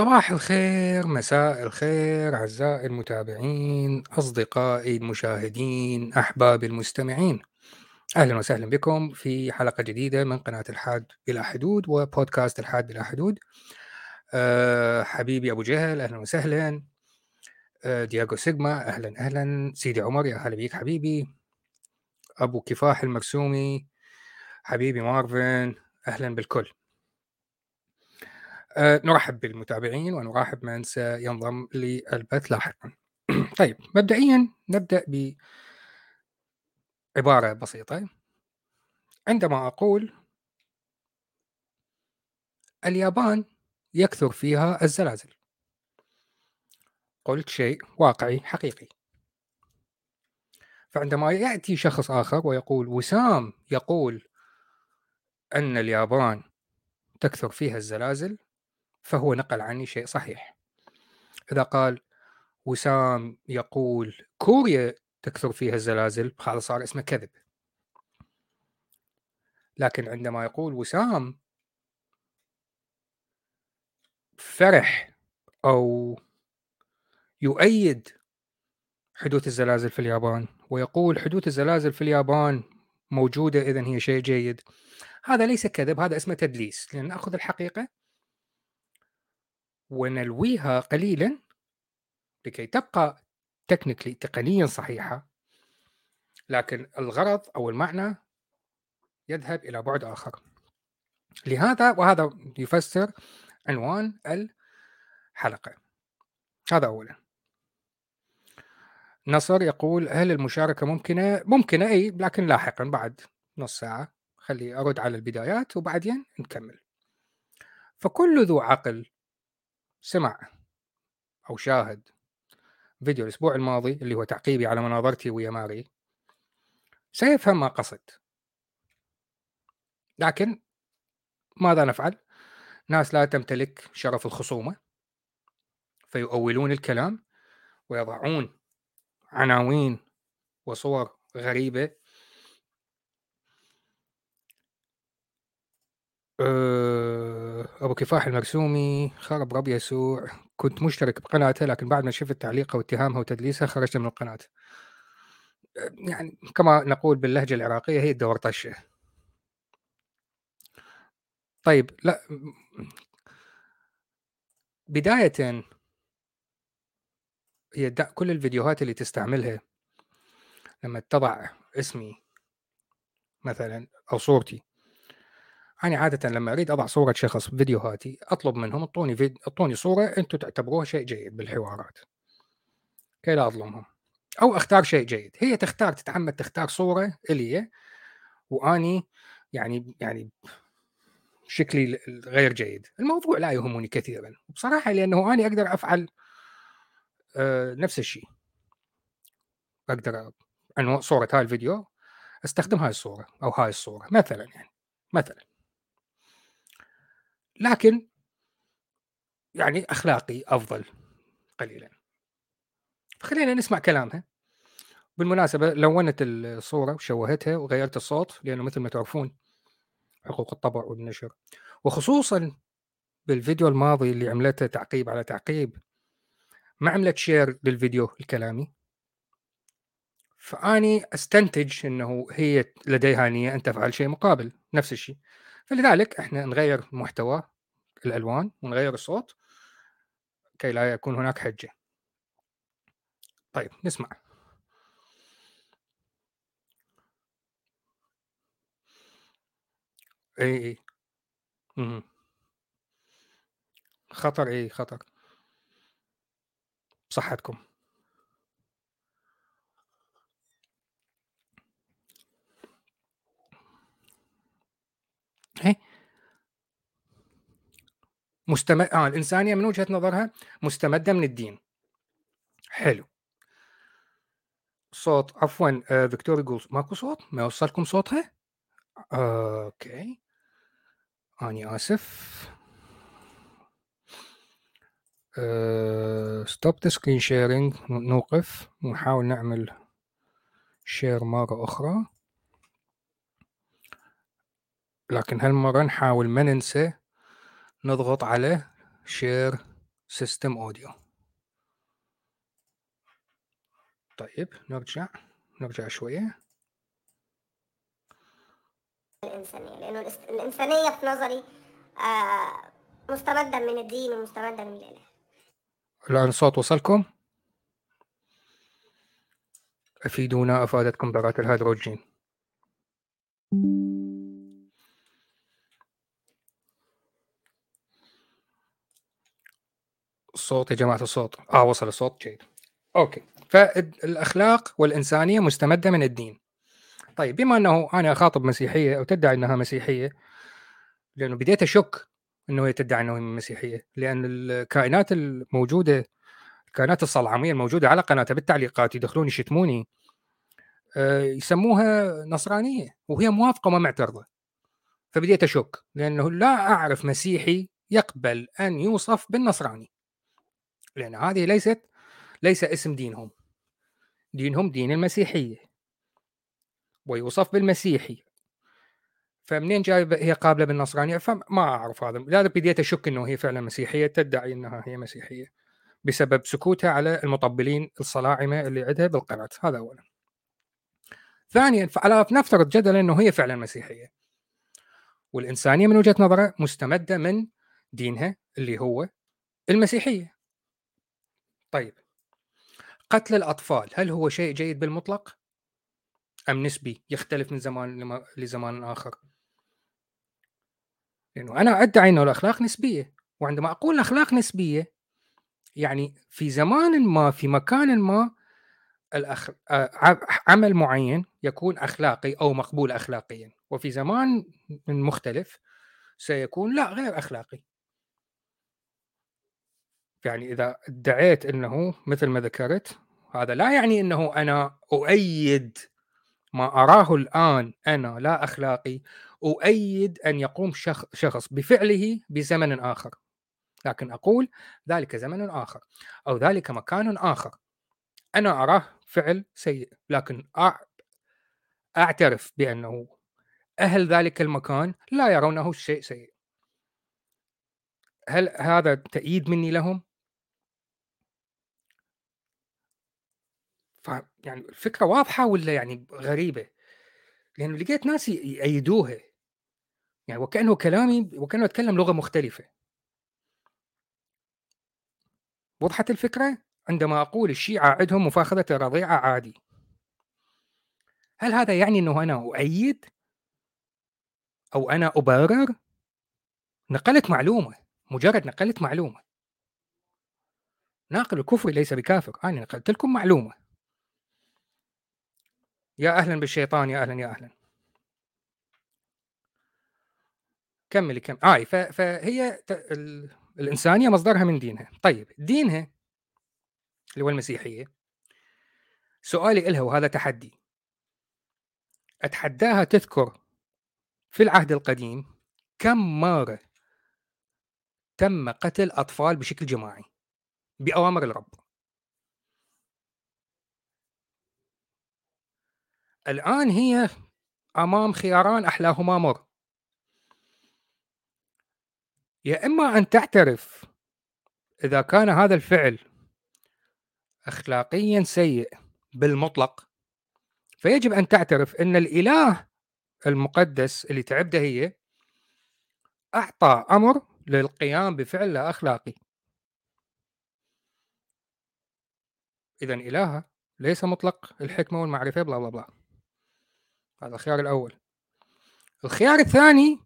صباح الخير، مساء الخير، أعزائي المتابعين، أصدقائي المشاهدين، أحبابي المستمعين. أهلا وسهلا بكم في حلقة جديدة من قناة الحاد بلا حدود وبودكاست الحاد بلا حدود. حبيبي أبو جهل أهلا وسهلا. دياغو سيجما أهلا أهلا. سيدي عمر يا هلا بيك حبيبي. أبو كفاح المرسومي حبيبي مارفن أهلا بالكل. نرحب بالمتابعين ونرحب من سينضم للبث لاحقا. طيب مبدئيا نبدأ بعبارة بسيطة. عندما أقول اليابان يكثر فيها الزلازل، قلت شيء واقعي حقيقي. فعندما يأتي شخص آخر ويقول وسام يقول أن اليابان تكثر فيها الزلازل، فهو نقل عني شيء صحيح. إذا قال وسام يقول كوريا تكثر فيها الزلازل، هذا صار اسمه كذب. لكن عندما يقول وسام فرح أو يؤيد حدوث الزلازل في اليابان ويقول حدوث الزلازل في اليابان موجودة إذن هي شيء جيد، هذا ليس كذب، هذا اسمه تدليس. لأن نأخذ الحقيقة ونلويها قليلا لكي تبقى تقنيا صحيحة، لكن الغرض أو المعنى يذهب إلى بعد آخر. لهذا وهذا يفسر عنوان الحلقة. هذا أولا. نصر يقول هل المشاركة ممكنة؟ ممكنة أي، لكن لاحقا بعد نص ساعة. خلي أرد على البدايات وبعدين نكمل. فكل ذو عقل سمع أو شاهد فيديو الأسبوع الماضي اللي هو تعقيبي على مناظرتي ويا ماري سيفهم ما قصد. لكن ماذا نفعل؟ ناس لا تمتلك شرف الخصومة فيؤولون الكلام ويضعون عناوين وصور غريبة. أبو كفاح المرسومي خرب رب يسوع، كنت مشترك بقناته لكن بعد ما شفت تعليقه واتهامها وتدليسها خرجت من القناة. يعني كما نقول باللهجة العراقية هي الدور طشة. طيب لا، بداية هي كل الفيديوهات اللي تستعملها لما تضع اسمي مثلا أو صورتي، أنا عادة لما أريد أضع صورة شخص في فيديوهاتي أطلب منهم أعطوني صورة أنتم تعتبروها شيء جيد بالحوارات كي لا أظلمهم، أو أختار شيء جيد. هي تختار، تتعمد تختار صورة إلي وأني يعني شكلي غير جيد. الموضوع لا يهمني كثيرا بصراحة، لأنه أنا أقدر أفعل نفس الشيء. أقدر صورة هاي الفيديو استخدم هاي الصورة أو هاي الصورة مثلا، يعني مثلا، لكن يعني أخلاقي أفضل قليلا. خلينا نسمع كلامها. بالمناسبة لونت الصورة وشوهتها وغيرت الصوت، لأنه مثل ما تعرفون حقوق الطبع والنشر، وخصوصا بالفيديو الماضي اللي عملته تعقيب على تعقيب ما عملت شير للفيديو الكلامي. فأني أستنتج أنه هي لديها نية أن تفعل شيء مقابل نفس الشيء، فلذلك إحنا نغير محتوى الألوان ونغير الصوت كي لا يكون هناك حجة. طيب نسمع. اي مهم. خطر، اي خطر بصحتكم. اي الإنسانية من وجهة نظرها مستمدة من الدين. حلو. صوت عفوا، فيكتور يقول ماكو صوت، ما يوصلكم صوتها. اوكي اني اسف. ستوب ذا سكرين شيرنج، نوقف ونحاول نعمل شير مرة أخرى، لكن هالمرة نحاول ما ننسى نضغط على شير سيستم أوديو. طيب نرجع شوية. الإنسانية، لأنه الإنسانية في نظري مستمدة من الدين ومستمدة من الإله. الآن الصوت وصلكم؟ أفيدونا، أفادتكم ذرات الهيدروجين. الصوت يا جماعة، الصوت وصل الصوت، جيد. أوكي، فالأخلاق والإنسانية مستمدة من الدين. طيب بما أنه أنا أخاطب مسيحية أو تدعي أنها مسيحية، لأنه بديت أشك أنه هي تدعي أنه هي مسيحية، لأن الكائنات الموجودة، الكائنات الصلعمية الموجودة على قناتها بالتعليقات يدخلون يشتموني، يسموها نصرانية وهي موافقة وما معترضة. فبديت أشك، لأنه لا أعرف مسيحي يقبل أن يوصف بالنصراني، لأن هذه ليس اسم دينهم. دينهم دين المسيحية ويوصف بالمسيحي، فمنين جاي هي قابلة بالنصرانية؟ فما أعرف هذا. لذلك بديت أشك أنه هي فعلا مسيحية، تدعي أنها هي مسيحية بسبب سكوتها على المطبلين الصلاعمة اللي عندها بالقناة. هذا أولا. ثانيا، نفترض جدلا أنه هي فعلا مسيحية، والإنسانية من وجهة نظرها مستمدة من دينها اللي هو المسيحية. طيب، قتل الأطفال هل هو شيء جيد بالمطلق أم نسبي يختلف من زمان لزمان آخر؟ لأنه أنا أدعي أنه الأخلاق نسبية، وعندما أقول الأخلاق نسبية يعني في زمان ما في مكان ما عمل معين يكون أخلاقي أو مقبول أخلاقيا، وفي زمان مختلف سيكون لا، غير أخلاقي. يعني إذا ادعيت أنه مثل ما ذكرت، هذا لا يعني أنه أنا أؤيد ما أراه الآن أنا لا أخلاقي، أؤيد أن يقوم شخص بفعله بزمن آخر، لكن أقول ذلك زمن آخر أو ذلك مكان آخر أنا أراه فعل سيء، لكن أعترف بأنه أهل ذلك المكان لا يرونه شيء سيء. هل هذا تأييد مني لهم؟ يعني الفكرة واضحة ولا يعني غريبة؟ لأنه لقيت ناس يأيدوها، يعني وكأنه أتكلم لغة مختلفة. وضحت الفكرة؟ عندما أقول الشيعة عندهم مفاخذة الرضيعة عادي، هل هذا يعني أنه أنا أؤيد أو أنا أبرر؟ نقلت معلومة، مجرد نقلت معلومة. ناقل الكفر ليس بكافر، أنا نقلت لكم معلومة. يا أهلا بالشيطان، يا أهلا يا أهلا. كملي فهي الإنسانية مصدرها من دينها. طيب دينها اللي هو المسيحية، سؤالي إلها وهذا تحدي، أتحداها تذكر في العهد القديم كم مرة تم قتل أطفال بشكل جماعي بأوامر الرب. الآن هي أمام خياران أحلاهما مر، يا إما أن تعترف إذا كان هذا الفعل أخلاقيا سيء بالمطلق، فيجب أن تعترف أن الإله المقدس اللي تعبده هي أعطى أمر للقيام بفعل لا أخلاقي، إذا إلهها ليس مطلق الحكمة والمعرفة بلا بلا بلا. هذا الخيار الأول. الخيار الثاني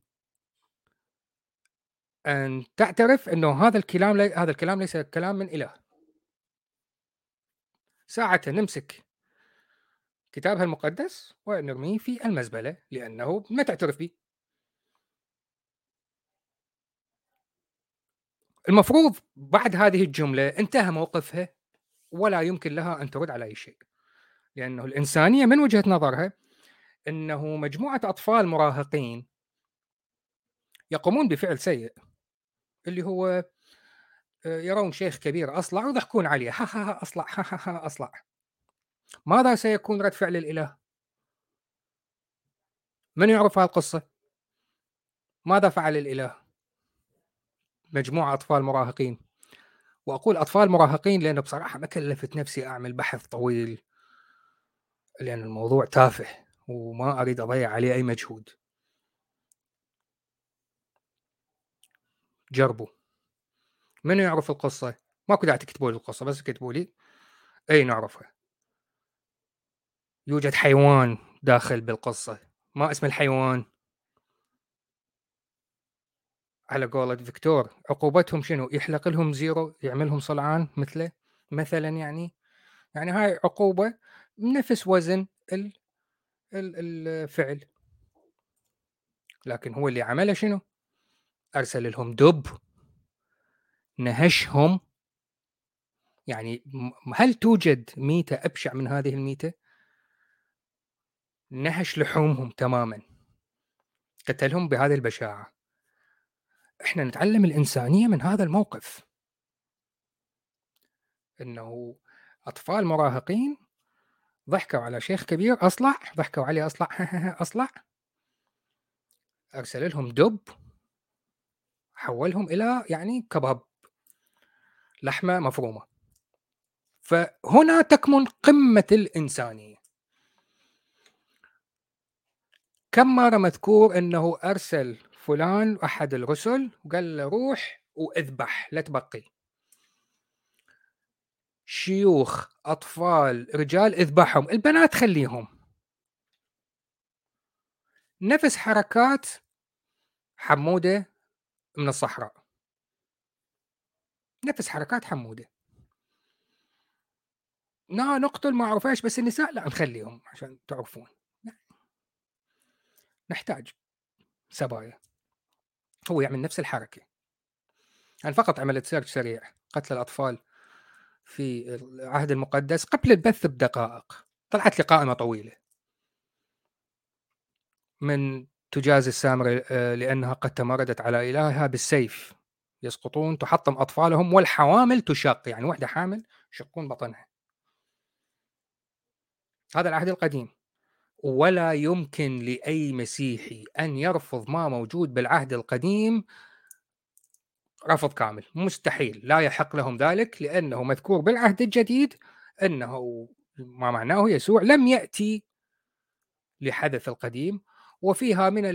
أن تعترف أنه هذا الكلام ليس كلام من إله. ساعتها نمسك كتابها المقدس ونرميه في المزبلة، لأنه ما تعترف به. المفروض بعد هذه الجملة انتهى موقفها ولا يمكن لها أن ترد على أي شيء، لأنه الإنسانية من وجهة نظرها أنه مجموعة أطفال مراهقين يقومون بفعل سيء، اللي هو يرون شيخ كبير أصلع ويضحكون عليه، ها ها ها أصلع، ها ها ها أصلع. ماذا سيكون رد فعل الإله؟ من يعرف هالقصة؟ ماذا فعل الإله؟ مجموعة أطفال مراهقين وأقول أطفال مراهقين لأنه بصراحة ما كلفت نفسي أعمل بحث طويل، لأن الموضوع تافه وما أريد أضيع عليه أي مجهود. جربوا. منو يعرف القصة؟ ماكو داعي تكتبوا لي القصة، بس كتبوا لي أي نعرفها. يوجد حيوان داخل بالقصة، ما اسم الحيوان؟ على قولة فيكتور عقوبتهم شنو؟ يحلق لهم زيرو، يعملهم صلعان مثله مثلا. يعني هاي عقوبة نفس وزن الفعل، لكن هو اللي عمله شنو؟ أرسل لهم دب، نهشهم. يعني هل توجد ميتة أبشع من هذه الميتة؟ نهش لحومهم تماما، قتلهم بهذه البشاعة. احنا نتعلم الإنسانية من هذا الموقف، انه اطفال مراهقين ضحكوا على شيخ كبير اصلع، ضحكوا عليه اصلع اصلع، ارسل لهم دب، حولهم الى يعني كباب، لحمه مفرومه. فهنا تكمن قمه الانسانيه. كم مره مذكور انه ارسل فلان احد الرسل وقال له روح واذبح لا تبقي، شيوخ اطفال رجال اذبحهم، البنات خليهم. نفس حركات حموده من الصحراء، نفس حركات حموده. نقتل ما اعرف ايش، بس النساء لا نخليهم عشان تعرفون نحتاج سبايا. هو يعمل نفس الحركه. انا فقط عملت سيرش سريع قتل الاطفال في العهد المقدس قبل البث بدقائق، طلعت لي قائمه طويله من تجاز السامرة لأنها قد تمردت على إلهها بالسيف، يسقطون، تحطم أطفالهم، والحوامل تشق، يعني وحدة حامل يشقون بطنها. هذا العهد القديم. ولا يمكن لأي مسيحي أن يرفض ما موجود بالعهد القديم رفض كامل، مستحيل، لا يحق لهم ذلك، لأنه مذكور بالعهد الجديد أنه ما معناه يسوع لم يأتي لحدث القديم، وفيها من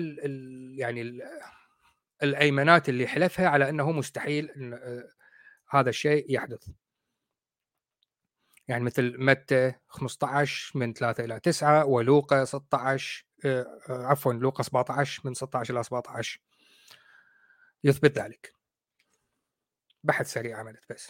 الأيمنات اللي حلفها على أنه مستحيل أن هذا الشيء يحدث. يعني مثل متى 15 من 3 إلى 9، ولوقا 16 عفوا لوقا 17 من 16 إلى 17 يثبت ذلك. بحث سريع عملت بس.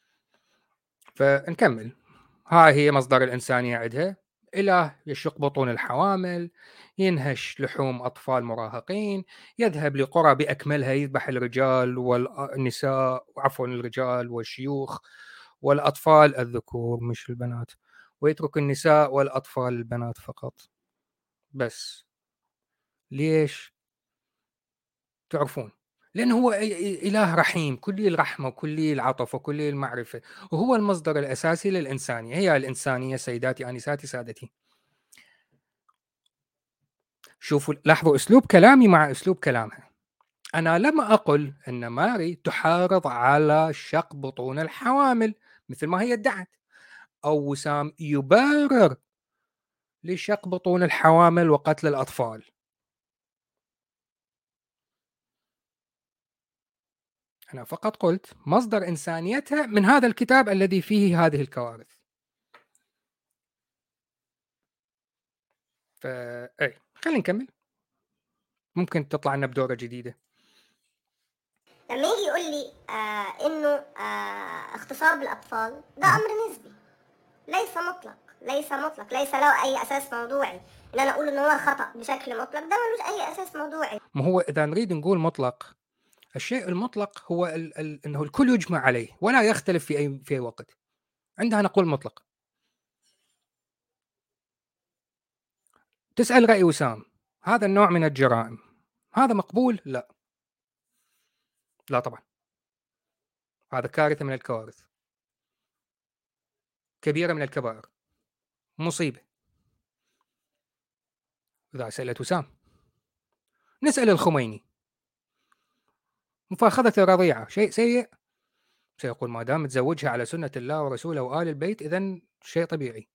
فنكمل. هاي هي مصدر الإنسانية عندها. إله يشق بطون الحوامل، ينهش لحوم أطفال مراهقين، يذهب لقرى بأكملها يذبح الرجال والنساء، عفوا الرجال والشيوخ والأطفال الذكور مش البنات، ويترك النساء والأطفال البنات فقط. بس ليش؟ تعرفون، لأنه هو إله رحيم، كلي الرحمة وكلي العطف وكلي المعرفة، وهو المصدر الأساسي للإنسانية. هي الإنسانية سيداتي آنساتي سادتي. شوفوا، لاحظوا أسلوب كلامي مع أسلوب كلامها. أنا لم أقل أن ماري تحارض على شق بطون الحوامل مثل ما هي ادعت، أو وسام يبرر لشق بطون الحوامل وقتل الأطفال. أنا فقط قلت مصدر إنسانيتها من هذا الكتاب الذي فيه هذه الكوارث. أي خلينا نكمل، ممكن تطلع لنا بدورة جديدة. لما يجي يقول لي انه اغتصاب الاطفال ده امر نسبي، ليس مطلق، ليس مطلق، ليس له اي اساس موضوعي. ان انا اقول ان هو خطأ بشكل مطلق ده ملوش اي اساس موضوعي. ما هو إذا نريد نقول مطلق، الشيء المطلق هو أنه الكل يجمع عليه ولا يختلف في أي وقت. عندها نقول مطلق. تسأل رأي وسام، هذا النوع من الجرائم هذا مقبول؟ لا، لا طبعا، هذا كارثة من الكوارث، كبيرة من الكبائر، مصيبة. إذا سألت وسام، نسأل الخميني، مفاخذة الرضيعة شيء سيء؟ سيقول ما دام تزوجها على سنة الله ورسوله وآل البيت إذن شيء طبيعي.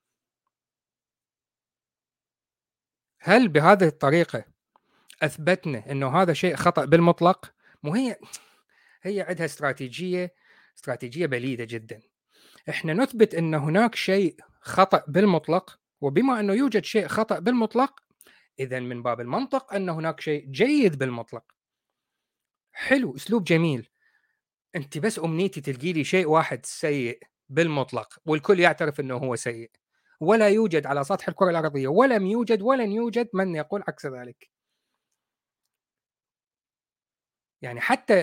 هل بهذه الطريقة أثبتنا أنه هذا شيء خطأ بالمطلق؟ مو هي عندها استراتيجية بليدة جدا. احنا نثبت أن هناك شيء خطأ بالمطلق، وبما أنه يوجد شيء خطأ بالمطلق إذن من باب المنطق أن هناك شيء جيد بالمطلق. حلو، أسلوب جميل. أنت بس أمنيتي تلقي لي شيء واحد سيء بالمطلق والكل يعترف أنه هو سيء، ولا يوجد على سطح الكرة الأرضية ولم يوجد ولن يوجد من يقول عكس ذلك. يعني حتى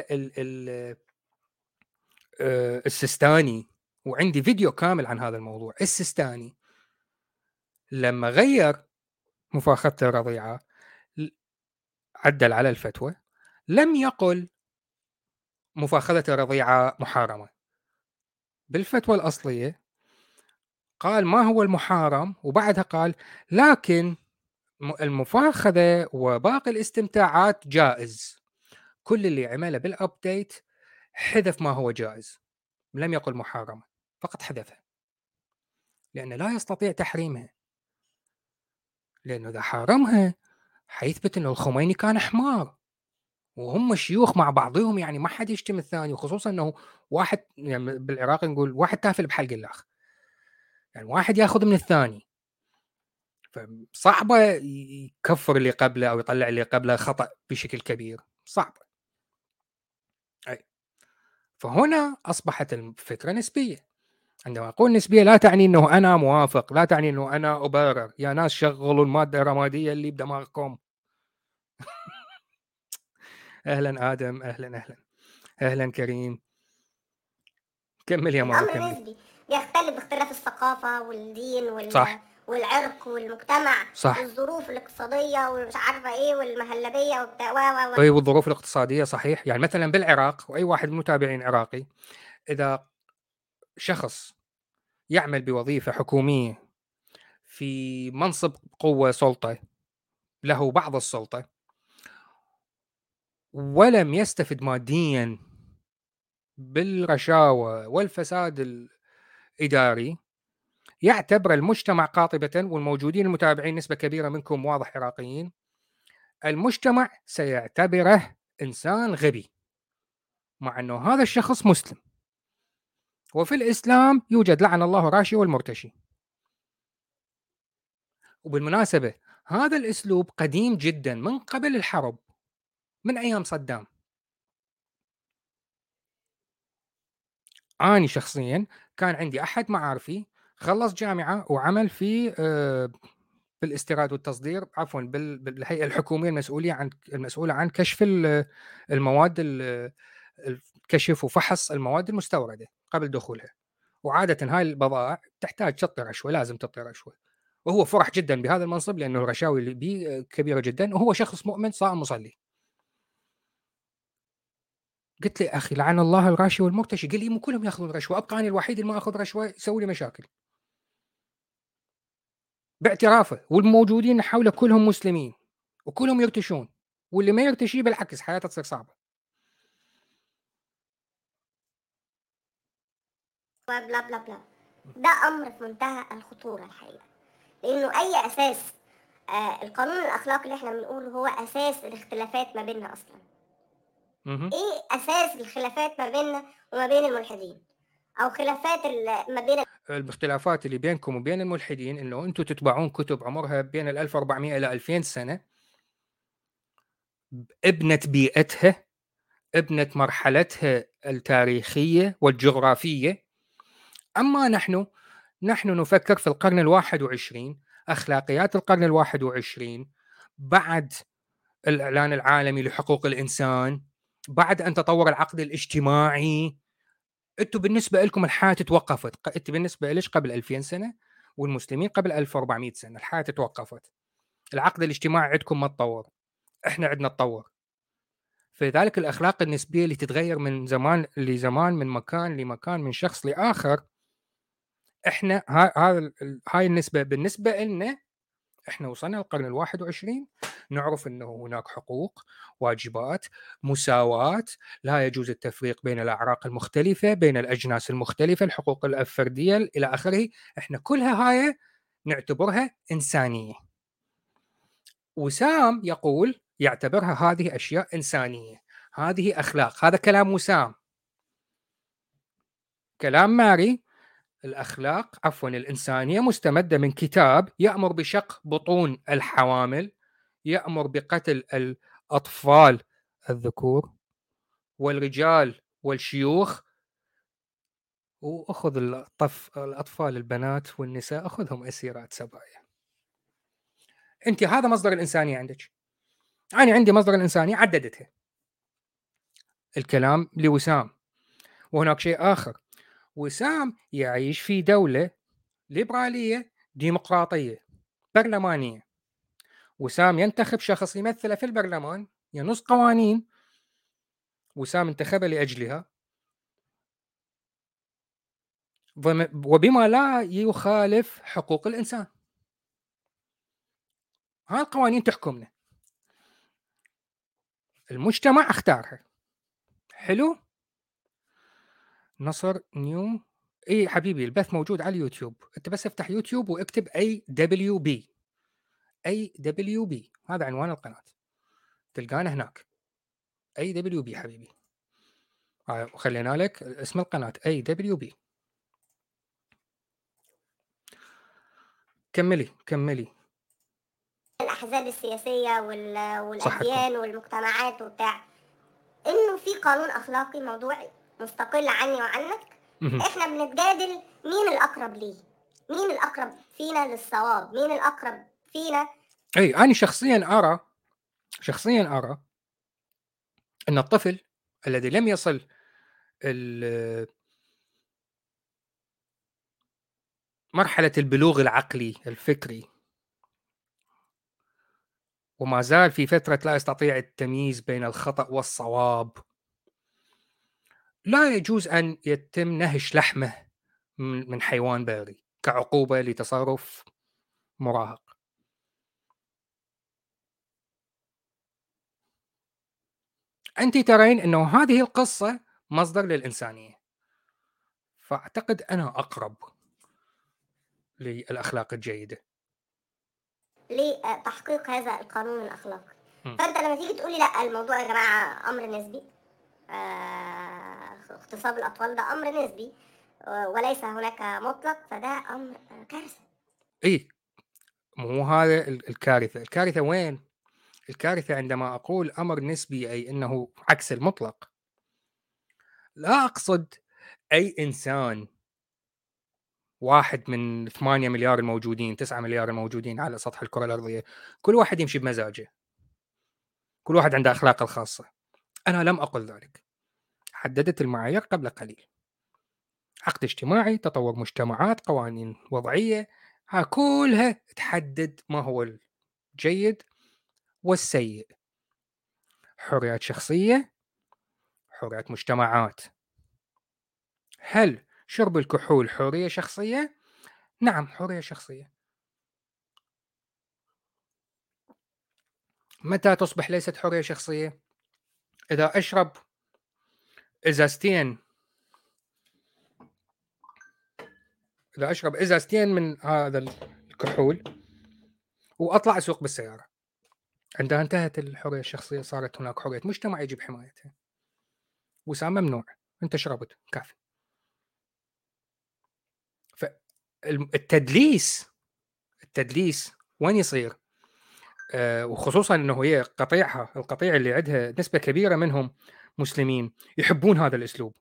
السيستاني، وعندي فيديو كامل عن هذا الموضوع، السيستاني لما غير مفاخذة الرضيعة عدل على الفتوى، لم يقل مفاخذة الرضيعة محارمة. بالفتوى الأصلية قال ما هو المحارم، وبعدها قال لكن المفاخذة وباقي الاستمتاعات جائز. كل اللي عمله بالأبديت حذف ما هو جائز، لم يقل محارمة، فقط حذفها، لأنه لا يستطيع تحريمها. لأنه إذا حارمها حيثبت أنه الخميني كان حمار، وهم شيوخ مع بعضهم، يعني ما حد يشتم الثاني، وخصوصا أنه واحد، يعني بالعراق نقول واحد تافل بحلق الآخر، يعني واحد ياخذ من الثاني، فصعبة يكفر اللي قبله أو يطلع اللي قبله خطأ بشكل كبير، صعب. أي. فهنا أصبحت الفكرة نسبية. عندما أقول نسبية لا تعني أنه أنا موافق، لا تعني أنه أنا أبرر. يا ناس شغلوا المادة الرمادية اللي بدماغكم. أهلا آدم، أهلا أهلا كريم. كمل يا ماما، الامر كمل. نسبي، بيختلف باختلاف الثقافه والدين صح. والعرق والمجتمع، صح. والظروف الاقتصاديه ومش عارفه ايه والمهلبيه وبتاع طيب، والظروف الاقتصادية صحيح. يعني مثلا بالعراق، وأي واحد من المتابعين عراقي، إذا شخص يعمل بوظيفة حكومية في منصب قوة سلطة، له بعض السلطة، ولم يستفد ماديا بالرشاوى والفساد الإداري، يعتبر المجتمع قاطبة، والموجودين المتابعين نسبة كبيرة منكم واضح عراقيين، المجتمع سيعتبره إنسان غبي، مع أنه هذا الشخص مسلم. وفي الإسلام يوجد لعن الله الراشي والمرتشي. وبالمناسبة هذا الأسلوب قديم جدا من قبل الحرب، من أيام صدام. أنا شخصيا كان عندي أحد معارفي خلص جامعة وعمل في بالاستيراد والتصدير، عفوا بالهيئة الحكومية المسؤولة عن كشف المواد، كشف وفحص المواد المستوردة قبل دخولها. وعادة هاي البضائع تحتاج تعطي رشوة، لازم تعطي رشوة، وهو فرح جدا بهذا المنصب لأنه الرشاوي اللي بيه كبيرة جدا، وهو شخص مؤمن صائم مصلي. قلت لي أخي لعن الله الراشي والمرتشي. قال لي مو كلهم ياخذون رشوة، أبقى أنا الوحيد اللي ما أخذ رشوة، يسوي لي مشاكل. باعترافه، والموجودين حوله كلهم مسلمين وكلهم يرتشون، واللي ما يرتشي بالعكس حياته تصير صعبة. بلا بلا بلا. ده امر في منتهى الخطوره الحقيقه، لانه اي اساس القانون الاخلاقي اللي احنا بنقوله هو اساس الاختلافات ما بيننا اصلا. ايه اساس الخلافات ما بيننا وما بين الملحدين، او خلافات ما بين الاختلافات اللي بينكم وبين الملحدين انه انتم تتبعون كتب عمرها بين 1400 الى 2000 سنه، ابنه بيئتها، ابنه مرحلتها التاريخيه والجغرافيه. اما نحن نفكر في القرن ال21، اخلاقيات القرن ال21، بعد الاعلان العالمي لحقوق الانسان، بعد ان تطور العقد الاجتماعي. انتم بالنسبه لكم الحياه توقفت، انت بالنسبه ليش قبل 2000 سنه، والمسلمين قبل 1400 سنه الحياه توقفت. العقد الاجتماعي عندكم ما تطور، احنا عندنا تطور. فلذلك الاخلاق النسبيه اللي تتغير من زمان لزمان، من مكان لمكان، من شخص لاخر، احنا هاي النسبه بالنسبه لنا إحنا وصلنا للقرن ال21 نعرف أنه هناك حقوق، واجبات، مساواة، لا يجوز التفريق بين الأعراق المختلفة، بين الأجناس المختلفة، الحقوق الفردية إلى آخره. إحنا كلها هاي نعتبرها إنسانية. وسام يقول يعتبرها هذه أشياء إنسانية، هذه أخلاق. هذا كلام وسام. كلام ماري الإنسانية مستمدة من كتاب يأمر بشق بطون الحوامل، يأمر بقتل الأطفال الذكور والرجال والشيوخ، وأخذ الأطفال البنات والنساء أخذهم أسيرات سبايا. أنت هذا مصدر الإنسانية عندك. أنا عندي مصدر الإنسانية عددتها. الكلام لوسام. وهناك شيء آخر، وسام يعيش في دولة ليبرالية ديمقراطية برلمانية. وسام ينتخب شخص يمثله في البرلمان، ينص قوانين وسام انتخب لأجلها، وبما لا يخالف حقوق الإنسان. هاي القوانين تحكمنا، المجتمع اختارها. حلو. نصر نيو. اي حبيبي، البث موجود على اليوتيوب، انت بس افتح يوتيوب واكتب AWB. AWB هذا عنوان القناة، تلقانا هناك. AWB حبيبي، وخلينا لك اسم القناة AWB. كملي. الأحزاب السياسية صحتكم. والأديان والمجتمعات وبتاع، إنه في قانون أخلاقي موضوعي مستقل عني وعنك. إحنا بنتجادل مين الأقرب ليه، مين الأقرب فينا للصواب، مين الأقرب فينا. أي أنا شخصيا أرى أن الطفل الذي لم يصل مرحلة البلوغ العقلي الفكري وما زال في فترة لا يستطيع التمييز بين الخطأ والصواب، لا يجوز أن يتم نهش لحمه من حيوان بري كعقوبة لتصرف مراهق. أنت ترين أنه هذه القصة مصدر للإنسانية، فأعتقد أنا أقرب للأخلاق الجيدة لتحقيق هذا القانون الأخلاقي. فأنت لما تيجي تقولي لا الموضوع يا جماعة أمر نسبي، اغتصاب الأطفال ده أمر نسبي وليس هناك مطلق، فده أمر كارثة. إيه، مو هذا الكارثة. الكارثة وين؟ الكارثة عندما أقول أمر نسبي أي أنه عكس المطلق. لا أقصد أي إنسان واحد من 8 مليار الموجودين، 9 مليار الموجودين على سطح الكرة الأرضية، كل واحد يمشي بمزاجه، كل واحد عنده أخلاقه الخاصة. أنا لم أقل ذلك. حددت المعايير قبل قليل: عقد اجتماعي، تطور مجتمعات، قوانين وضعية، كلها تحدد ما هو الجيد والسيء. حريات شخصية، حريات مجتمعات. هل شرب الكحول حرية شخصية؟ نعم، حرية شخصية. متى تصبح ليست حرية شخصية؟ إذا أشرب إزازتين من هذا الكحول وأطلع أسوق بالسيارة، عندها انتهت الحرية الشخصية، صارت هناك حرية مجتمع يجب حمايتها. وسام ممنوع، أنت شربت كافي. فالتدليس وين يصير؟ وخصوصا أنه هي القطيع اللي عندها نسبة كبيرة منهم مسلمين يحبون هذا الأسلوب،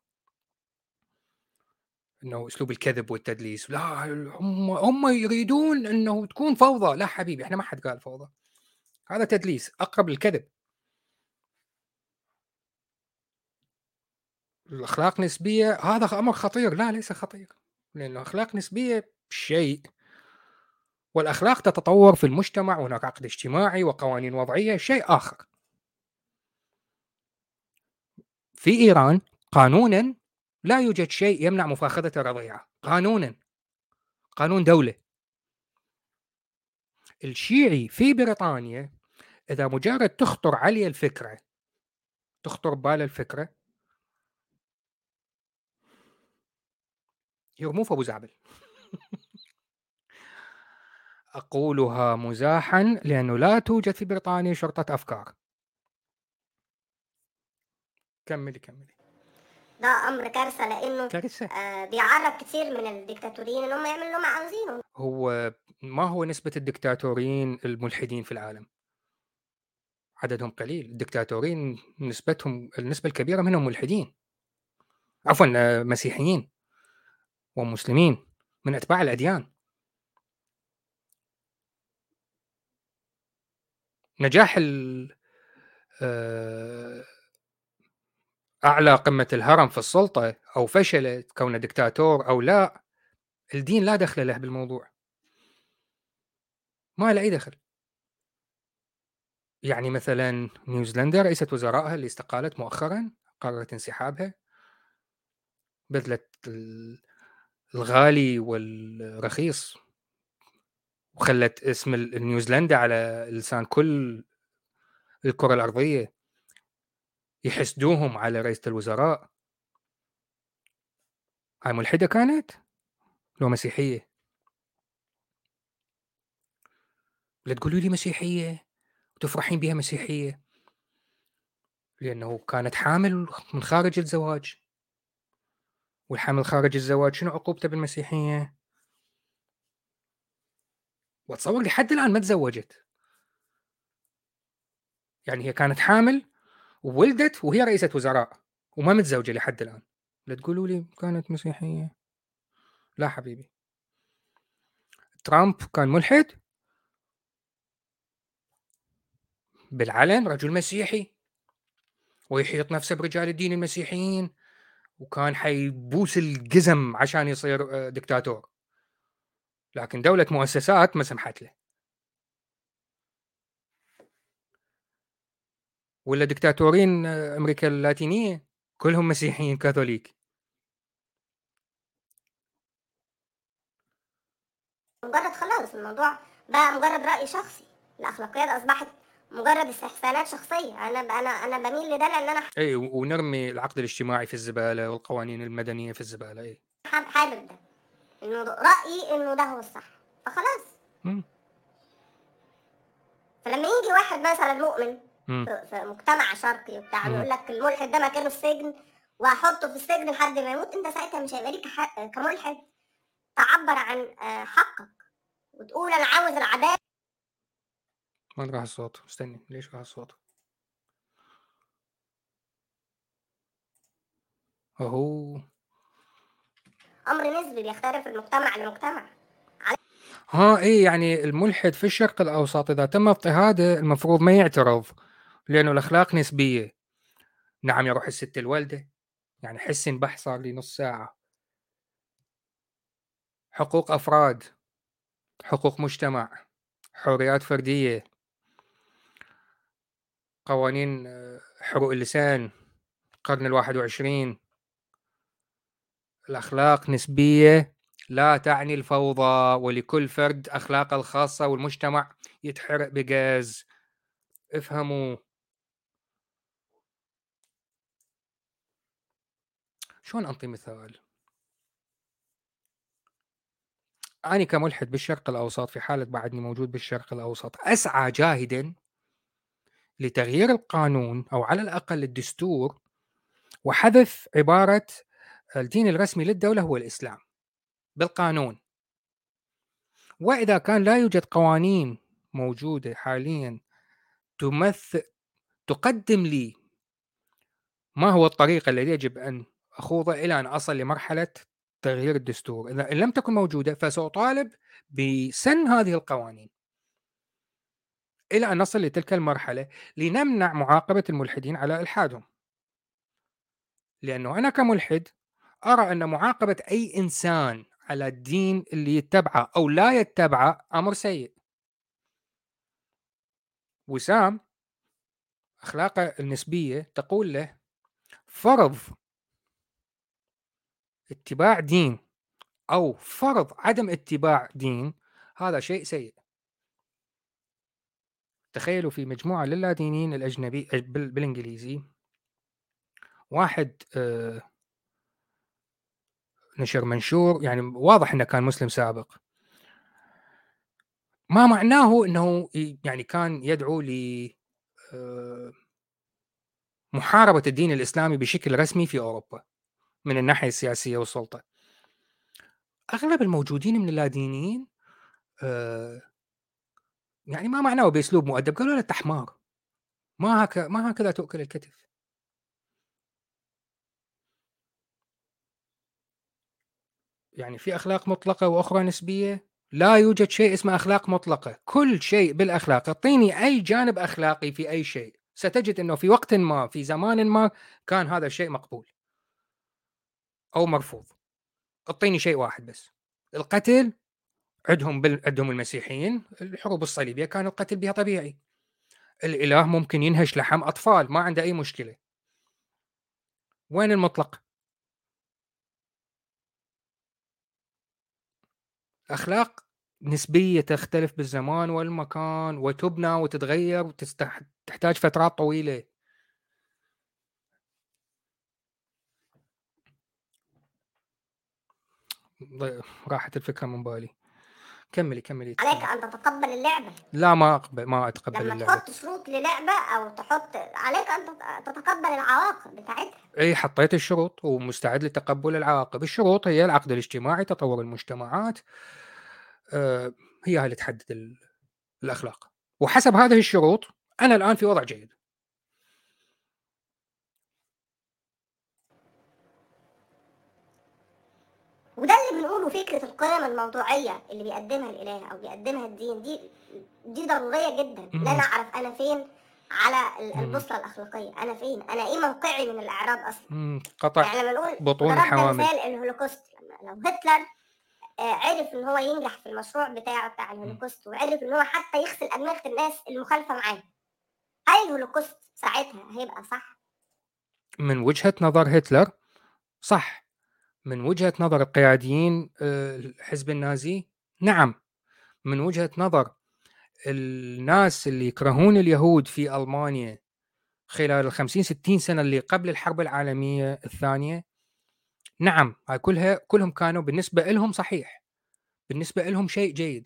انه اسلوب الكذب والتدليس. لا، هم يريدون انه تكون فوضى. لا حبيبي، احنا ما حد قال فوضى، هذا تدليس اقرب للكذب. الاخلاق نسبيه، هذا امر خطير. لا، ليس خطير، لانه اخلاق نسبيه شيء، والاخلاق تتطور في المجتمع، وهناك عقد اجتماعي وقوانين وضعيه شيء اخر. في ايران قانونا لا يوجد شيء يمنع مفاخذه الرضيعه، قانونا، قانون دوله. الشيعي في بريطانيا إذا مجرد تخطر عليه الفكرة، تخطر بباله الفكرة، يرموه في أبو زعبل. أقولها مزاحا لأنه لا توجد في بريطانيا شرطة أفكار. كملي كملي. ده امر كارثه، لانه كارثة. بيعرض كثير من الدكتاتوريين ان هم يعملوا اللي هم عاوزينه. هو ما هو نسبة الدكتاتورين الملحدين في العالم؟ عددهم قليل. الدكتاتورين نسبتهم النسبة الكبيرة منهم ملحدين، عفوا مسيحيين ومسلمين من أتباع الأديان. نجاح آه، أعلى قمة الهرم في السلطة أو فشل كونه دكتاتور أو لا، الدين لا دخل له بالموضوع، ما له أي دخل. يعني مثلا نيوزيلندا رئيسة وزرائها اللي استقالت مؤخرا قررت انسحابها، بذلت الغالي والرخيص، وخلت اسم نيوزيلندا على لسان كل الكرة الأرضية، يحسدوهم على رئيسة الوزراء. هاي ملحدة كانت لو مسيحية؟ لا تقولوا لي مسيحية وتفرحين بها مسيحية، لأنه كانت حامل من خارج الزواج، والحمل خارج الزواج شنو عقوبته بالمسيحية؟ وأتصور لحد الآن ما تزوجت، يعني هي كانت حامل وولدت وهي رئيسة وزراء وما متزوجة لحد الآن. لا تقولوا لي كانت مسيحية. لا حبيبي، ترامب كان ملحد بالعلن، رجل مسيحي ويحيط نفسه برجال الدين المسيحيين، وكان حيبوس القزم عشان يصير دكتاتور، لكن دولة مؤسسات ما سمحت له. ولا دكتاتورين أمريكا اللاتينية كلهم مسيحيين كاثوليك. مجرد خلاص الموضوع بقى مجرد رأي شخصي، الأخلاقيات أصبحت مجرد استحسانات شخصية. أنا بميل لده لأن أنا اي، ونرمي العقد الاجتماعي في الزبالة والقوانين المدنية في الزبالة. اي، حابب ده، إنه رأيي إنه ده هو الصح، فخلاص. مم. فلما يجي واحد مثلا مؤمن مم. في مجتمع شرقي وبتاع مم. يقول لك الملحد ده مكانه السجن وهحطه في السجن لحد ما يموت، انت ساعتها مش هيبقى ليك حق كملحد تعبر عن حقك وتقول انا عاوز العداله. وين راح الصوت؟ استني، ليش راح الصوت؟ اهو. امر نسبي بيختلف من مجتمع لمجتمع. ها، ايه، يعني الملحد في الشرق الاوسط اذا تم اضطهاده المفروض ما يعترض، لانه الاخلاق نسبيه. نعم، يروح الست الوالده، يعني حس انبح صار لي نص ساعه. حقوق افراد، حقوق مجتمع، حريات فرديه، قوانين حقوق اللسان، القرن ال21. الأخلاق نسبية لا تعني الفوضى، ولكل فرد أخلاقه الخاصة والمجتمع يتحرق بغاز. افهموا. شلون أنطي مثال؟ أنا كملحد بالشرق الأوسط، في حالة بعدني موجود بالشرق الأوسط، أسعى جاهدا لتغيير القانون أو على الأقل الدستور، وحذف عبارة الدين الرسمي للدولة هو الإسلام بالقانون. وإذا كان لا يوجد قوانين موجودة حاليا تمثل تقدم لي ما هو الطريق الذي يجب أن أخوضه إلى أن أصل لمرحلة تغيير الدستور، إذا إن لم تكن موجودة فسأطالب بسن هذه القوانين إلى أن نصل لتلك المرحلة لنمنع معاقبة الملحدين على إلحادهم. لأنه أنا كملحد أرى أن معاقبة أي إنسان على الدين اللي يتبعه أو لا يتبعه أمر سيء. وسام أخلاقه النسبية تقول له فرض اتباع دين أو فرض عدم اتباع دين هذا شيء سيء. تخيلوا في مجموعة للادينيين الأجنبي بالإنجليزي، واحد نشر منشور يعني واضح إنه كان مسلم سابق، ما معناه إنه يعني كان يدعو ل آه، محاربة الدين الإسلامي بشكل رسمي في أوروبا من الناحية السياسية والسلطة. أغلب الموجودين من اللادينيين يعني ما معناه بأسلوب مؤدب، قالوا له أنت حمار، ما هكذا تؤكل الكتف. يعني في أخلاق مطلقة وأخرى نسبية، لا يوجد شيء اسمه أخلاق مطلقة، كل شيء بالأخلاق، اعطيني أي جانب أخلاقي في أي شيء ستجد أنه في وقت ما في زمان ما كان هذا الشيء مقبول أو مرفوض. اعطيني شيء واحد بس، القتل. عندهم المسيحيين الحروب الصليبية كان القتل بها طبيعي، الإله ممكن ينهش لحم أطفال ما عنده أي مشكلة. وين المطلق؟ أخلاق نسبية تختلف بالزمان والمكان وتبنى وتتغير تحتاج فترات طويلة. راحت الفكرة من بالي. كملي عليك تفضلي. ان تتقبل اللعبة. لا ما أتقبل لما اللعبة. تحط شروط للعبة او تحط، عليك ان تتقبل العواقب بتاعتها. أي حطيت الشروط ومستعد لتقبل العواقب. الشروط هي العقد الاجتماعي، تطور المجتمعات، هي اللي تحدد الأخلاق، وحسب هذه الشروط أنا الآن في وضع جيد. وده اللي بنقوله، فكرة القيم الموضوعية اللي بيقدمها الإله أو بيقدمها الدين، دي ضرورية جدا. لا نعرف أنا فين على البوصلة الأخلاقية، أنا فين، أنا إيه موقعي من الإعراب أصلا. قطع يعني لما نقول بطون وضربنا الحوامل. مثال الهولوكوست، لو هتلر عرف ان هو ينجح في المشروع بتاع الهولوكوست، وعرف ان هو حتى يغسل ادمغه الناس المخالفه معاه، هل الهولوكوست ساعتها هيبقى صح؟ من وجهة نظر هتلر صح، من وجهة نظر القياديين الحزب النازي نعم، من وجهة نظر الناس اللي يكرهون اليهود في ألمانيا خلال 50-60 سنة اللي قبل الحرب العالمية الثانية نعم، هاي كلهم كانوا بالنسبة لهم صحيح، بالنسبة لهم شيء جيد.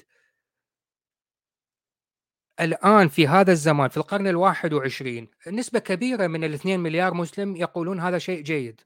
الآن في هذا الزمان في القرن 21 نسبة كبيرة من 2 مليار مسلم يقولون هذا شيء جيد.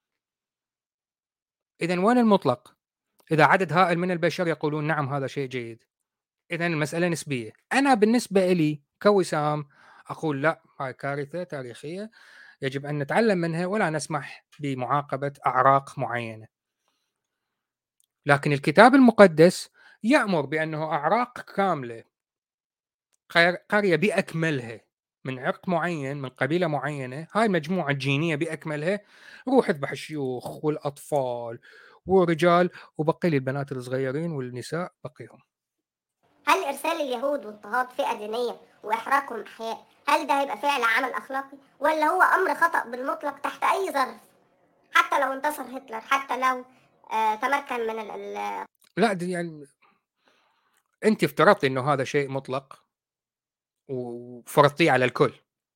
إذا وين المطلق؟ إذا عدد هائل من البشر يقولون نعم هذا شيء جيد، إذا المسألة نسبية. أنا بالنسبة لي كوسام أقول لا، هاي كارثة تاريخية يجب أن نتعلم منها ولا نسمح بمعاقبة أعراق معينة. لكن الكتاب المقدس يأمر بأنه أعراق كاملة، قرية بأكملها من عرق معين من قبيلة معينة، هاي المجموعة الجينية بأكملها، روح اذبح الشيوخ والأطفال والرجال وبقي لي البنات الصغيرين والنساء بقيهم. هل ارسال اليهود واضطهاد فئه دينيه واحراقهم احياء، هل ده هيبقى فعل عمل اخلاقي، ولا هو امر خطا بالمطلق تحت اي ظرف، حتى لو انتصر هتلر، حتى لو تمكن من لا دي يعني أنت افترضت أنه هذا شيء مطلق وفرضتيه على الكل،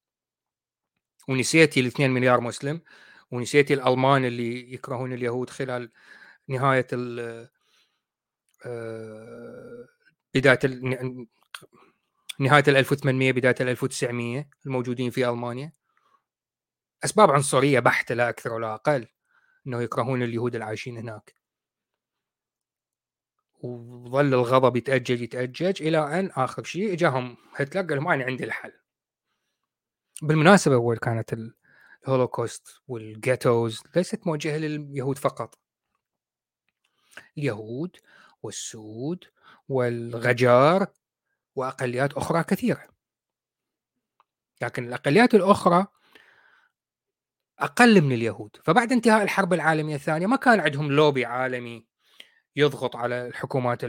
ونسيتي ال2 مليار مسلم، ونسيتي الألمان اللي يكرهون اليهود خلال نهاية بداية نهاية 1800 بداية 1900 الموجودين في ألمانيا، أسباب عنصرية بحتة لا أكثر ولا أقل، أنه يكرهون اليهود العايشين هناك. وظل الغضب يتأجج إلى أن آخر شيء إجاهم هتلر قال لهم أنا عندي الحل. بالمناسبة أول كانت الهولوكوست والجيتوز ليست موجهة لليهود فقط، اليهود والسود والغجار وأقليات أخرى كثيرة، لكن الأقليات الأخرى أقل من اليهود. فبعد انتهاء الحرب العالمية الثانية ما كان عندهم لوبي عالمي يضغط على الحكومات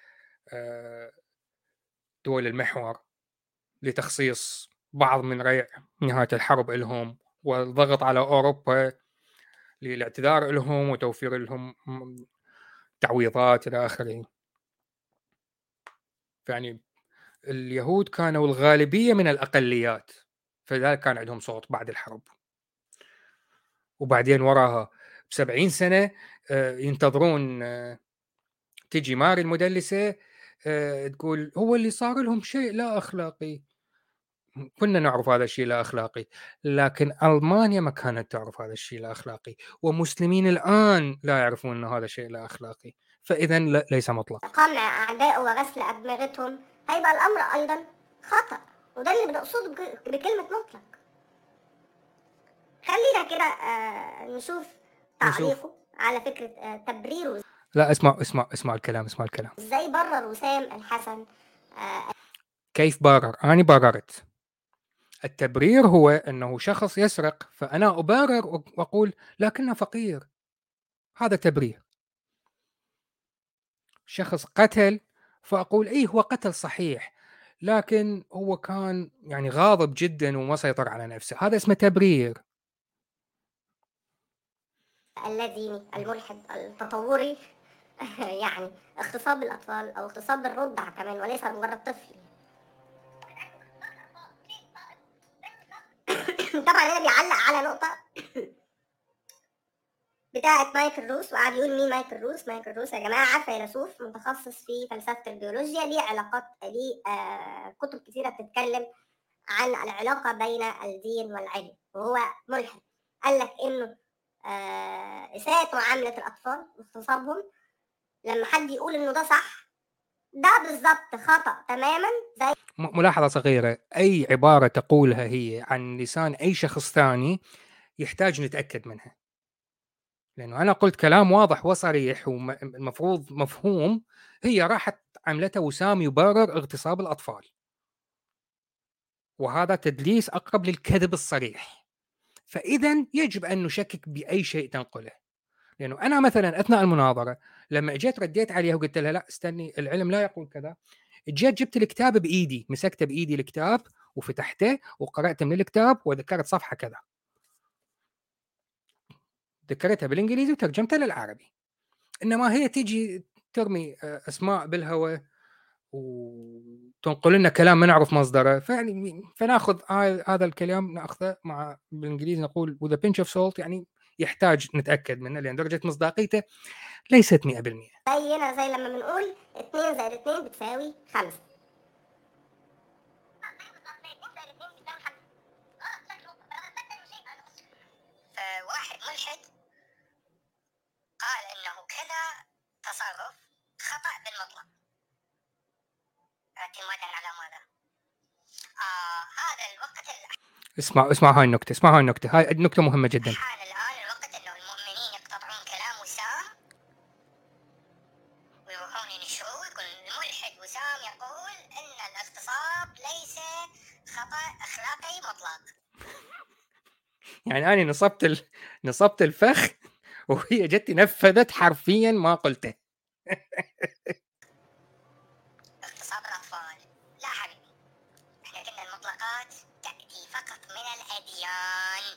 دول المحور لتخصيص بعض من ريع نهاية الحرب لهم، والضغط على أوروبا للاعتذار لهم وتوفير لهم تعويضات إلى آخره. يعني اليهود كانوا الغالبية من الأقليات، فلذلك كان عندهم صوت بعد الحرب. وبعدين وراها ب70 سنة ينتظرون تجي ماري المدلسة تقول هو اللي صار لهم شيء لا أخلاقي. كنا نعرف هذا الشيء لا أخلاقي، لكن ألمانيا ما كانت تعرف هذا الشيء لا أخلاقي، ومسلمين الآن لا يعرفون أن هذا شيء لا أخلاقي، فإذا ليس مطلق. قمع أعدائه وغسل أدمغتهم، هيبقى الأمر أيضا خطأ، وده اللي بنقصده بكلمة مطلق. خلينا كده نشوف تعليقه على فكرة تبريره. لا، اسمع الكلام، اسمع الكلام. ازاي برر وسام الحسن؟ كيف برر؟ أنا بررت. التبرير هو أنه شخص يسرق فأنا أبرر وأقول لكنه فقير، هذا تبرير. شخص قتل فأقول إيه هو قتل صحيح، لكن هو كان يعني غاضب جدا وما سيطر على نفسه، هذا اسمه تبرير. الذي الملحد التطوري يعني اغتصاب الأطفال أو اغتصاب الرضع كمان وليس مجرد طفل. طبعا هنا بيعلق على نقطة بتاعة مايكل روس، وقعد يقول مين مايكل روس. مايكل روس يا جماعة فيلسوف متخصص في فلسفة البيولوجيا، ليه علاقات، ليه كتب كثيرة بتتكلم عن العلاقة بين الدين والعلم، وهو ملحد. قال لك إنه إساءة معاملة الأطفال واغتصابهم، لما حد يقول إنه ده صح، ده بالظبط خطأ تماما. زي ملاحظة صغيرة، أي عبارة تقولها هي عن لسان أي شخص ثاني يحتاج نتأكد منها، لأنه أنا قلت كلام واضح وصريح والمفروض مفهوم، هي راحت عملته وسام يبرر اغتصاب الأطفال، وهذا تدليس أقرب للكذب الصريح. فإذا يجب أن نشكك بأي شيء تنقله، لأنه أنا مثلا أثناء المناظرة لما اجيت رديت عليها وقلت لها لا استني العلم لا يقول كذا، جيت جبت الكتاب بإيدي، مسكته بإيدي الكتاب وفتحته وقرأت من الكتاب وذكرت صفحة كذا، ذكرتها بالإنجليزي وترجمتها للعربي. إنما هي تيجي ترمي أسماء بالهواء وتنقل لنا كلام ما نعرف مصدره، فناخذ هذا الكلام ناخذه مع بالانجليزي نقول with a pinch of salt، يعني يحتاج نتاكد منه لان درجه مصداقيته ليست 100%. زينا زي لما بنقول 2 زائد 2 بتساوي 5. واحد ملحد قال انه كذا تصرف خطأ بالمطلق، اعتمادا على ماذا؟ هذا الوقت اسمع هاي النكته، هاي النكته مهمه جدا. حان الان الوقت انه المؤمنين يقتطعون كلام وسام ويروحون ينشروه، يقول الملحد وسام يقول ان الاغتصاب ليس خطأ اخلاقي مطلق. يعني انا نصبت الفخ وهي جت نفذت حرفيا ما قلته. اغتصاب الاطفال لا حبيبي، احنا قلنا المطلقات تأتي فقط من الاديان.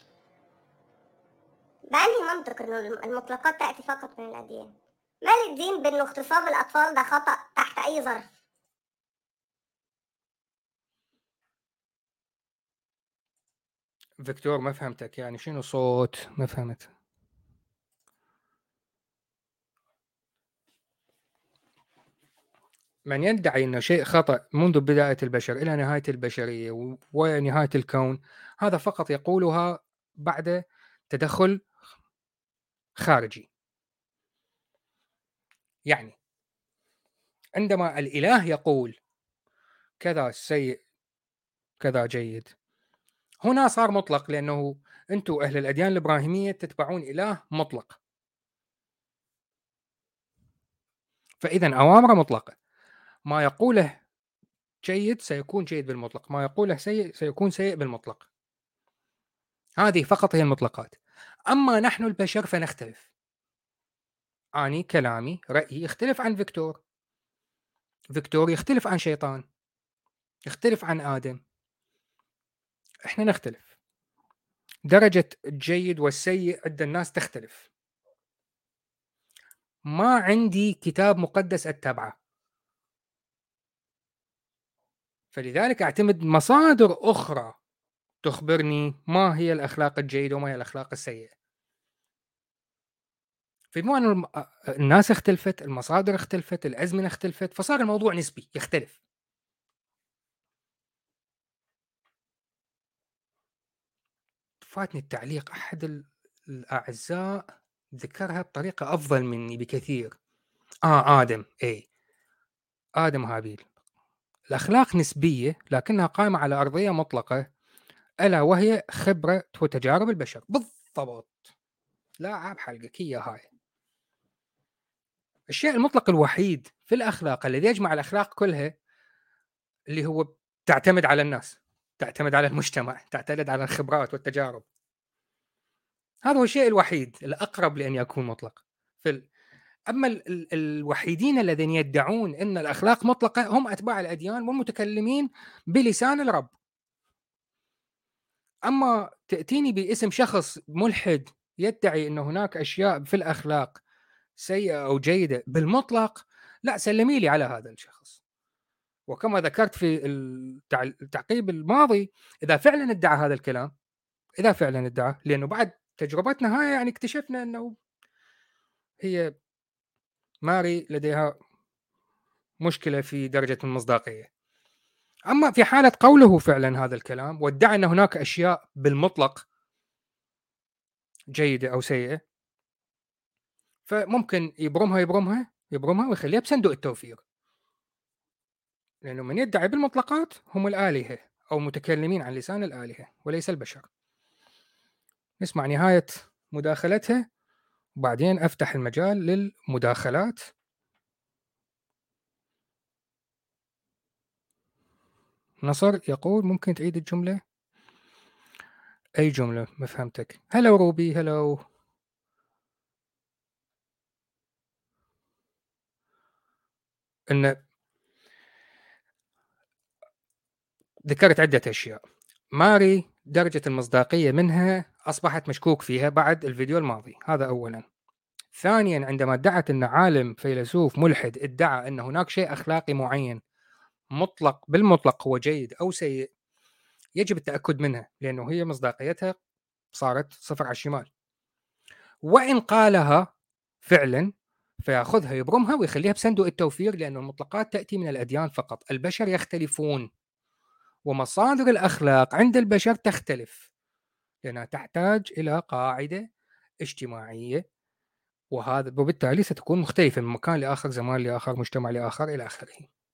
بأنهي منطق انه المطلقات تأتي فقط من الاديان؟ مال الدين بانه اغتصاب الاطفال ده خطأ تحت اي ظرف؟ فيكتور ما فهمتك، يعني شنو صوت؟ ما فهمت. من يدعي أن شيء خطأ منذ بداية البشر إلى نهاية البشرية ونهاية الكون، هذا فقط يقولها بعد تدخل خارجي. يعني عندما الإله يقول كذا سيء كذا جيد، هنا صار مطلق، لأنه أنتم أهل الأديان الإبراهيمية تتبعون إله مطلق، فإذا أوامره مطلقة، ما يقوله جيد سيكون جيد بالمطلق، ما يقوله سيء سيكون سيء بالمطلق. هذه فقط هي المطلقات. أما نحن البشر فنختلف. أني كلامي رأيي يختلف عن فيكتور يختلف عن شيطان، يختلف عن آدم، إحنا نختلف. درجة الجيد والسيء عند الناس تختلف. ما عندي كتاب مقدس أتبعه، فلذلك أعتمد مصادر أخرى تخبرني ما هي الأخلاق الجيدة وما هي الأخلاق السيئة. في مو أنه الناس اختلفت، المصادر اختلفت، الأزمنة اختلفت، فصار الموضوع نسبي يختلف. فاتني التعليق، أحد الأعزاء ذكرها بطريقة أفضل مني بكثير. آدم، آدم وهابيل. الأخلاق نسبية لكنها قائمة على أرضية مطلقة، ألا وهي خبرة وتجارب البشر. بالضبط، لا عاب حلقك هي هاي. الشيء المطلق الوحيد في الأخلاق الذي يجمع الأخلاق كلها اللي هو تعتمد على الناس، تعتمد على المجتمع، تعتمد على الخبرات والتجارب. هذا هو الشيء الوحيد الأقرب لأن يكون مطلق. أما الوحيدين الذين يدعون أن الأخلاق مطلقة هم أتباع الأديان والمتكلمين بلسان الرب. أما تأتيني باسم شخص ملحد يدعي أن هناك أشياء في الأخلاق سيئة أو جيدة بالمطلق، لا، سلمي لي على هذا الشخص. وكما ذكرت في التعقيب الماضي، إذا فعلا ادعى هذا الكلام، إذا فعلا ادعى، لأنه بعد تجربتنا هاي يعني اكتشفنا أنه هي ماري لديها مشكلة في درجة المصداقية. أما في حالة قوله فعلا هذا الكلام وادعى أن هناك أشياء بالمطلق جيدة أو سيئة، فممكن يبرمها ويخليها بصندوق التوفير، لأنه من يدعي بالمطلقات هم الآلهة أو متكلمين عن لسان الآلهة وليس البشر. نسمع نهاية مداخلتها وبعدين أفتح المجال للمداخلات. نصر يقول ممكن تعيد الجملة؟ أي جملة؟ ما فهمتك. هلو روبي، هلو. إن ذكرت عدة أشياء. ماري درجة المصداقية منها أصبحت مشكوك فيها بعد الفيديو الماضي، هذا أولا. ثانيا، عندما ادعت أن عالم فيلسوف ملحد ادعى أن هناك شيء أخلاقي معين مطلق بالمطلق هو جيد أو سيء، يجب التأكد منها، لأنه هي مصداقيتها صارت صفر على الشمال. وإن قالها فعلا فيأخذها يبرمها ويخليها بصندوق التوفير، لأن المطلقات تأتي من الأديان فقط. البشر يختلفون ومصادر الأخلاق عند البشر تختلف، لأنها تحتاج إلى قاعدة اجتماعية، وبالتالي ستكون مختلفة من مكان لآخر، زمان لآخر، مجتمع لآخر، إلى آخره.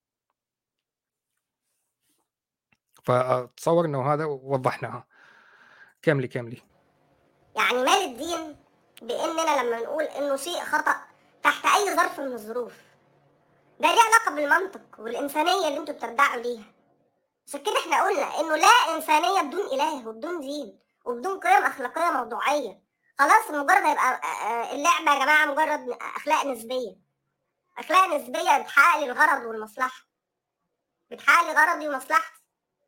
فأتصور أنه هذا وضحناها. كملي. يعني مال الدين باننا لما نقول انه شيء خطأ تحت اي ظرف من الظروف، ده ليه علاقة بالمنطق والانسانية اللي انتوا بتدعوا ليها. عشان كده احنا قلنا انه لا انسانية بدون اله وبدون دين وبدون قيم اخلاقية موضوعية. خلاص مجرد هيبقى اللعبة يا جماعة مجرد اخلاق نسبية. اخلاق نسبية بتحقق لي الغرض والمصلحة، بتحقق لي غرضي ومصلحتي.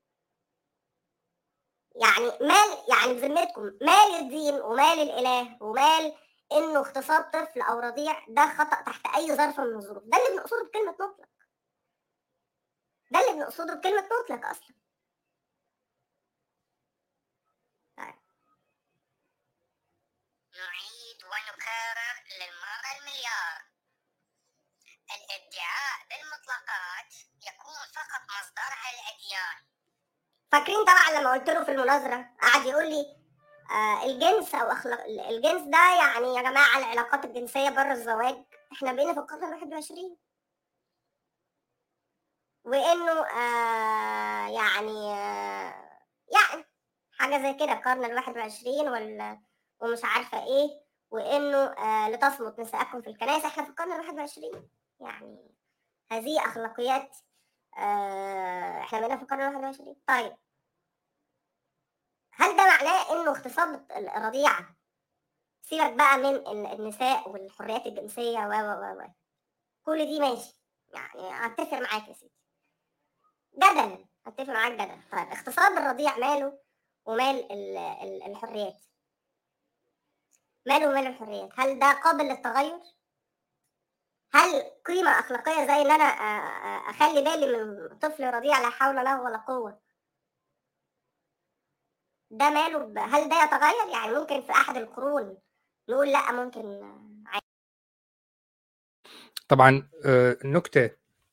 يعني بذمتكم مال الدين ومال الاله ومال انه اغتصاب طفل او رضيع ده خطأ تحت اي ظرف من الظروف. ده اللي بنقصده بكلمة مطلق، ده اللي بنقصده بكلمة مطلق اصلا. طيب. نعيد ونكرر للمرة المليار، الادعاء بالمطلقات يكون فقط مصدرها الاديان. فاكرين طبعا لما قلت له في المناظرة قعد يقول لي الجنس او اخلاق الجنس ده يعني يا جماعة العلاقات الجنسية بره الزواج احنا بقينا في القرن 21، وانه يعني حاجة زي كده القرن 21 ومش عارفة ايه، وانه لتصمت نساءكم في الكنائس. احنا في القرن 21، يعني هذه اخلاقيات احنا بقينا في القرن 21. طيب هل ده معناه انه اغتصاب الرضيعة، سيبك بقى من النساء والحريات الجنسية و كل دي ماشي، يعني اتفق معاك يا سيدي جدلا، اتفق معاك جدلا. طيب اغتصاب الرضيع ماله ومال الحريات؟ ماله ومال الحريات؟ هل ده قابل للتغير؟ هل قيمة أخلاقية زي إن أنا أخلي بالي من طفل رضيع لا حول له ولا قوة، ده ماله هل ده يتغير؟ يعني ممكن في أحد القرون نقول لأ ممكن عادي. طبعا النكتة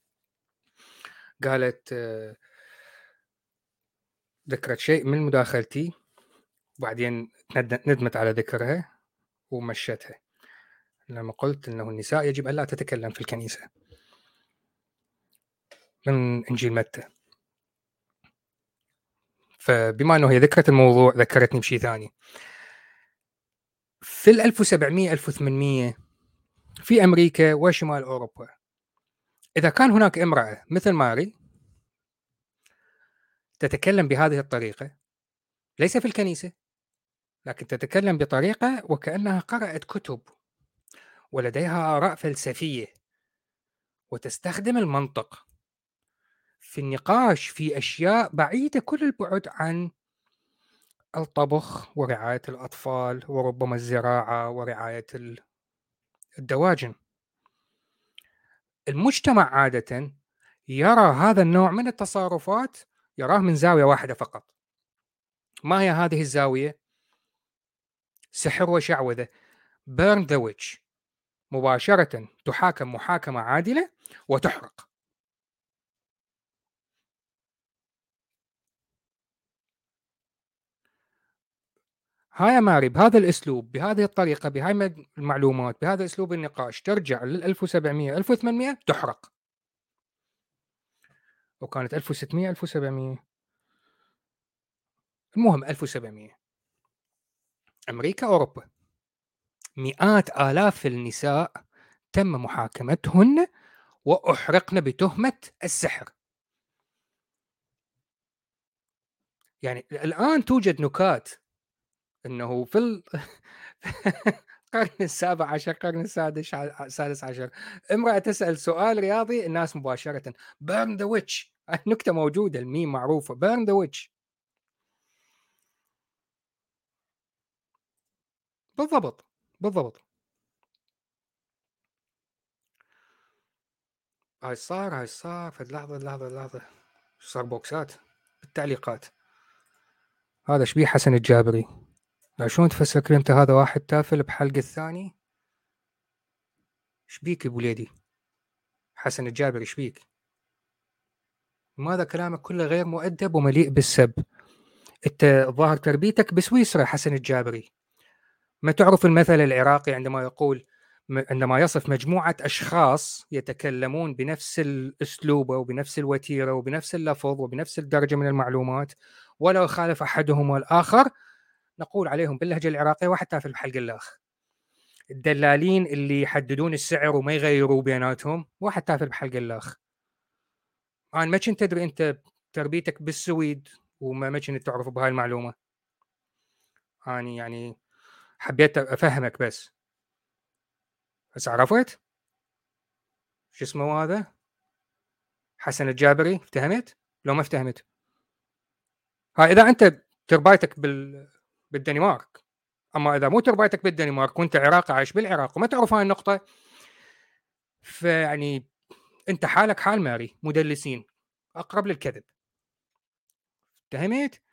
قالت ذكرت شيء من مداخلتي وبعدين ندمت على ذكرها ومشتها لما قلت أنه النساء يجب أن لا تتكلم في الكنيسة من إنجيل متى. فبما أنه هي ذكرت الموضوع ذكرتني بشيء ثاني. في 1700 1800 في أمريكا وشمال أوروبا إذا كان هناك امرأة مثل ماري تتكلم بهذه الطريقة ليس في الكنيسة لكن تتكلم بطريقة وكأنها قرأت كتب ولديها آراء فلسفية وتستخدم المنطق في النقاش في أشياء بعيدة كل البعد عن الطبخ ورعاية الأطفال وربما الزراعة ورعاية الدواجن. المجتمع عادة يرى هذا النوع من التصرفات يراه من زاوية واحدة فقط. ما هي هذه الزاوية؟ سحر وشعوذة. burn the witch. مباشرة تحاكم محاكمة عادلة وتحرق. هاي ماري بهذا الأسلوب بهذه الطريقة بهاي المعلومات بهذا أسلوب النقاش ترجع لل 1700 1800 تحرق. وكانت 1600 1700 المهم 1700 أمريكا أوروبا مئات آلاف النساء تم محاكمتهن وأحرقن بتهمة السحر. يعني الآن توجد نكات أنه في القرن السابع عشر القرن السادس عشر امرأة تسأل سؤال رياضي الناس مباشرة burn the witch. النكتة موجودة الميم معروفة burn the witch. بالضبط بالضبط. هاي صار في لحظة صار بوكسات بالتعليقات. هذا شبيه حسن الجابري. شلون تفسر كلمته هذا واحد تافل بحلق الثاني؟ شبيك ابو ليدي حسن الجابري شبيك؟ ماذا كلامك كله غير مؤدب ومليء بالسب. انت ظاهر تربيتك بسويسرا حسن الجابري. ما تعرف المثل العراقي عندما يقول عندما يصف مجموعة أشخاص يتكلمون بنفس الأسلوب وبنفس الوتيرة وبنفس اللفظ وبنفس الدرجة من المعلومات ولا يخالف أحدهم الآخر نقول عليهم باللهجة العراقية واحد تافل بحلق اللاخ. الدلالين اللي يحددون السعر وما يغيروا بيناتهم واحد تافل بحلق اللاخ. أنا ما كنت تدري أنت تربيتك بالسويد وما كنت تعرف بهاي المعلومة. أنا يعني حبيت أفهمك بس عرفت شو اسمه هذا حسن الجابري. افتهمت لو ما افتهمت؟ ها إذا أنت تربيتك بالدنمارك. أما إذا مو تربيتك بالدنمارك وأنت عراقي عايش بالعراق وما تعرف هاي النقطة فيعني أنت حالك حال ماري مدلسين أقرب للكذب. افتهمت؟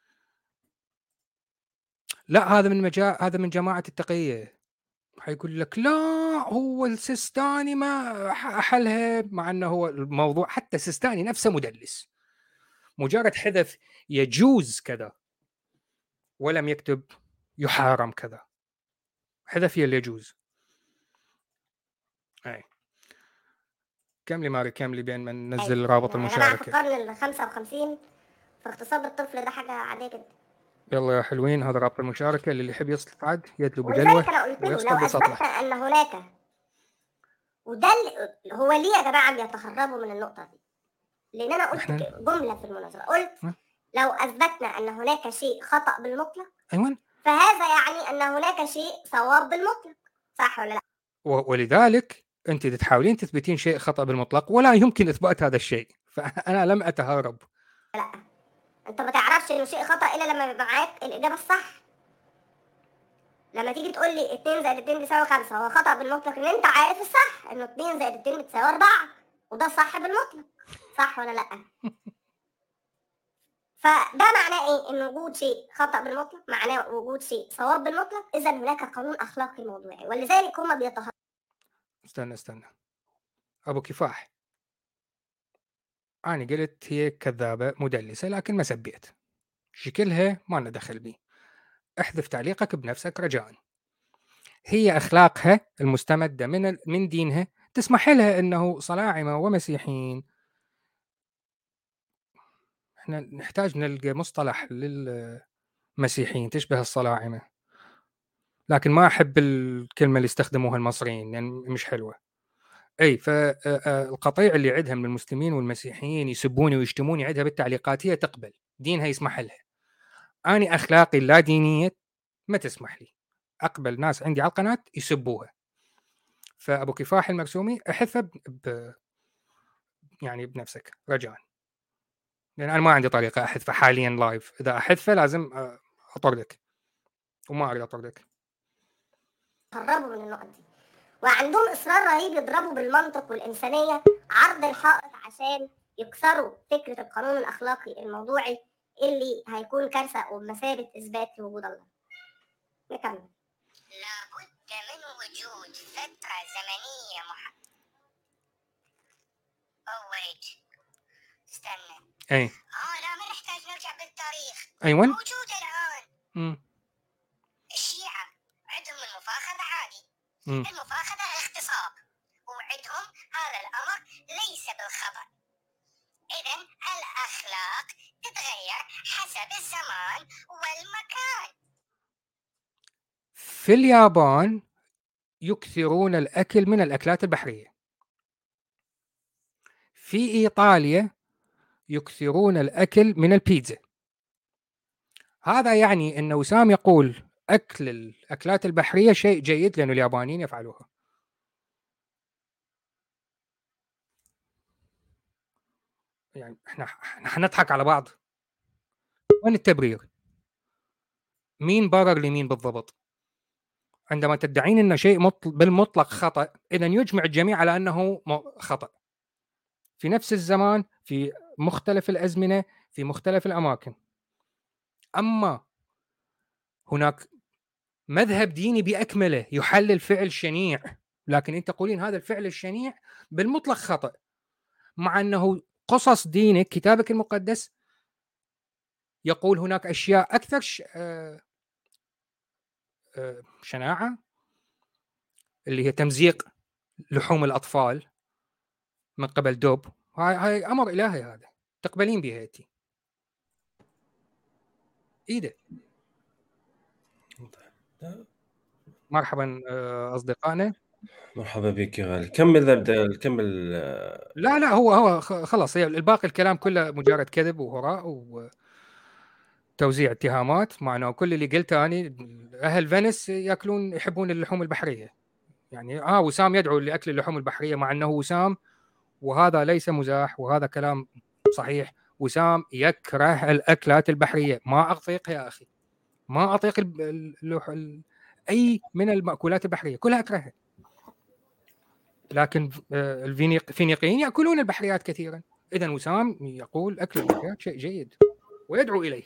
لا هذا من جماعة التقية. حيقول لك لا هو السيستاني ما حلها مع انه هو الموضوع حتى السيستاني نفسه مدلس. مجرد حذف يجوز كذا ولم يكتب يحرم كذا. حذف اللي يجوز. اي كملي ماري كملي بين ما ننزل رابط المشاركة. في القرن ال 55 في اغتصاب الطفل ده حاجة عادية جدا. يلا يا حلوين هذا رابط المشاركة اللي يحب يصعد يدلو ولذلك بدلوه انا قلت له ويصطد لو بسطله. اثبتنا ان هناك وده هو ليه يا جماعه بيتهربوا من النقطه دي؟ لان انا قلت جمله في المناظره قلت لو اثبتنا ان هناك شيء خطا بالمطلق ايوه فهذا يعني ان هناك شيء صواب بالمطلق. صح ولا لا؟ ولذلك انت تحاولين تثبتين شيء خطا بالمطلق ولا يمكن اثبات هذا الشيء. فانا لم اتهرب. لا انت ما تعرفش انه شيء خطا الا لما يبقى معاك الاجابه الصح. لما تيجي تقول لي 2 زائد 2 بيساوي 5 هو خطأ بالمطلق، ان انت عارف الصح انه 2 زائد 2 بتساوي 4 وده صح بالمطلق، صح ولا لا؟ فده معناه ايه؟ ان وجود شيء خطأ بالمطلق معناه وجود شيء صواب بالمطلق، اذا هناك قانون اخلاقي موضوعي، ولذلك هم بيتهربوا. استنى ابو كفاح، انا قلت هي كذابه مدلسه لكن ما سبيت شكلها، ما لنا دخل بيه. احذف تعليقك بنفسك رجاء. هي اخلاقها المستمده من دينها تسمح لها انه صلاعمه ومسيحيين. احنا نحتاج نلقى مصطلح للمسيحيين تشبه الصلاعمه، لكن ما احب الكلمه اللي يستخدموها المصريين يعني مش حلوه. اي فالقطيع اللي عندها من المسلمين والمسيحيين يسبوني ويشتموني عندها بالتعليقات هي تقبل، دينها يسمح لها. اني اخلاقي اللا دينيه ما تسمح لي اقبل ناس عندي على القناه يسبوها. فابو كفاح المرسومي احثه يعني بنفسك رجاء، لان انا ما عندي طريقه احذفه حاليا لايف. اذا احذفه لازم اطردك، وما اريد اطردك. من النقط دي، وعندهم اصرار رهيب يضربوا بالمنطق والانسانيه عرض الحائط عشان يكسروا فكره القانون الاخلاقي الموضوعي اللي هيكون كارثه وبمثابه اثبات لوجود الله. نكمل. لابد من وجود فتره زمنيه استنى. اي لا ما نحتاج نرجع بالتاريخ. ايوه موجوده الان. الشيعه عندهم المفاخذه عادي. المفاخذه اغتصاب، وعندهم هذا الامر ليس بالخطا. اذا الاخلاق تتغير حسب الزمان والمكان. في اليابان يكثرون الاكل من الاكلات البحريه. في ايطاليا يكثرون الاكل من البيتزا. هذا يعني ان وسام يقول اكل الاكلات البحريه شيء جيد لأن اليابانيين يفعلوها. يعني احنا حنضحك على بعض. وين التبرير؟ مين برر لمين بالضبط؟ عندما تدعين ان شيء بالمطلق خطأ، اذا يجمع الجميع على انه خطأ في نفس الزمان، في مختلف الازمنه، في مختلف الاماكن. اما هناك مذهب ديني باكمله يحلل فعل شنيع، لكن انت تقولين هذا الفعل الشنيع بالمطلق خطأ، مع انه قصص دينك كتابك المقدس يقول هناك اشياء اكثر شناعه، اللي هي تمزيق لحوم الاطفال من قبل دب. هاي امر الهي، هذا تقبلين بها انت ايده. مرحبا اصدقائنا. مرحبا بك يا غالي. كمل ابدا كمل. لا هو خلاص، الباقي الكلام كله مجرد كذب وهراء وتوزيع اتهامات، مع انه كل اللي قلته اني اهل فينيس ياكلون يحبون اللحوم البحريه. يعني وسام يدعو لاكل اللحوم البحريه، مع انه وسام، وهذا ليس مزاح وهذا كلام صحيح، وسام يكره الاكلات البحريه. ما اطيق يا اخي، ما اطيق اي من المأكولات البحريه كلها اكرهها. لكن الفينيقيين ياكلون البحريات كثيرا. اذا وسام يقول اكل البحريات شيء جيد ويدعو اليه.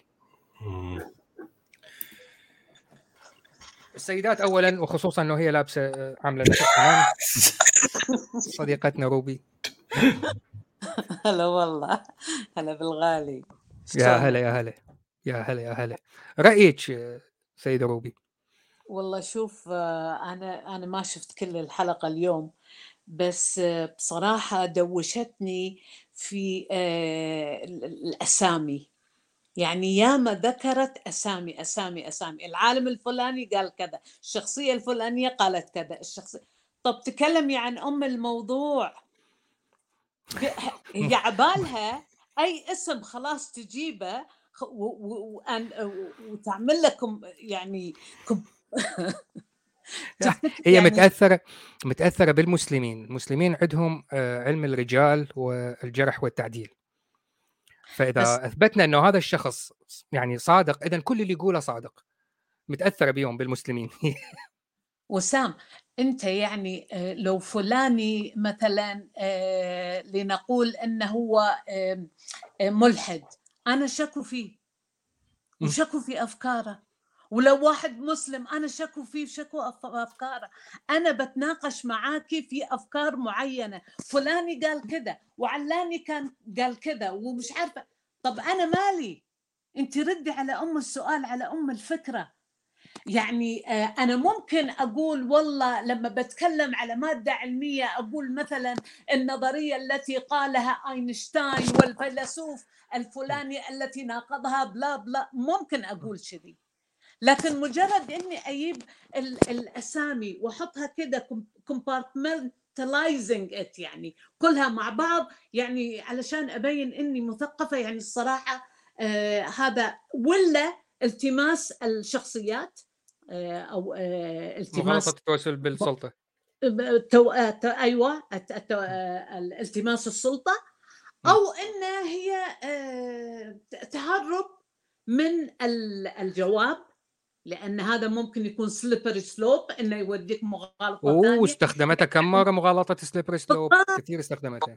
السيدات اولا، وخصوصا انه هي لابسه عامله نفس الكلام صديقتنا روبي. هلا والله، هلا بالغالي. يا هلا يا هلا يا هلا يا هلا. رايك سيده روبي؟ والله شوف، انا ما شفت كل الحلقه اليوم، بس بصراحه دوشتني في الاسامي. يعني ياما ذكرت اسامي اسامي اسامي، العالم الفلاني قال كذا، الشخصيه الفلانيه قالت كذا، الشخصيه. طب تكلمي عن الموضوع. هي عبالها اي اسم خلاص تجيبه وتعمل لكم يعني هي يعني متاثره بالمسلمين. المسلمين عندهم علم الرجال والجرح والتعديل. فاذا اثبتنا انه هذا الشخص يعني صادق، اذا كل اللي يقوله صادق. متأثرة بيهم بالمسلمين. وسام، أنت يعني لو فلاني مثلا لنقول أنه هو ملحد، أنا شكو فيه وشكو في أفكاره، ولو واحد مسلم أنا شكو فيه وشكو أفكاره. أنا بتناقش معاكي في أفكار معينة، فلاني قال كذا وعلاني كان قال كذا ومش عارفة. طب أنا مالي؟ أنت ردي على أم السؤال، على أم الفكرة. يعني أنا ممكن أقول والله لما بتكلم على مادة علمية أقول مثلا النظرية التي قالها أينشتاين والفيلسوف الفلاني التي ناقضها بلا بلا، ممكن أقول كذي. لكن مجرد إني أجيب الأسامي وأحطها كده compartmentalizing it، يعني كلها مع بعض، يعني علشان أبين إني مثقفة، يعني الصراحة هذا ولا التماس الشخصيات أو التماس مغالطة التوسل بالسلطة. أيوة، التماس السلطة، أو إن هي تهرب من الجواب، لأن هذا ممكن يكون سليبري سلوب، إنه يوديك مغالطة ثانية. واستخدمتها كم مرة مغالطة سليبري سلوب، كثير استخدمتها.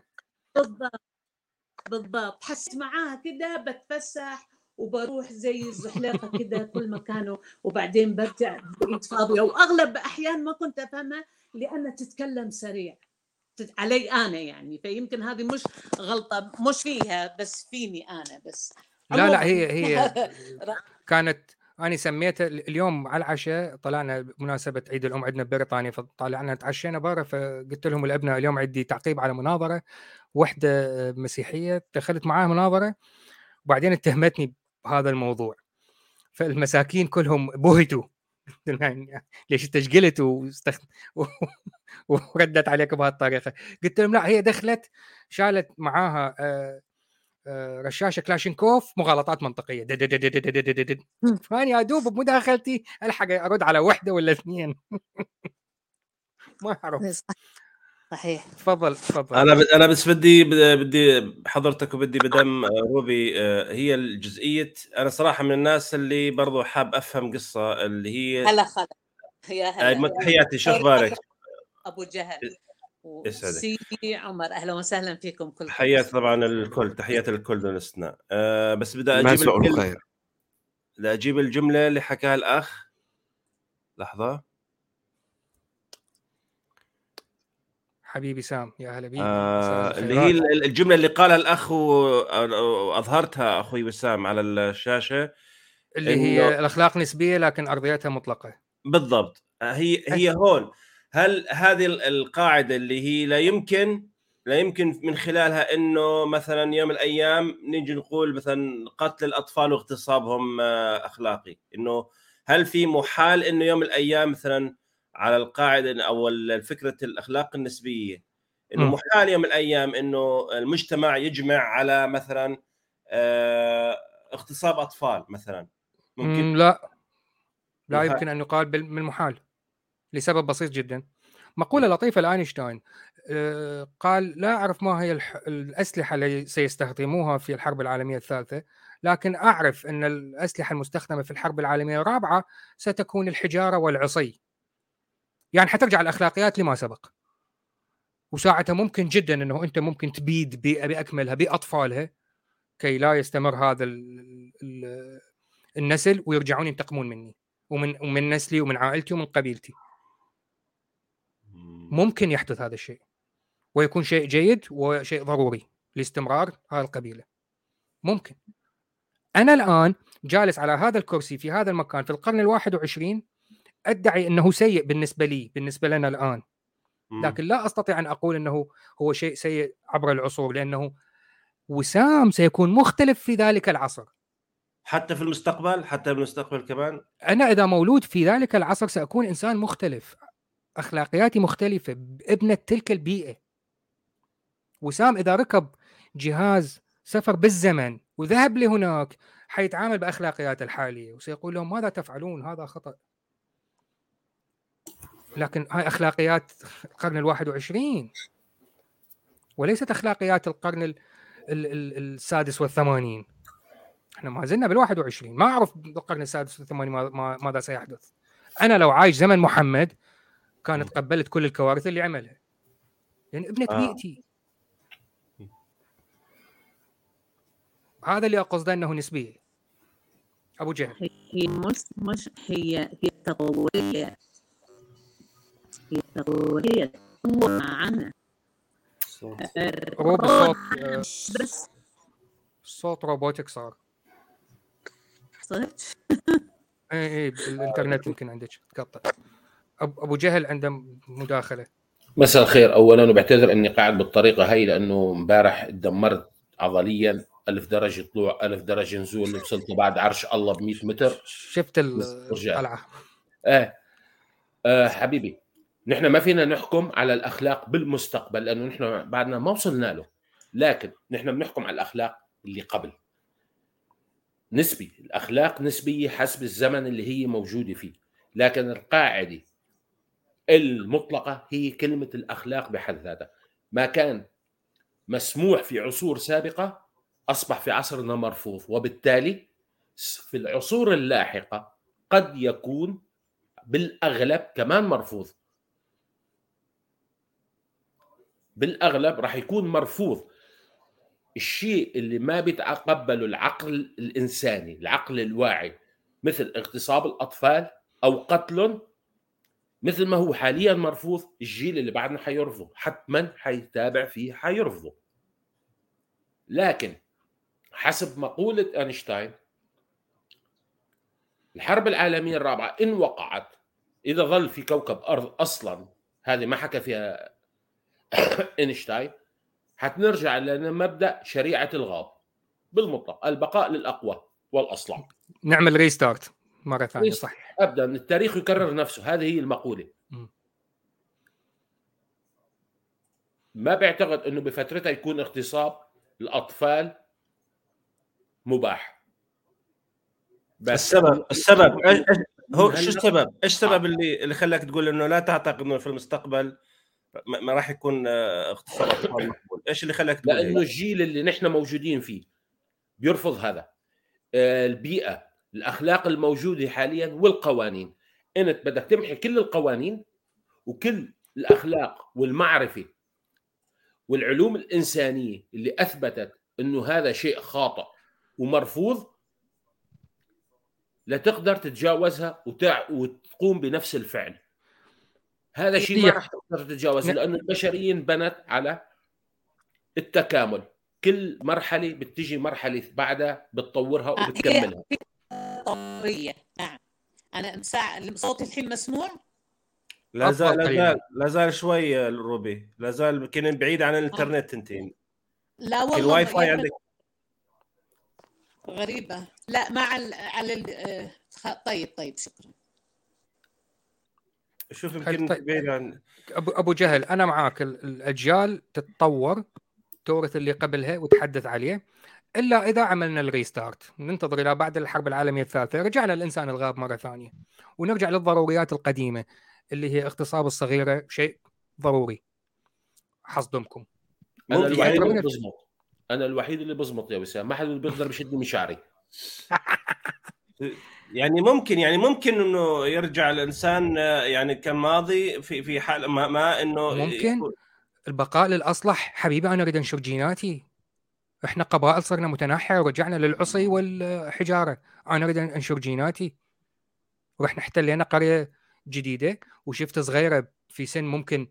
بالضبط. حسيت معاها كده بتفسح وبروح زي الزحليقة كده كل مكانه، وبعدين برجع بقيت فاضية، وأغلب أحيان ما كنت أفهمها لأنها تتكلم سريع علي أنا يعني. فيمكن هذه مش غلطة مش فيها بس فيني أنا بس. لا هي كانت، أنا سميتها اليوم على العشاء، طلعنا بمناسبة عيد الأم عندنا ببريطانيا، فطلعنا تعشينا برا، فقلت لهم الأبناء اليوم عندي تعقيب على مناظرة وحدة مسيحية دخلت معاها مناظرة وبعدين اتهمتني بهذا الموضوع، فالمساكين كلهم بهتوا ليش تشقلت وردت عليك بهالطريقة. قلت لهم لا، هي دخلت شالت معاها رشاشه كلاشينكوف مغالطات منطقيه، فاني ادوب بمداخلتي الحق ارد على وحده ولا اثنين. ما اعرف. صحيح. تفضل. انا بس بدي حضرتك وبدي بدم روبي، هي الجزئيه. انا صراحه من الناس اللي برضو حاب افهم قصه اللي هي هلا خلا يا هلا حياتي، شو اخبارك؟ ابو جهل يسعدك. وسي عمر، اهلا وسهلا فيكم كلكم. تحيات طبعا الكل، تحيات الكل دون استثناء. بس بدي مساء الخير. اجيب الجمله اللي حكاها الاخ. لحظه. حبيبي سام، يا هلا بيك. اللي هي الجمله اللي قالها الاخ واظهرتها اخوي وسام على الشاشه، اللي هي الاخلاق نسبيه لكن ارضيتها مطلقه. بالضبط. هي هون. هل هذه القاعده اللي هي لا يمكن من خلالها انه مثلا يوم من الايام نيجي نقول مثلا قتل الاطفال واغتصابهم اخلاقي، انه هل في محال انه يوم من الايام مثلا على القاعده او الفكره الاخلاق النسبيه، انه محال يوم من الايام انه المجتمع يجمع على مثلا اغتصاب اطفال مثلا؟ ممكن. لا يمكن ان يقال من المحال لسبب بسيط جدا. مقوله لطيفه لاينشتاين قال: لا اعرف ما هي الاسلحه التي سيستخدموها في الحرب العالميه الثالثه، لكن اعرف ان الاسلحه المستخدمه في الحرب العالميه الرابعه ستكون الحجاره والعصي. يعني حترجع الاخلاقيات لما سبق، وساعتها ممكن جدا انه انت ممكن تبيد بيئه باكملها باطفالها كي لا يستمر هذا النسل ويرجعون ينتقمون مني ومن نسلي ومن عائلتي ومن قبيلتي. ممكن يحدث هذا الشيء ويكون شيء جيد وشيء ضروري لاستمرار هذه القبيلة. ممكن. أنا الآن جالس على هذا الكرسي في هذا المكان في القرن ال21 أدعي أنه سيء بالنسبة لي، بالنسبة لنا الآن، لكن لا أستطيع أن أقول أنه هو شيء سيء عبر العصور، لأنه وسام سيكون مختلف في ذلك العصر. حتى في المستقبل، حتى بالمستقبل كمان. أنا إذا مولود في ذلك العصر سأكون إنسان مختلف، أخلاقياتي مختلفة، ابنة تلك البيئة. وسام إذا ركب جهاز سفر بالزمن وذهب لهناك حيتعامل بأخلاقيات الحالية وسيقول لهم ماذا تفعلون، هذا خطأ. لكن هاي أخلاقيات القرن ال21 وليست أخلاقيات القرن السادس والثمانين. احنا ما زلنا بال21، ما اعرف بالقرن السادس والثمانين ماذا سيحدث. انا لو عايش زمن محمد كانت قبلت كل الكوارث اللي عملها، لان ابنة بيئتي. هذا اللي اقصده انه نسبيه. ابو جهل هي مش هي تطوريه، هي تطوريه معنا. روبوت بس صوت روبوتك صار. صدق؟ اي الانترنت يمكن عندك تقطع. ابو جهل عنده مداخله. مساء الخير. اولا وبعتذر اني قاعد بالطريقه هاي لانه امبارح تدمرت عضليا، 1000 درجه طلوع 1000 درجه نزول، وصلت بعد عرش الله ب100 متر. شفت القلعه. حبيبي، نحن ما فينا نحكم على الاخلاق بالمستقبل لانه نحن بعدنا ما وصلنا له، لكن نحن بنحكم على الاخلاق اللي قبل. نسبي، الاخلاق نسبيه حسب الزمن اللي هي موجوده فيه، لكن القاعده المطلقه هي كلمه الاخلاق بحد ذاتها. ما كان مسموح في عصور سابقه اصبح في عصرنا مرفوض، وبالتالي في العصور اللاحقه قد يكون بالاغلب كمان مرفوض. بالاغلب راح يكون مرفوض. الشيء اللي ما بيتقبله العقل الانساني، العقل الواعي، مثل اغتصاب الاطفال او قتلهم، مثل ما هو حاليا مرفوض، الجيل اللي بعدنا حيرفضه، حتما حيتابع فيه، حيرفضه. لكن حسب مقولة أينشتاين، الحرب العالمية الرابعة إن وقعت، إذا ظل في كوكب أرض أصلا، هذه ما حكى فيها أينشتاين، حتنرجع لمبدأ شريعة الغاب بالمطلق، البقاء للأقوى والأصلع. نعمل ريستارت مرة ثانية. صح، أبداً التاريخ يكرر نفسه، هذه هي المقولة. ما بعتقد أنه بفترتها يكون اغتصاب الأطفال مباح. بس السبب هو شو السبب؟ ايش السبب اللي خلاك تقول انه لا تعتقد انه في المستقبل ما راح يكون اغتصاب اطفال مقبول؟ ايش اللي خلاك تقول؟ لانه الجيل اللي نحن موجودين فيه بيرفض هذا. البيئه، الاخلاق الموجوده حاليا والقوانين، انت بدك تمحي كل القوانين وكل الاخلاق والمعرفه والعلوم الانسانيه اللي اثبتت انه هذا شيء خاطئ ومرفوض، لا تقدر تتجاوزها وتقوم بنفس الفعل. هذا شيء ما راح تقدر تتجاوزه، لانه البشريه انبنت على التكامل. كل مرحله بتجي مرحله بعدها بتطورها وبتكملها. طوريه. نعم. انا صوتي الحين مسموع؟ لا زال شوي الروبي، لا زال يمكن بعيد عن الانترنت. انت لا والله الواي فاي عندك غريبه. لا مع على طيب شكرا. شوف يمكن بعيد عن ابو جهل. انا معاك، الاجيال تتطور، تورث اللي قبلها وتحدث عليه، الا اذا عملنا الريستارت، ننتظر الى بعد الحرب العالميه الثالثه، رجعنا الانسان الغاب مره ثانيه، ونرجع للضروريات القديمه اللي هي اغتصاب الصغيره شيء ضروري. حصدمكم. انا الوحيد اللي بزمط يا وسام، ما حد بيقدر بيشد مشاعري. يعني ممكن انه يرجع الانسان يعني كماضي في حال ما انه ممكن البقاء للاصلح. حبيبي انا اريد انشر جيناتي. احنا قبائل صرنا متناحره ورجعنا للعصي والحجاره. انا اريد انشر جيناتي. ورحنا احتلينا قريه جديده وشفت صغيره في سن ممكن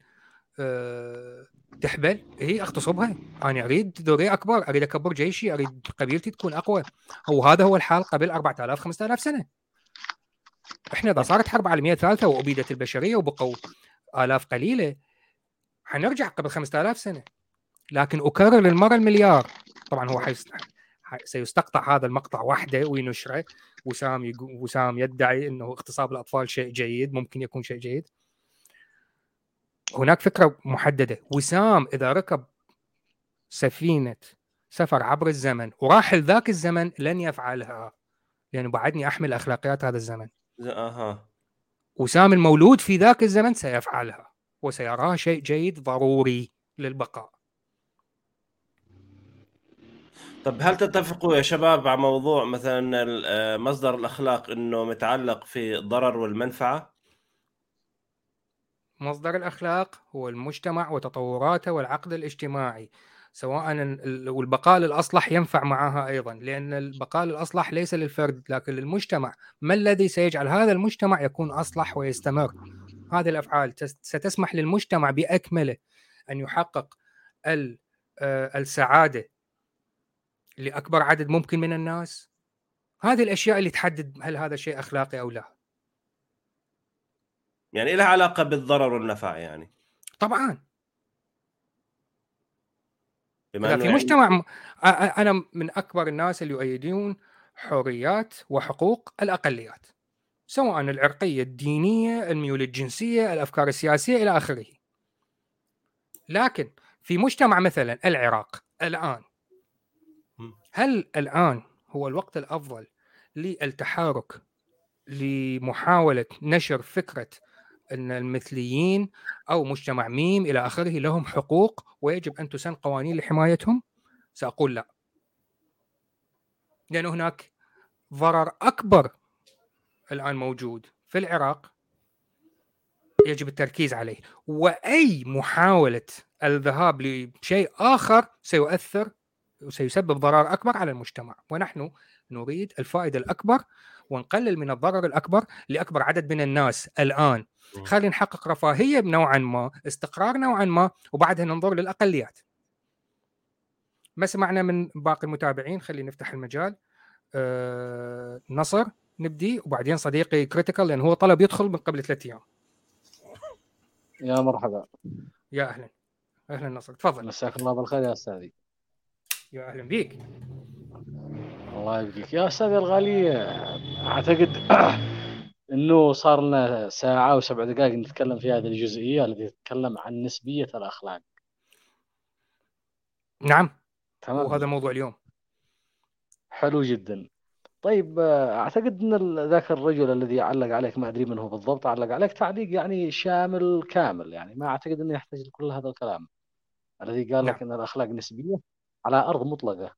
تحبل، هي اغتصبها. انا اريد ذريه اكبر، اريد اكبر جيشي، اريد قبيلتي تكون اقوى. وهذا هو الحال قبل 4000 5000 سنه. احنا اذا صارت حرب عالميه ثالثه وابيدت البشريه وبقوا آلاف قليله، حنرجع قبل 5000 سنه. لكن اكرر للمره المليار، طبعا هو سيستقطع هذا المقطع وحده وينشره. وسام يدعي انه اغتصاب الاطفال شيء جيد، ممكن يكون شيء جيد. هناك فكره محدده. وسام اذا ركب سفينه سفر عبر الزمن وراح لذاك الزمن لن يفعلها، لانه بعدني احمل اخلاقيات هذا الزمن. وسام المولود في ذاك الزمن سيفعلها وسيراها شيء جيد ضروري للبقاء. طب هل تتفقوا يا شباب على موضوع مثلا مصدر الأخلاق إنه متعلق في الضرر والمنفعة؟ مصدر الأخلاق هو المجتمع وتطوراته والعقد الاجتماعي، سواء والبقاء الأصلح ينفع معها أيضا، لأن البقاء الأصلح ليس للفرد لكن للمجتمع. ما الذي سيجعل هذا المجتمع يكون أصلح ويستمر؟ هذه الأفعال ستسمح للمجتمع بأكمله أن يحقق السعادة لأكبر عدد ممكن من الناس. هذه الأشياء اللي تحدد هل هذا شيء أخلاقي أو لا. يعني لها علاقة بالضرر والنفع يعني. طبعا بما إذا إنه في يعني مجتمع أنا من أكبر الناس اللي يؤيدون حريات وحقوق الأقليات، سواء العرقية، الدينية، الميول الجنسية، الأفكار السياسية إلى آخره. لكن في مجتمع مثلا العراق الآن، هل الآن هو الوقت الأفضل للتحرك لمحاولة نشر فكرة أن المثليين أو مجتمع ميم إلى آخره لهم حقوق ويجب أن تسن قوانين لحمايتهم؟ سأقول لا، لأن هناك ضرر أكبر الآن موجود في العراق يجب التركيز عليه، وأي محاولة الذهاب لشيء آخر سيؤثر وسيسبب ضرر أكبر على المجتمع، ونحن نريد الفائدة الأكبر ونقلل من الضرر الأكبر لأكبر عدد من الناس الآن. خلينا نحقق رفاهية نوعا ما، استقرار نوعا ما، وبعدها ننظر للأقليات. ما سمعنا من باقي المتابعين، خلينا نفتح المجال. نصر نبدي، وبعدين صديقي كريتيكال لأن هو طلب يدخل من قبل 3 أيام. يا مرحبا. يا أهلا. أهلا نصر، تفضل. مساك الله بالخير يا أستاذي. يا أهلا بيك. الله يبقيك يا أستاذي الغالي. أعتقد أنه صار لنا ساعة و7 دقائق نتكلم في هذه الجزئية التي تتكلم عن نسبية الأخلاق. نعم، تمام، وهذا موضوع اليوم. حلو جدا. طيب، أعتقد أن ذاك الرجل الذي علق عليك، ما أدري من هو بالضبط، علق عليك تعليق يعني شامل كامل، يعني ما أعتقد أنه يحتاج لكل هذا الكلام، الذي قال نعم. لك أن الأخلاق نسبية على أرض مطلقة.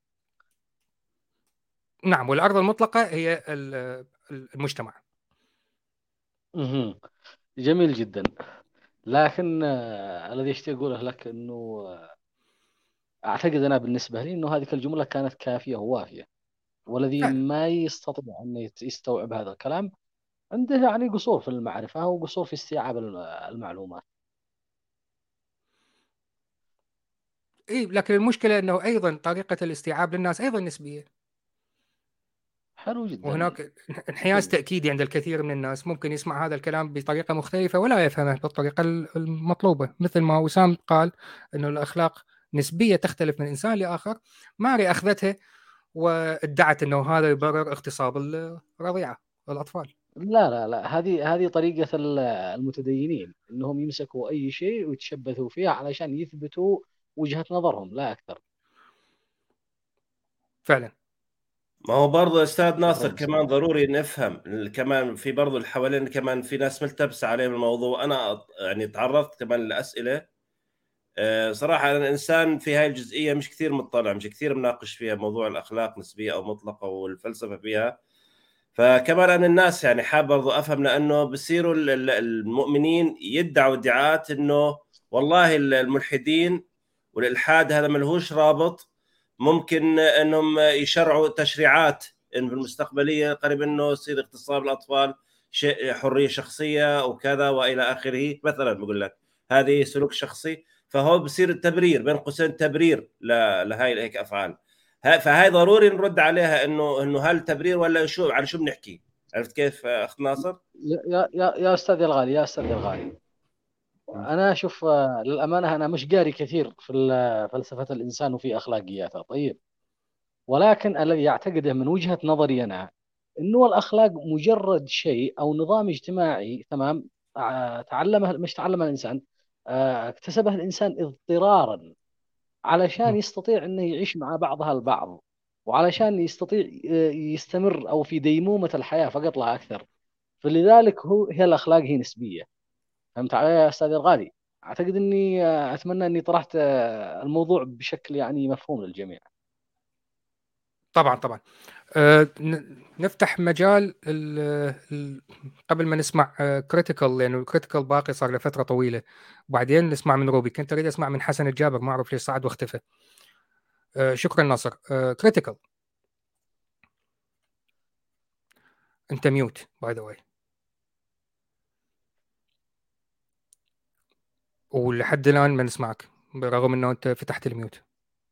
نعم، والأرض المطلقة هي المجتمع. جميل جدا. لكن الذي اشتي اقوله لك انه اعتقد انا بالنسبه لي انه هذه الجمله كانت كافيه ووافيه، والذي فعلا. ما يستطيع ان يستوعب هذا الكلام عنده يعني قصور في المعرفه او قصور في استيعاب المعلومات. إيه، لكن المشكلة أنه أيضا طريقة الاستيعاب للناس أيضا نسبية، حلو جدا. وهناك انحياز تأكيدي عند الكثير من الناس. ممكن يسمع هذا الكلام بطريقة مختلفة ولا يفهمه بالطريقة المطلوبة، مثل ما وسام قال أنه الأخلاق نسبية تختلف من إنسان لآخر. ماري أخذتها وادعت أنه هذا يبرر اغتصاب الرضيعة والأطفال. لا لا لا، هذه طريقه المتدينين، انهم يمسكوا اي شيء ويتشبثوا فيه علشان يثبتوا وجهه نظرهم لا اكثر. فعلا. ما هو برضه أستاذ ناصر شكرا. كمان ضروري نفهم كمان في برضه اللي حوالين كمان في ناس ملتبسة عليهم الموضوع. أنا يعني تعرضت كمان لأسئلة صراحة أنا إنسان في هاي الجزئية مش كثير مطلع، مش كثير مناقش فيها موضوع الأخلاق نسبية أو مطلقة والفلسفة فيها. فكمان أنا الناس يعني حاب برضه أفهم، لأنه بصيروا المؤمنين يدعوا ادعاءات إنه والله الملحدين والإلحاد هذا ملهوش رابط، ممكن انهم يشرعوا تشريعات ان في المستقبليه قريب انه يصير اغتصاب الاطفال شيء حريه شخصيه وكذا والى اخره. مثلا بقول لك هذه سلوك شخصي، فهو بصير التبرير بين قوسين تبرير لهي هيك افعال. فهاي ضروري نرد عليها انه هل تبرير ولا شو، على شو بنحكي؟ عرفت كيف اخ ناصر؟ يا استاذي الغالي، يا استاذي الغالي، انا اشوف للامانه انا مش قاري كثير في فلسفه الانسان وفي اخلاقياته. طيب، ولكن الذي يعتقده من وجهه نظري انا انه الاخلاق مجرد شيء او نظام اجتماعي، تمام، تعلمه، مش تعلمه الانسان، اكتسبه الانسان اضطرارا علشان يستطيع انه يعيش مع بعضها البعض، وعلشان يستطيع يستمر او في ديمومه الحياه فقط لا اكثر. فلذلك هي الاخلاق هي نسبيه. فهمت علي يا استاذي الغالي؟ اعتقد اني اتمنى اني طرحت الموضوع بشكل يعني مفهوم للجميع. طبعا نفتح مجال قبل ما نسمع كريتيكال، لانه الكريتيكال باقي صار لفتره طويله، وبعدين نسمع من روبي. كنت اريد اسمع من حسن الجابر، ما اعرف ليش صعد واختفى. شكرا ناصر. كريتيكال انت ميوت باي ذا واي، ولحد الان ما نسمعك برغم انه انت فتحت الميوت.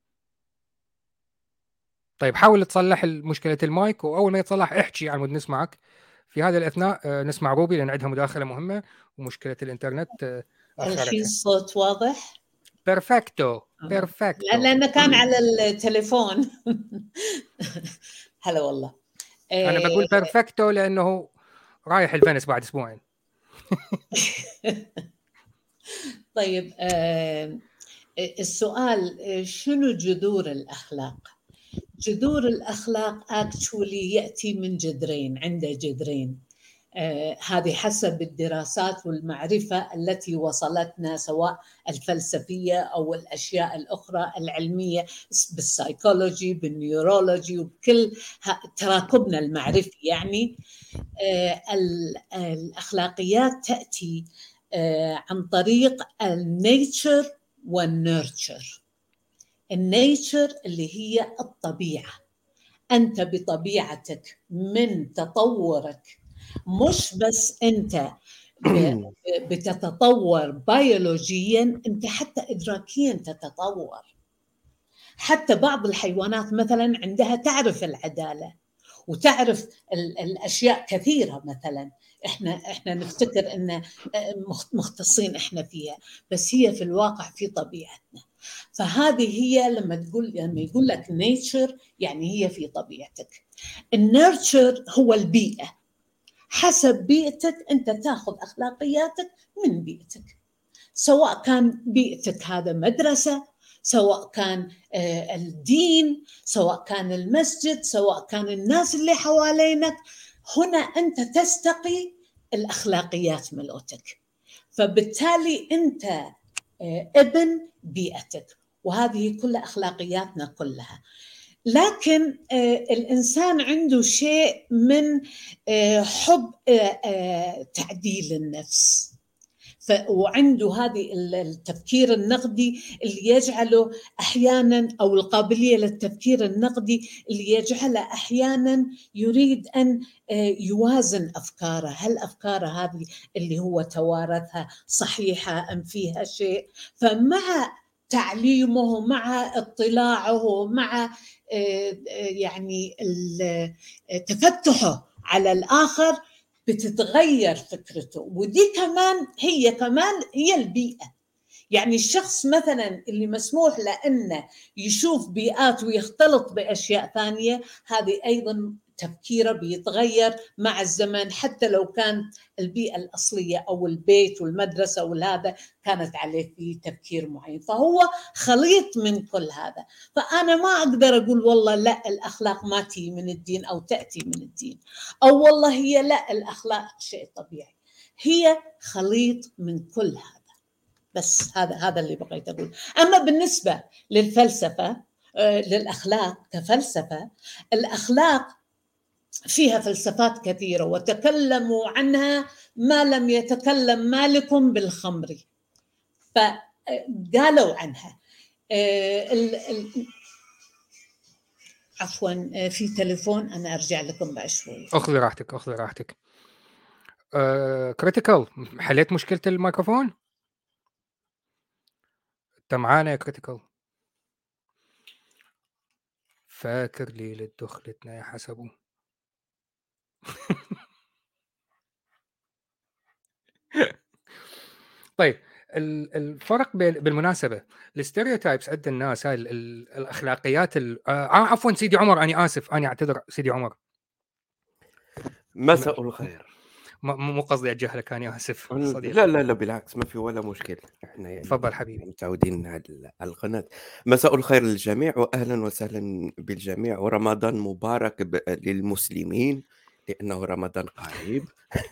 طيب حاول تصلح مشكله المايك، واول ما يتصلح احكي على مود نسمعك. في هذا الاثناء نسمع روبي لان عندها مداخله مهمه ومشكله الانترنت الحين اخرتها. الصوت واضح؟ بيرفكتو. لأنه كان على التليفون. هلا والله. انا بقول بيرفكتو لانه رايح الفينس بعد اسبوعين. طيب السؤال شنو جذور الأخلاق؟ جذور الأخلاق اكشولي يأتي من جذرين، عنده جذرين. هذه حسب الدراسات والمعرفة التي وصلتنا، سواء الفلسفية أو الأشياء الأخرى العلمية بالسايكولوجي بالنيورولوجي وبكل تراكبنا المعرفي. يعني الأخلاقيات تأتي عن طريق النيتشر والنيرتشر. النيتشر اللي هي الطبيعة، أنت بطبيعتك من تطورك، مش بس أنت بتتطور بيولوجيا، أنت حتى إدراكيا تتطور. حتى بعض الحيوانات مثلا عندها تعرف العدالة وتعرف الأشياء كثيرة. مثلا إحنا نفتكر أن مختصين إحنا فيها، بس هي في الواقع في طبيعتنا. فهذه هي لما يقول لك نيتشر يعني هي في طبيعتك. النيرتشر هو البيئة، حسب بيئتك أنت تأخذ أخلاقياتك من بيئتك، سواء كان بيئتك هذا مدرسة، سواء كان الدين، سواء كان المسجد، سواء كان الناس اللي حوالينك. هنا أنت تستقي الأخلاقيات ملؤتك، فبالتالي أنت ابن بيئتك، وهذه كل أخلاقياتنا كلها. لكن الإنسان عنده شيء من حب تعديل النفس، وعنده هذه التفكير النقدي اللي يجعله أحيانا، أو القابلية للتفكير النقدي اللي يجعله أحيانا يريد أن يوازن أفكاره. هل أفكاره هذه اللي هو توارثها صحيحة أم فيها شيء؟ فمع تعليمه، مع اطلاعه، مع يعني تفتحه على الآخر بتتغير فكرته. ودي كمان هي البيئة. يعني الشخص مثلا اللي مسموح لأنه يشوف بيئات ويختلط بأشياء ثانية، هذه أيضا تفكيره بيتغير مع الزمن، حتى لو كانت البيئة الأصلية أو البيت والمدرسة والهذا كانت عليه في تفكير معين. فهو خليط من كل هذا. فأنا ما أقدر أقول والله لا الأخلاق ما تأتي من الدين أو تأتي من الدين، أو والله هي لا الأخلاق شيء طبيعي. هي خليط من كل هذا. بس هذا اللي بغيت أقول. أما بالنسبة للفلسفة، للأخلاق كفلسفة، الأخلاق فيها فلسفات كثيرة وتكلموا عنها ما لم يتكلم مالك بالخمر، فقالوا عنها. عفوا في تليفون، أنا أرجع لكم بعد شوي. أخذي راحتك. كريتيكال، حليت مشكلة الميكروفون؟ انت معانا يا كريتيكال؟ فاكر ليلة دخلتنا يا حسبه. طيب الفرق بالمناسبة الستيريوتايبس عند الناس، هاي الأخلاقيات عفوا سيدي عمر، أنا آسف، أنا أعتذر سيدي عمر. مساء الخير. مو قصدي أتجاهلك، أنا آسف صديقي. لا بالعكس، ما في ولا مشكلة. احنا يعني تفضل حبيبي. متعودين على القناة. مساء الخير للجميع وأهلا وسهلا بالجميع، ورمضان مبارك للمسلمين لأنه رمضان قريب.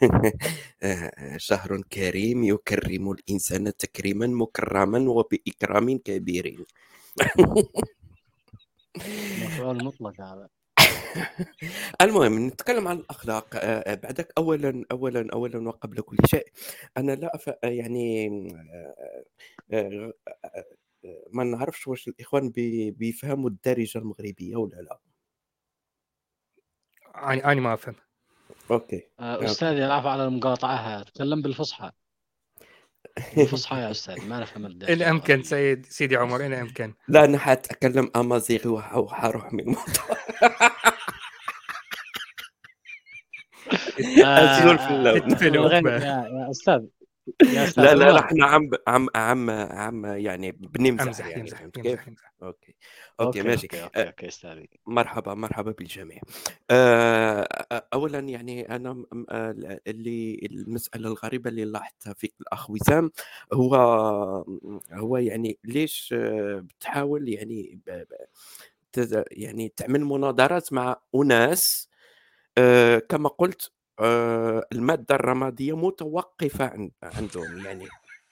شهر كريم يكرم الإنسان تكريما مكرما وبإكرام كبير. سؤال مطلق هذا. المهم نتكلم عن الأخلاق. بعدك أولا وقبل كل شيء، أنا لا يعني آه، ما نعرفش واش الإخوان بيفهموا الدارجة المغربية ولا لا. أنا ما أفهم. أوكي أستاذي العفو على المقاطعة، تكلم بالفصحى. بالفصحى يا أستاذ، ما نفهم إن الدارجة أمكن المغربية. سيدي عمر، إن أمكن. لا أنا حأتكلم أمازيغي وحاروح من الموضوع. أزول في اللون. في العقبة. يا أستاذ لا رضوان. احنا عم يعني بنمزح أمزح يعني، يمزح فهمت كيف؟ يمزح. اوكي ماشي. أوكي أستاذي. مرحبا بالجميع. اولا يعني انا اللي المساله الغريبه اللي لاحظتها فيك الاخ وسام هو يعني ليش بتحاول يعني يعني تعمل مناظرات مع اناس كما قلت الماده الرماديه متوقفه عندهم يعني.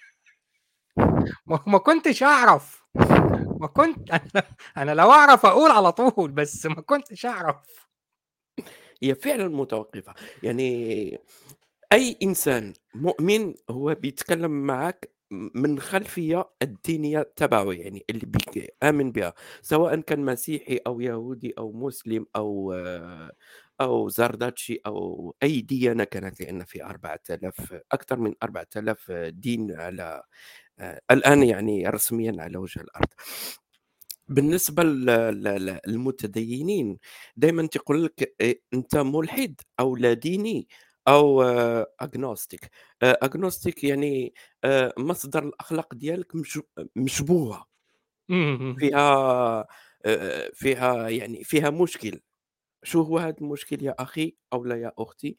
ما كنتش أعرف. ما كنت أنا لو أعرف أقول على طول، بس ما كنتش أعرف. هي فعلا متوقفة يعني. أي إنسان مؤمن هو بيتكلم معك من خلفية الدينية تبعه، يعني اللي آمن بها، سواء كان مسيحي أو يهودي أو مسلم أو زرداتشي أو أي ديانة كانت، لأن في 4000 أكثر من 4000 دين على الآن يعني رسميا على وجه الأرض. بالنسبة للمتدينين دائما تقول لك أنت ملحد أو لا ديني أو أجنوستيك. أجنوستيك يعني مصدر الأخلاق ديالك مشبوهة، فيها يعني فيها مشكل. شو هو هذا المشكل يا أخي أو لا يا أختي؟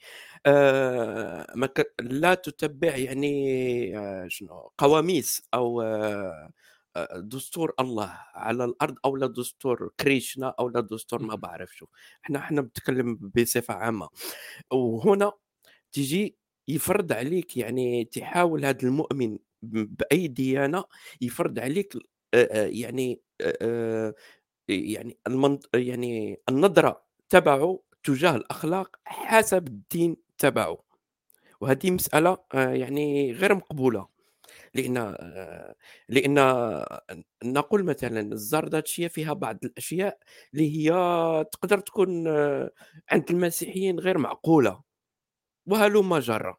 لا تتبع يعني شنو قواميس أو دستور الله على الأرض، أو لا دستور كريشنا أو لا دستور ما بعرف شو. احنا بنتكلم بصفة عامة. وهنا تجي يفرض عليك، يعني تحاول هذا المؤمن بأي ديانة يفرض عليك يعني يعني النظرة تبعه تجاه الأخلاق حسب الدين تبعه. وهذه مسألة يعني غير مقبولة، لأن نقول مثلا الزرداتشية فيها بعض الأشياء اللي هي تقدر تكون عند المسيحيين غير معقولة، وهلم جرة.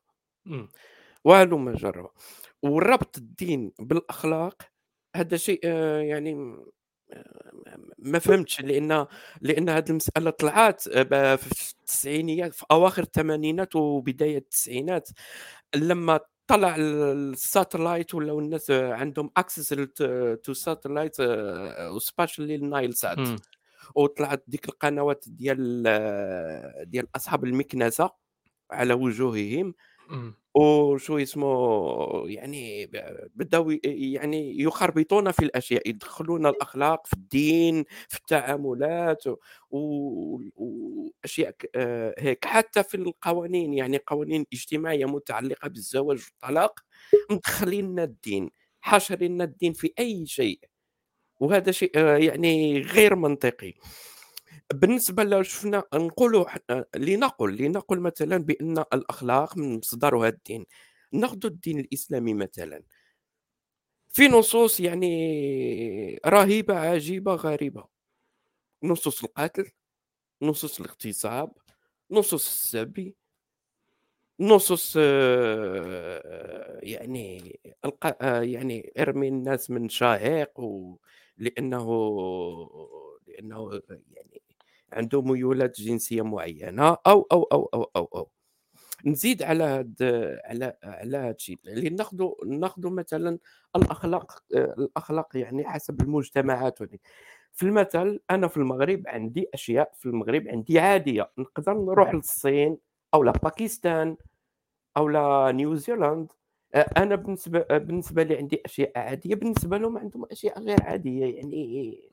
وربط الدين بالأخلاق هذا شيء يعني ما فهمتش، لان هذه المساله طلعت في التسعينيات، في اواخر الثمانينات وبدايه التسعينات، لما طلع الساتلايت ولاو الناس عندهم اكسس تو ساتلايت وسباشلي للنايل سات، وطلعت ديك القنوات ديال اصحاب المكنسه على وجوههم، وشو اسمه يعني بداو يعني يخربطون في الاشياء، يدخلون الاخلاق في الدين في التعاملات واشياء هيك. حتى في القوانين، يعني قوانين اجتماعيه متعلقه بالزواج والطلاق مدخلين لنا الدين، حاشرين لنا الدين في اي شيء، وهذا شيء يعني غير منطقي. بالنسبة لو شفنا نقولوا لنقل مثلا بأن الأخلاق من مصدرها الدين، ناخذ الدين الإسلامي مثلا، في نصوص يعني رهيبة عجيبة غريبة، نصوص القتل، نصوص الاغتصاب، نصوص السبي، نصوص يعني يعني ارمي الناس من شاهق لأنه يعني عنده ميولات جنسية معينة أو نزيد على هذا الشيء اللي ناخذ مثلا الأخلاق يعني حسب المجتمعات. في المثل أنا في المغرب عندي أشياء في المغرب عندي عادية، نقدر نروح للصين أو باكستان أو نيوزيلاند، أنا بالنسبة لي عندي أشياء عادية، بالنسبة لهم عندهم أشياء غير عادية يعني.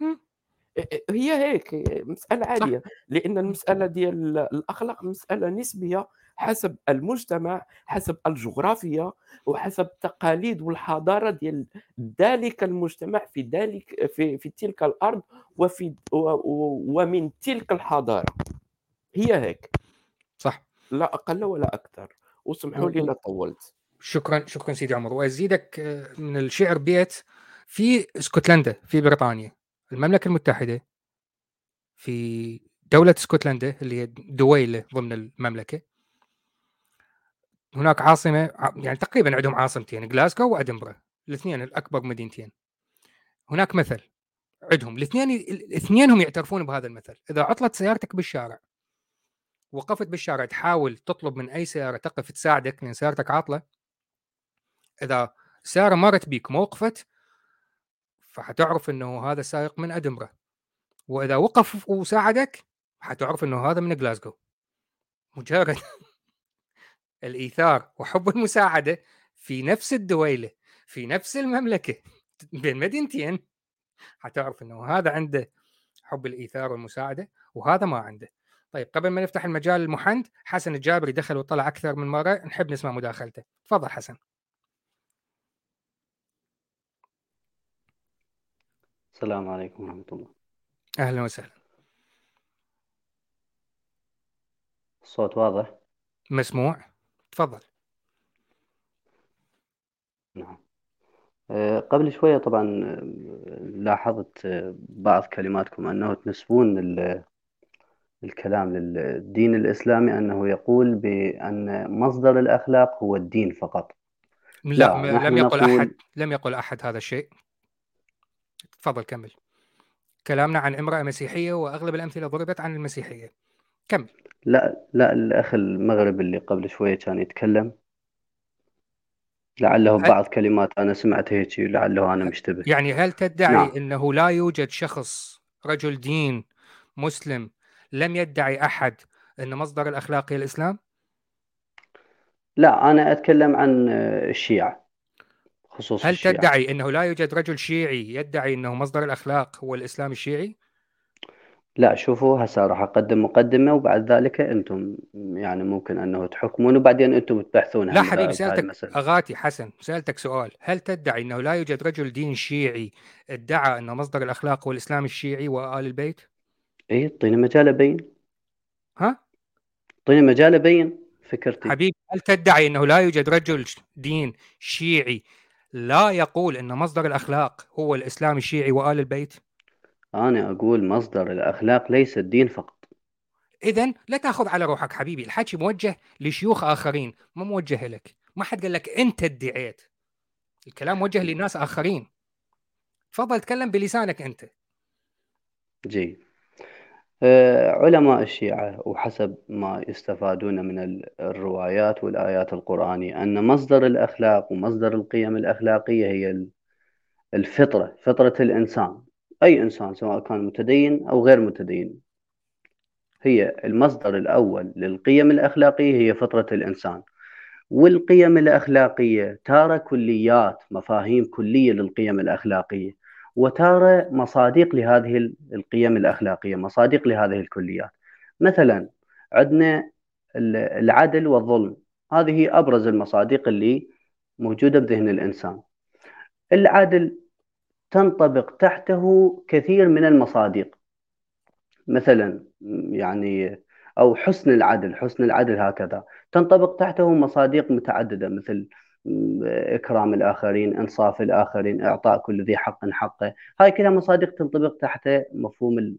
هي هيك مسألة عادية، لأن المسألة ديال الأخلاق مسألة نسبية حسب المجتمع، حسب الجغرافيا، وحسب التقاليد والحضارة ديال ذلك المجتمع في ذلك في تلك الأرض ومن تلك الحضارة. هي هيك، صح. لا أقل ولا أكثر. وسمحوا لي لا طولت. شكرا سيدي عمر. وازيدك من الشعر بيت في اسكتلندا في بريطانيا، المملكه المتحده، في دوله اسكتلندا اللي هي دويله ضمن المملكه، هناك عاصمه، يعني تقريبا عندهم عاصمتين، غلاسكو وادنبرا، الاثنين الاكبر مدينتين. هناك مثل عندهم الاثنينهم يعترفون بهذا المثل: اذا عطلت سيارتك بالشارع، وقفت بالشارع تحاول تطلب من اي سياره تقف تساعدك لان سيارتك عاطله، اذا سياره مرت بيك ما وقفت فحتعرف انه هذا السائق من ادنبرا، واذا وقف وساعدك حتعرف انه هذا من غلاسكو. مجرد الايثار وحب المساعده في نفس الدويله في نفس المملكه بين مدينتين، حتعرف انه هذا عنده حب الايثار والمساعده وهذا ما عنده. طيب قبل ما نفتح المجال المحند، حسن الجابري دخل وطلع اكثر من مره، نحب نسمع مداخلته. تفضل حسن. السلام عليكم ورحمة الله. اهلا وسهلا. الصوت واضح؟ مسموع. تفضل. نعم. قبل شوية طبعا لاحظت بعض كلماتكم أنه تنسبون الكلام للدين الإسلامي، أنه يقول بأن مصدر الأخلاق هو الدين فقط. لا، نحن نقول لم يقل أحد هذا الشيء. تفضل كمل. كلامنا عن امرأة مسيحية وأغلب الأمثلة ضربت عن المسيحية. كمل. لا، الأخ المغربي اللي قبل شوية كان يتكلم، لعله بعض كلمات أنا سمعت هيك، لعله أنا مشتبه. يعني هل تدعي نعم. أنه لا يوجد شخص رجل دين مسلم لم يدعي أحد أن مصدر الأخلاق هي الإسلام؟ لا، أنا أتكلم عن الشيعة، خصوص هل الشيعة. تدعي أنه لا يوجد رجل شيعي يدعي أنه مصدر الأخلاق هو الإسلام الشيعي؟ لا، شوفوا هسه راح أقدم مقدمة وبعد ذلك أنتم يعني ممكن أنه تحكمون وبعدين أنتم تبحثون. لا حبيبي، سألتك أغاتي حسن، سألتك سؤال: هل تدعي أنه لا يوجد رجل دين شيعي ادعى أن مصدر الأخلاق هو الإسلام الشيعي وآل البيت؟ إيه، اعطيني مجال أبين. ها؟ اعطيني مجال أبين فكرتي. حبيبي، هل تدعي أنه لا يوجد رجل دين شيعي لا يقول أن مصدر الأخلاق هو الإسلام الشيعي وآل البيت؟ أنا أقول مصدر الأخلاق ليس الدين فقط. إذن لا تأخذ على روحك حبيبي، الحكي موجه لشيوخ آخرين، ما موجه لك. ما حد قال لك أنت ادعيت، الكلام موجه لناس آخرين. تفضل تكلم بلسانك أنت. جيد. علماء الشيعة وحسب ما يستفادون من الروايات والآيات القرآنية أن مصدر الأخلاق ومصدر القيم الأخلاقية هي الفطرة، فطرة الإنسان، أي إنسان سواء كان متدين أو غير متدين. هي المصدر الأول للقيم الأخلاقية هي فطرة الإنسان. والقيم الأخلاقية تارة كليات، مفاهيم كلية للقيم الأخلاقية، وتارة مصادق لهذه القيم الأخلاقية، مصادق لهذه الكليات. مثلا عندنا العدل والظلم، هذه أبرز المصادق اللي موجودة بذهن الإنسان. العدل تنطبق تحته كثير من المصادق، مثلا يعني أو حسن العدل هكذا تنطبق تحته مصادق متعددة، مثل إكرام الآخرين، إنصاف الآخرين، إعطاء كل ذي حق حقه. هاي كلها مصادق تنطبق تحت مفهوم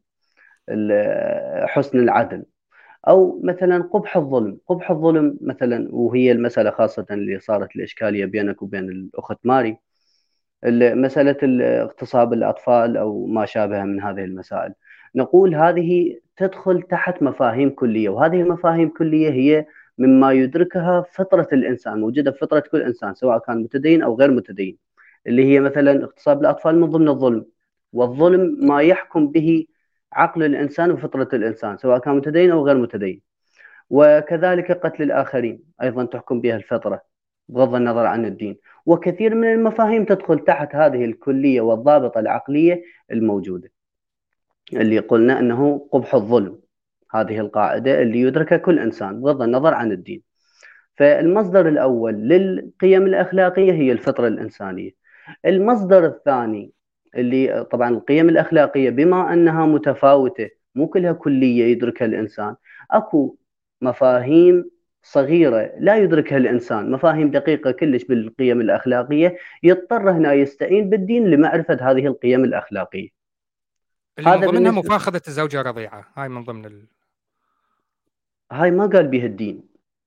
حسن العدل. أو مثلا قبح الظلم مثلا، وهي المسألة خاصة اللي صارت الإشكالية بينك وبين الأخت ماري، مسألة اغتصاب الأطفال أو ما شابه من هذه المسائل. نقول هذه تدخل تحت مفاهيم كلية، وهذه المفاهيم الكلية هي مما يدركها فطرة الإنسان، موجودة في فطرة كل إنسان سواء كان متدين أو غير متدين، اللي هي مثلا اغتصاب الأطفال من ضمن الظلم. والظلم ما يحكم به عقل الإنسان وفطرة الإنسان سواء كان متدين أو غير متدين. وكذلك قتل الآخرين أيضا تحكم بها الفطرة بغض النظر عن الدين. وكثير من المفاهيم تدخل تحت هذه الكلية والضابطة العقلية الموجودة، اللي قلنا أنه قبح الظلم، هذه القاعدة اللي يدركها كل إنسان بغض النظر عن الدين. فالمصدر الأول للقيم الأخلاقية هي الفطرة الإنسانية. المصدر الثاني اللي طبعا القيم الأخلاقية بما أنها متفاوتة مو كلها كلية يدركها الإنسان، أكو مفاهيم صغيرة لا يدركها الإنسان، مفاهيم دقيقة كلش بالقيم الأخلاقية، يضطر هنا يستعين بالدين لمعرفة هذه القيم الأخلاقية. اللي من هذا ضمنها بالنسبة مفاخذة الزوجة رضيعة، هاي من ضمن هاي ما قال بها الدين،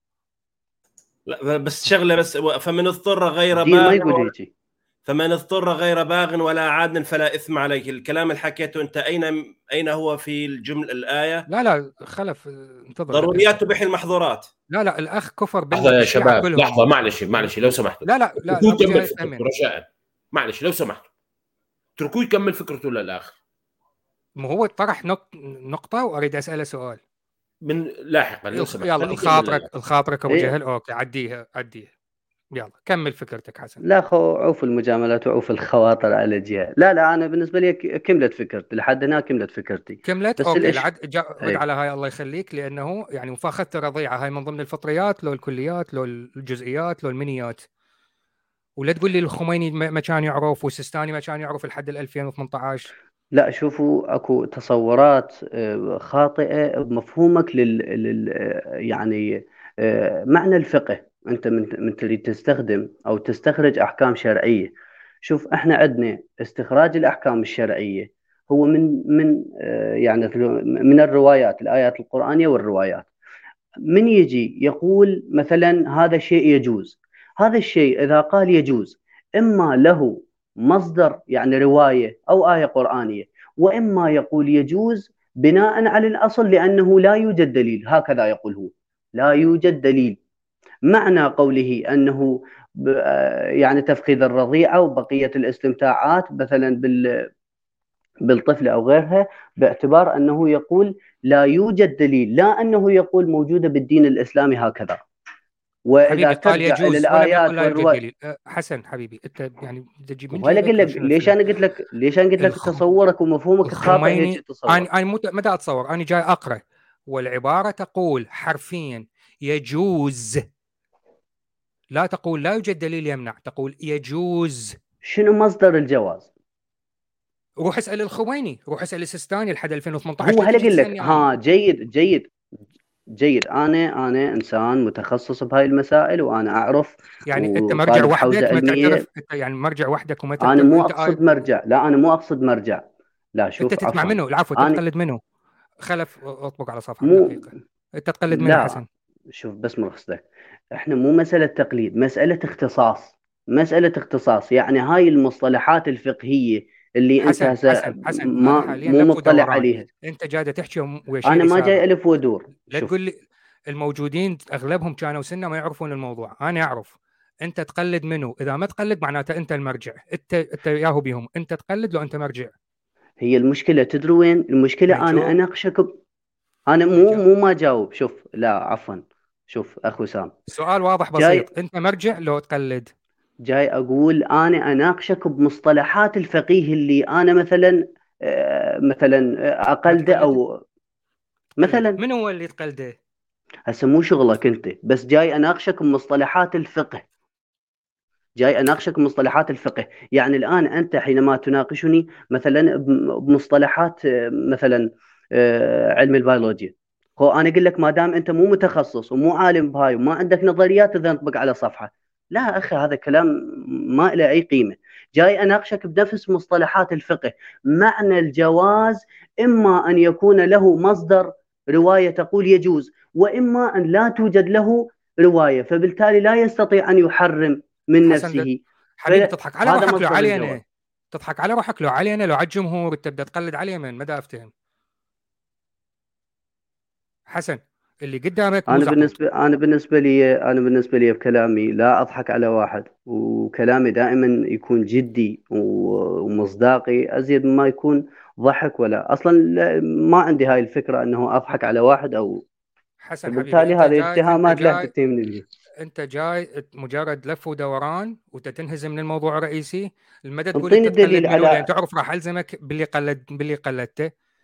لا بس شغله بس، فمن اضطر غير الدين ما باغ يقول هيك. فمن اضطر غير باغ ولا عاد فلا اثم عليه. الكلام اللي حكيته انت اين هو في الجمله الايه؟ لا خلف، انتظر. ضروريات تبيح المحظورات. لا الأخ كفر لحظه يا بالشيعة شباب، كلهم. لحظه، معلش لو سمحتوا. لا اتركوه أبو يكمل جهل فكرته يفهمني. رجاء، معلش لو سمحتوا اتركوه يكمل فكرته للاخر. ما هو طرح نقطة وأريد أسأله سؤال من لاحقا لو سمحت. يلا الخاطرك أبو إيه. جهل. أوكي عديها. يلا كمل فكرتك حسن. لا عوف المجاملات وعوف الخواطر على جهة. لا أنا بالنسبة لي كملت فكرتي لحد هنا، كملت فكرتي. كملت. بس أوكي رد إيه. على هاي الله يخليك، لأنه يعني مفاخذة الرضيعة هاي من ضمن الفطريات، لو الكليات، لو الجزئيات، لو المنيات. ولا تقول لي الخميني ما كان يعرف والسيستاني ما كان يعرف لحد 2018. لا شوفوا اكو تصورات خاطئة بمفهومك يعني معنى الفقه. انت من تريد تستخدم او تستخرج احكام شرعية. شوف احنا عندنا استخراج الاحكام الشرعية هو من يعني من الروايات، الايات القرآنية والروايات. من يجي يقول مثلا هذا الشيء يجوز، هذا الشيء اذا قال يجوز اما له مصدر يعني رواية أو آية قرآنية، وإما يقول يجوز بناء على الأصل لأنه لا يوجد دليل. هكذا يقول هو، لا يوجد دليل. معنى قوله أنه يعني تفخيذ الرضيعة وبقية الاستمتاعات مثلا بالطفل أو غيرها، باعتبار أنه يقول لا يوجد دليل، لا أنه يقول موجودة بالدين الإسلامي هكذا. واذا قال ترجع الى يجوز ولم يقل الايات لا يوجد والروايات، دليل. حسن حبيبي انت يعني تجيب من ولا اقول لك ليش انا قلت لك تصورك ومفهومك خاطئ هيك تصور. انا متى اتصور، انا جاي اقرا والعباره تقول حرفيا يجوز، لا تقول لا يوجد دليل يمنع، تقول يجوز. شنو مصدر الجواز؟ روح اسال الخميني، روح اسال السيستاني لحد 2018. هو هل اقول لك جيد انا انسان متخصص بهاي المسائل وانا اعرف، يعني انت مرجع وحدك ما تعترف، انت يعني مرجع وحدك وما تعترف. انا مو اقصد مرجع، لا انا مو اقصد مرجع، لا شوف انت تسمع منه، العفو تقلد منه. خلف اطبق على صفحه دقيقه، انت تقلد منه حسن. شوف بس مرخص، احنا مو مساله تقليد، مساله اختصاص. يعني هاي المصطلحات الفقهيه اللي انت حسن مو مطلع عليها. انت جاي تحكي انا ما جاي الف ودور. لا تقول لي الموجودين اغلبهم كانوا سنه ما يعرفون الموضوع، انا اعرف. انت تقلد منه، اذا ما تقلد معناته انت المرجع، انت ياهو بهم، انت تقلد لو انت مرجع. هي المشكله تدري وين المشكله؟ انا اناقشك انا مو ما جاوب. شوف لا عفوا، شوف اخو سام، سؤال واضح بسيط، انت مرجع لو تقلد؟ جاي اقول انا اناقشك بمصطلحات الفقيه اللي انا مثلا اقلده او مثلا. من هو اللي تقلده؟ هسه مو شغلك انت، بس جاي اناقشك بمصطلحات الفقه، يعني الان انت حينما تناقشني مثلا بمصطلحات مثلا علم البيولوجيا، هو انا اقول لك ما دام انت مو متخصص ومو عالم بهاي وما عندك نظريات اذا نطبق على صفحه، لا اخي هذا كلام ما له اي قيمه. جاي اناقشك بنفس مصطلحات الفقه. معنى الجواز اما ان يكون له مصدر روايه تقول يجوز، واما ان لا توجد له روايه، فبالتالي لا يستطيع ان يحرم من نفسه. حبيبي تضحك على روحك لو علي انا، تضحك على روحك لو علي انا، لو على الجمهور تبدا تقلد علي من مدى افتهم. حسن اللي قدامك انا بالنسبه لي بكلامي لا اضحك على واحد، وكلامي دائما يكون جدي ومصداقي ازيد مما يكون ضحك، ولا اصلا ما عندي هاي الفكره انه اضحك على واحد او حسن. بالتالي هذه اتهامات لا تتهمني بها. انت جاي مجرد لف ودوران وتنهزم من الموضوع الرئيسي. المدى تقول انطيني الدليل على يعني تعرف راح الزمك باللي قلدته.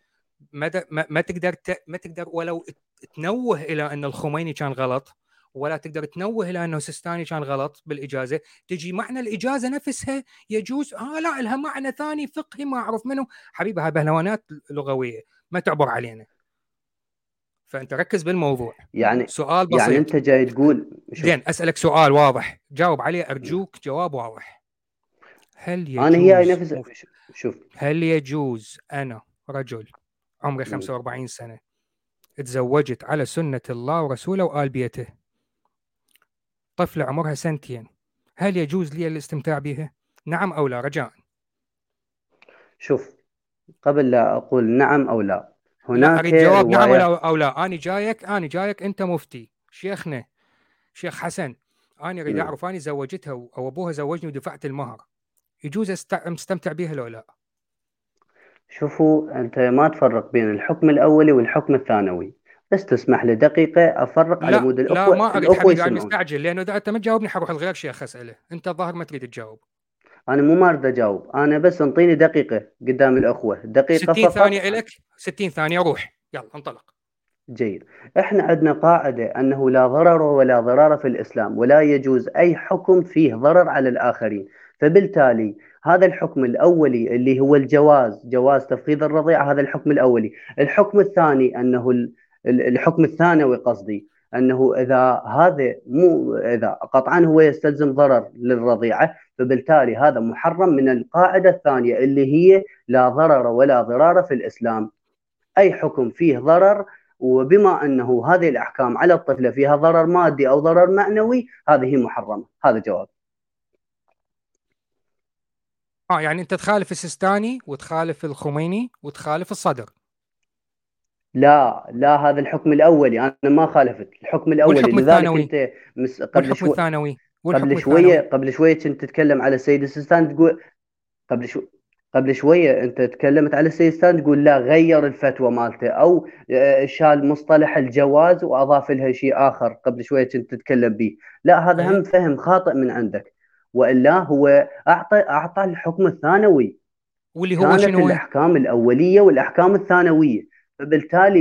ما تقدر ولو تنوه الى ان الخميني كان غلط، ولا تقدر تنوه الى انه سيستاني كان غلط بالاجازه، تجي معنى الاجازه نفسها يجوز لا لها معنى ثاني فقهي ما اعرف منه. حبيبي هاي بهلوانات لغويه ما تعبر علينا. فانت ركز بالموضوع. يعني سؤال بسيط. يعني انت جاي تقول زين اسالك سؤال واضح جاوب عليه ارجوك، جواب واضح. هل انا هي يجوز نفس شوف هل يجوز انا رجل عمري 45 سنه تزوجت على سنه الله ورسوله وآل بيته، طفله عمرها 2 سنين، هل يجوز لي الاستمتاع بها؟ نعم او لا رجاء؟ شوف، قبل لا اقول نعم او لا، لا هناك اريد جواب نعم روايات. ولا او لا. انا جايك انت مفتي شيخنا شيخ حسن، انا اريد اعرف انا زوجتها او ابوها زوجني ودفعت المهر، يجوز استمتع بها لو لا؟ شوفوا، انت ما تفرق بين الحكم الاولي والحكم الثانوي، بس تسمح لي دقيقه افرق على مود لا ما اريد الاخوه حبيبي، انا يسمعون. مستعجل لانه اذا انت ما تجاوبني حروح الغير شيخ اساله، انت الظاهر ما تريد تجاوب. انا مو مارد اجاوب، انا بس انطيني دقيقه قدام الاخوه، دقيقه 60 فقط. ثانيه لك، 60 ثانيه روح يلا انطلق. جيد. احنا عندنا قاعده انه لا ضرر ولا ضرار في الاسلام، ولا يجوز اي حكم فيه ضرر على الاخرين. فبالتالي هذا الحكم الاولي اللي هو جواز تفخيذ الرضيعه، هذا الحكم الاولي. الحكم الثاني انه الحكم الثانوي قصدي، انه اذا قطعا هو يستلزم ضرر للرضيعه، فبالتالي هذا محرم من القاعده الثانيه اللي هي لا ضرر ولا ضرار في الاسلام. اي حكم فيه ضرر، وبما انه هذه الاحكام على الطفله فيها ضرر مادي او ضرر معنوي، هذه محرمه. هذا جواب. يعني انت تخالف السيستاني وتخالف الخميني وتخالف الصدر. لا، هذا الحكم الاولي، انا ما خالفت الحكم الاولي. والحكم لذلك الثانوي انت والحكم الثانوي قبل شويه كنت تتكلم على السيد السيستاني، تقول قبل شويه انت تكلمت على السيستان، تقول لا غير الفتوى مالته او شال مصطلح الجواز واضاف لها شيء اخر. قبل شويه كنت تتكلم به. لا، هذا هم فهم خاطئ من عندك، والا هو اعطى الحكم الثانوي، واللي هو كانت شنو؟ الاحكام الاوليه والاحكام الثانويه. فبالتالي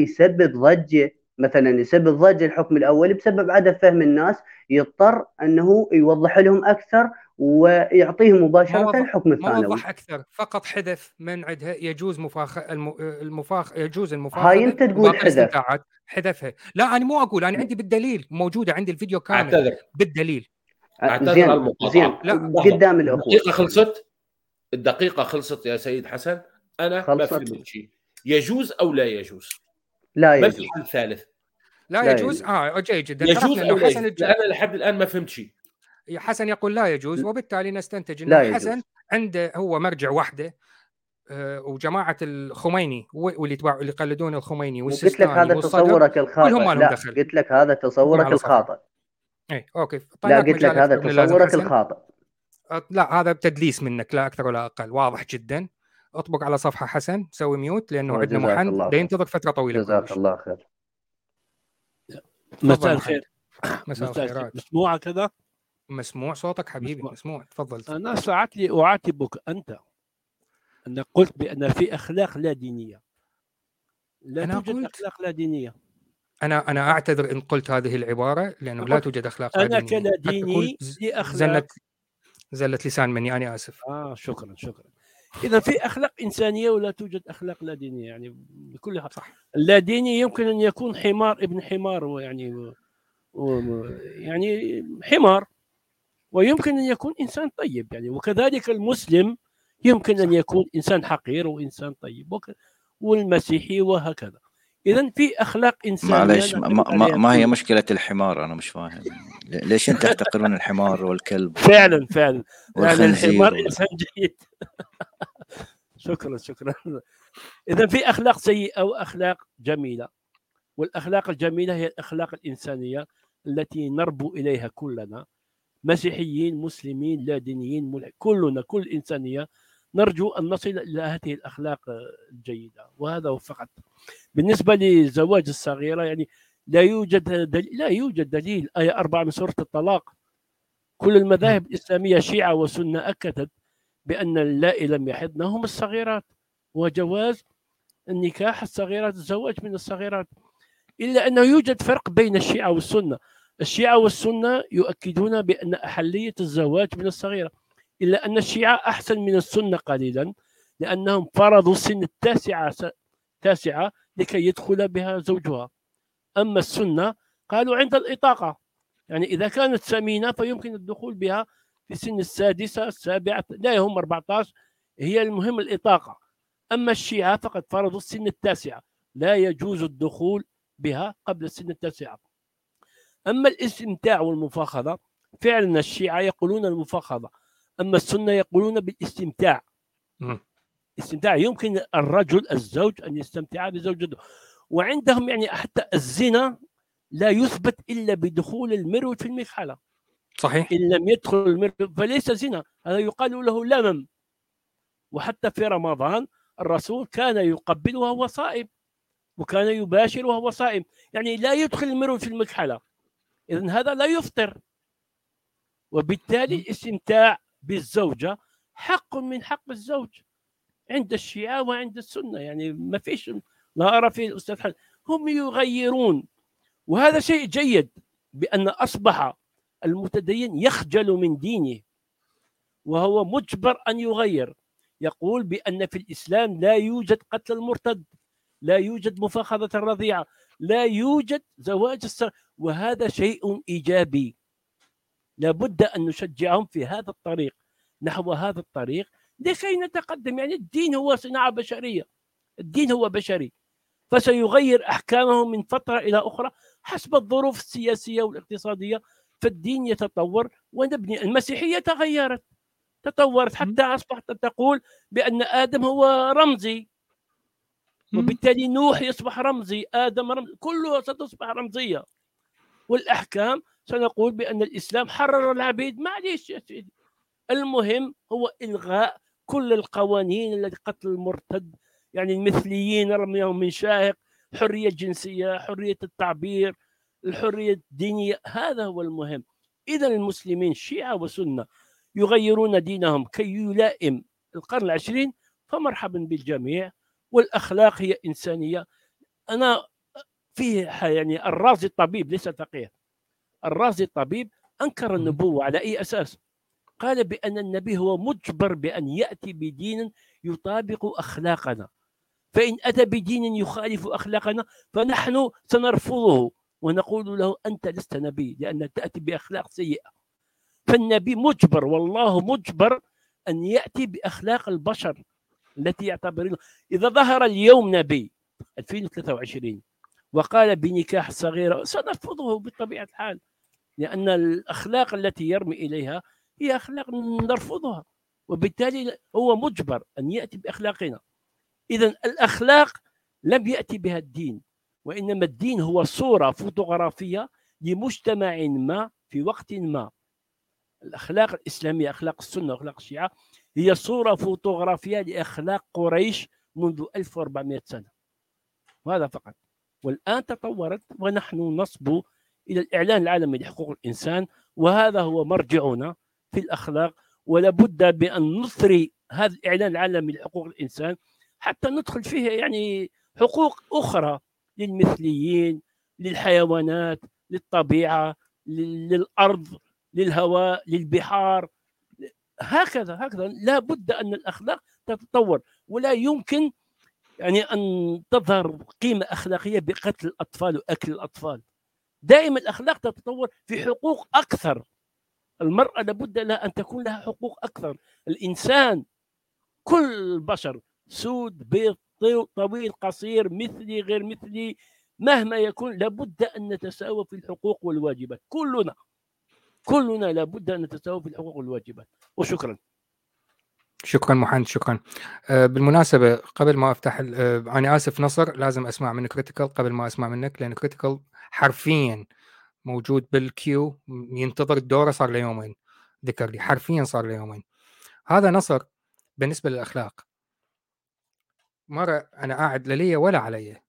يسبب ضجه الحكم الاولي بسبب عدم فهم الناس، يضطر انه يوضح لهم اكثر ويعطيهم مباشره الحكم الثانوي. ما وضح اكثر، فقط حذف من عندها يجوز يجوز المفاخذه. هاي انت تقول حذفها. لا انا مو اقول، انا عندي بالدليل موجوده، عندي الفيديو كامل اعتذر بالدليل. اعتذر على المقاطعه. لا قدام الاخوه. الدقيقه خلصت يا سيد حسن. انا ما فهمت شيء. يجوز او لا يجوز؟ لا يجوز. ما في حل ثالث. لا يجوز. جيد جدا. يجوز او لا يجوز؟ انا لحد الان ما فهمت شيء. حسن يقول لا يجوز، وبالتالي نستنتج انه حسن عنده هو مرجع وحده، وجماعه الخميني واللي يقلدون الخميني والسيستاني قلت لك هذا تصورك الخاطئ. لا، قلت لك هذا تصورك الخاطئ. اي اوكي. لا، قلت لك هذا تصورك الخاطئ. لا هذا تدليس منك لا اكثر ولا اقل، واضح جدا. اطبق على صفحه حسن، سوي ميوت لانه عندنا محن ينتظر فتره طويله. جزاك الله خير. مساء الخير. مساء الخيرات. مسموعه كذا؟ مسموع صوتك حبيبي، مسموع. تفضل. انا ساعات لي اعاتبك انت انك قلت بان في اخلاق لا دينيه. لا توجد اخلاق لا دينيه. انا اعتذر ان قلت هذه العباره، لانه لا توجد اخلاق لا دينيه. انا كلا ديني لي اخلاق. زلت لسان مني، انا اسف. شكرا. اذا في اخلاق انسانيه ولا توجد اخلاق لا دينيه، يعني بكل حق. اللا ديني يمكن ان يكون حمار ابن حمار، ويعني يعني حمار، ويمكن ان يكون انسان طيب يعني. وكذلك المسلم يمكن ان يكون انسان حقير وانسان طيب، والمسيحي وهكذا. اذا في اخلاق انسانيه. معلش، ما هي مشكله الحمار؟ انا مش فاهم ليش انت تحتقرون الحمار والكلب. فعلا يعني الحمار انسان جيد. شكرا. اذا في اخلاق سيئه واخلاق جميله، والاخلاق الجميله هي الاخلاق الانسانيه التي نربو اليها كلنا، مسيحيين مسلمين لا دينيين، كلنا كل انسانيه نرجو ان نصل الى هذه الاخلاق الجيده. وهذا هو فقط. بالنسبه لزواج الصغيره، يعني لا يوجد دليل. آية 4 من سورة الطلاق: كل المذاهب الإسلامية شيعة وسنة أكدت بأن اللائي لم يحضن هم الصغيرات، وجواز النكاح الصغيرات، الزواج من الصغيرات. إلا أنه يوجد فرق بين الشيعة والسنة. الشيعة والسنة يؤكدون بأن أحلية الزواج من الصغيرة، إلا أن الشيعة أحسن من السنة قليلا، لأنهم فرضوا سن التاسعة لكي يدخل بها زوجها. أما السنة قالوا عند الإطاقة، يعني إذا كانت سمينة فيمكن الدخول بها في سن السادسة السابعة، لا هم 14، هي المهم الإطاقة. أما الشيعة فقد فرضوا السن التاسعة، لا يجوز الدخول بها قبل السن التاسعة. أما الاستمتاع والمفاخذة، فعلا الشيعة يقولون المفاخذة، أما السنة يقولون بالاستمتاع. استمتاع، يمكن الرجل الزوج أن يستمتع بزوجته. وعندهم يعني حتى الزنا لا يثبت إلا بدخول المرء في المكحلة. صحيح. إن لم يدخل المرء فليس زنا، هذا يقال له لمم. وحتى في رمضان الرسول كان يقبل وهو صائم، وكان يباشر وهو صائم، يعني لا يدخل المرء في المكحلة، إذن هذا لا يفطر. وبالتالي الاستمتاع بالزوجة حق من حق الزوج عند الشيعة وعند السنة، يعني ما فيش، لا أرى فيه الأستاذ حسن. هم يغيرون، وهذا شيء جيد، بأن أصبح المتدين يخجل من دينه وهو مجبر أن يغير. يقول بأن في الإسلام لا يوجد قتل المرتد، لا يوجد مفاخذة الرضيعة، لا يوجد زواج الصغير، وهذا شيء إيجابي. لابد أن نشجعهم في هذا الطريق، نحو هذا الطريق، لكي نتقدم. يعني الدين هو صناعة بشرية، الدين هو بشري، فسيغير أحكامه من فترة إلى أخرى حسب الظروف السياسية والاقتصادية. فالدين يتطور ونبني. المسيحية تغيرت، تطورت حتى أصبحت تقول بأن آدم هو رمزي، وبالتالي نوح يصبح رمزي، آدم رمزي، كلها ستصبح رمزية. والأحكام سنقول بأن الإسلام حرر العبيد. معليش يا سيدي، المهم هو إلغاء كل القوانين التي قتل المرتد، يعني المثليين رميهم من شاهق، حرية جنسية، حرية التعبير، الحرية الدينية، هذا هو المهم. إذا المسلمين شيعة وسنة يغيرون دينهم كي يلائم القرن العشرين، فمرحبا بالجميع. والأخلاق هي إنسانية. أنا فيه يعني الرازي الطبيب ليس فقيه، الرازي الطبيب أنكر النبوة على أي أساس؟ قال بأن النبي هو مجبر بأن يأتي بدين يطابق أخلاقنا، فإن أتى بدين يخالف أخلاقنا فنحن سنرفضه ونقول له أنت لست نبي لأنك تأتي بأخلاق سيئة. فالنبي مجبر، والله مجبر أن يأتي بأخلاق البشر التي يعتبرون. إذا ظهر اليوم نبي 2023 وقال بنكاح صغيرة سنرفضه بطبيعة الحال، لأن الأخلاق التي يرمي إليها هي أخلاق نرفضها، وبالتالي هو مجبر أن يأتي بأخلاقنا. إذا الأخلاق لم يأتي بها الدين، وإنما الدين هو صورة فوتوغرافية لمجتمع ما في وقت ما. الأخلاق الإسلامية، أخلاق السنة وأخلاق الشيعة، هي صورة فوتوغرافية لأخلاق قريش منذ 1400 سنة، وهذا فقط. والآن تطورت ونحن نصبو إلى الإعلان العالمي لحقوق الإنسان، وهذا هو مرجعنا في الأخلاق. ولابد بأن نثري هذا الإعلان العالمي لحقوق الإنسان حتى ندخل فيه يعني حقوق أخرى للمثليين، للحيوانات، للطبيعة، للأرض، للهواء، للبحار. هكذا لا بد أن الأخلاق تتطور، ولا يمكن يعني أن تظهر قيمة أخلاقية بقتل الأطفال وأكل الأطفال. دائما الأخلاق تتطور في حقوق أكثر. المرأة لابد لها أن تكون لها حقوق أكثر. الإنسان، كل البشر، سود بيض طويل قصير، مثلي غير مثلي، مهما يكون لابد أن نتساوى في الحقوق والواجبات. كلنا لابد أن نتساوى في الحقوق والواجبات. وشكرا. شكرا محمد، شكرا. بالمناسبة قبل ما أفتح أنا آسف نصر، لازم أسمع من كريتيكال قبل ما أسمع منك، لأن كريتيكال حرفيا موجود بالكيو ينتظر الدورة، صار له يومين، ذكر لي حرفيا صار له يومين. هذا نصر بالنسبة للأخلاق. مرة أنا قاعد لا لي ولا علي،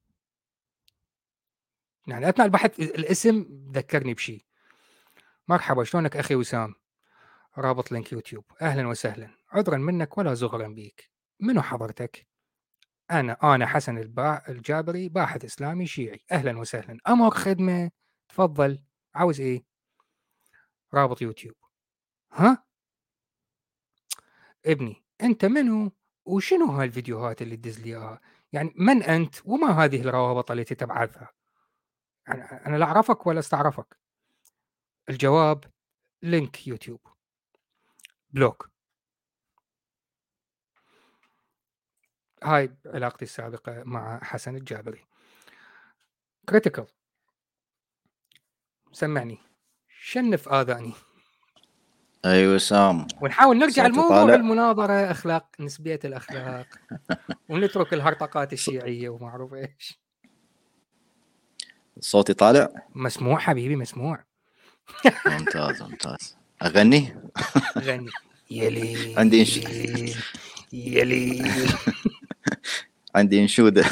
يعني أثناء البحث الاسم ذكرني بشيء. مرحبا، شلونك أخي وسام؟ رابط لينك يوتيوب، أهلا وسهلا. عذرا منك ولا زغرا بيك. منو حضرتك؟ أنا حسن الجابري، باحث إسلامي شيعي. أهلا وسهلا، أمر خدمة، تفضل. عاوز إيه؟ رابط يوتيوب. ها ابني، أنت منو وشنو هالفيديوهات اللي تدز لي إياها؟ يعني من أنت وما هذه الروابط التي تبعثها؟ أنا لا أعرفك ولا استعرفك. الجواب لينك يوتيوب، بلوك. هاي علاقتي السابقة مع حسن الجابري. كريتيكال، سمعني، شنف آذاني. ايوه سام، ونحاول نرجع صوتي لموضوع طالع. المناظرة، أخلاق، نسبية الأخلاق، ونترك الهرطقات الشيعية وما أعرف إيش. صوتي طالع. مسموع حبيبي، مسموع. ممتاز ممتاز. اغني. غني يلي عندي يلي عندي انشوده.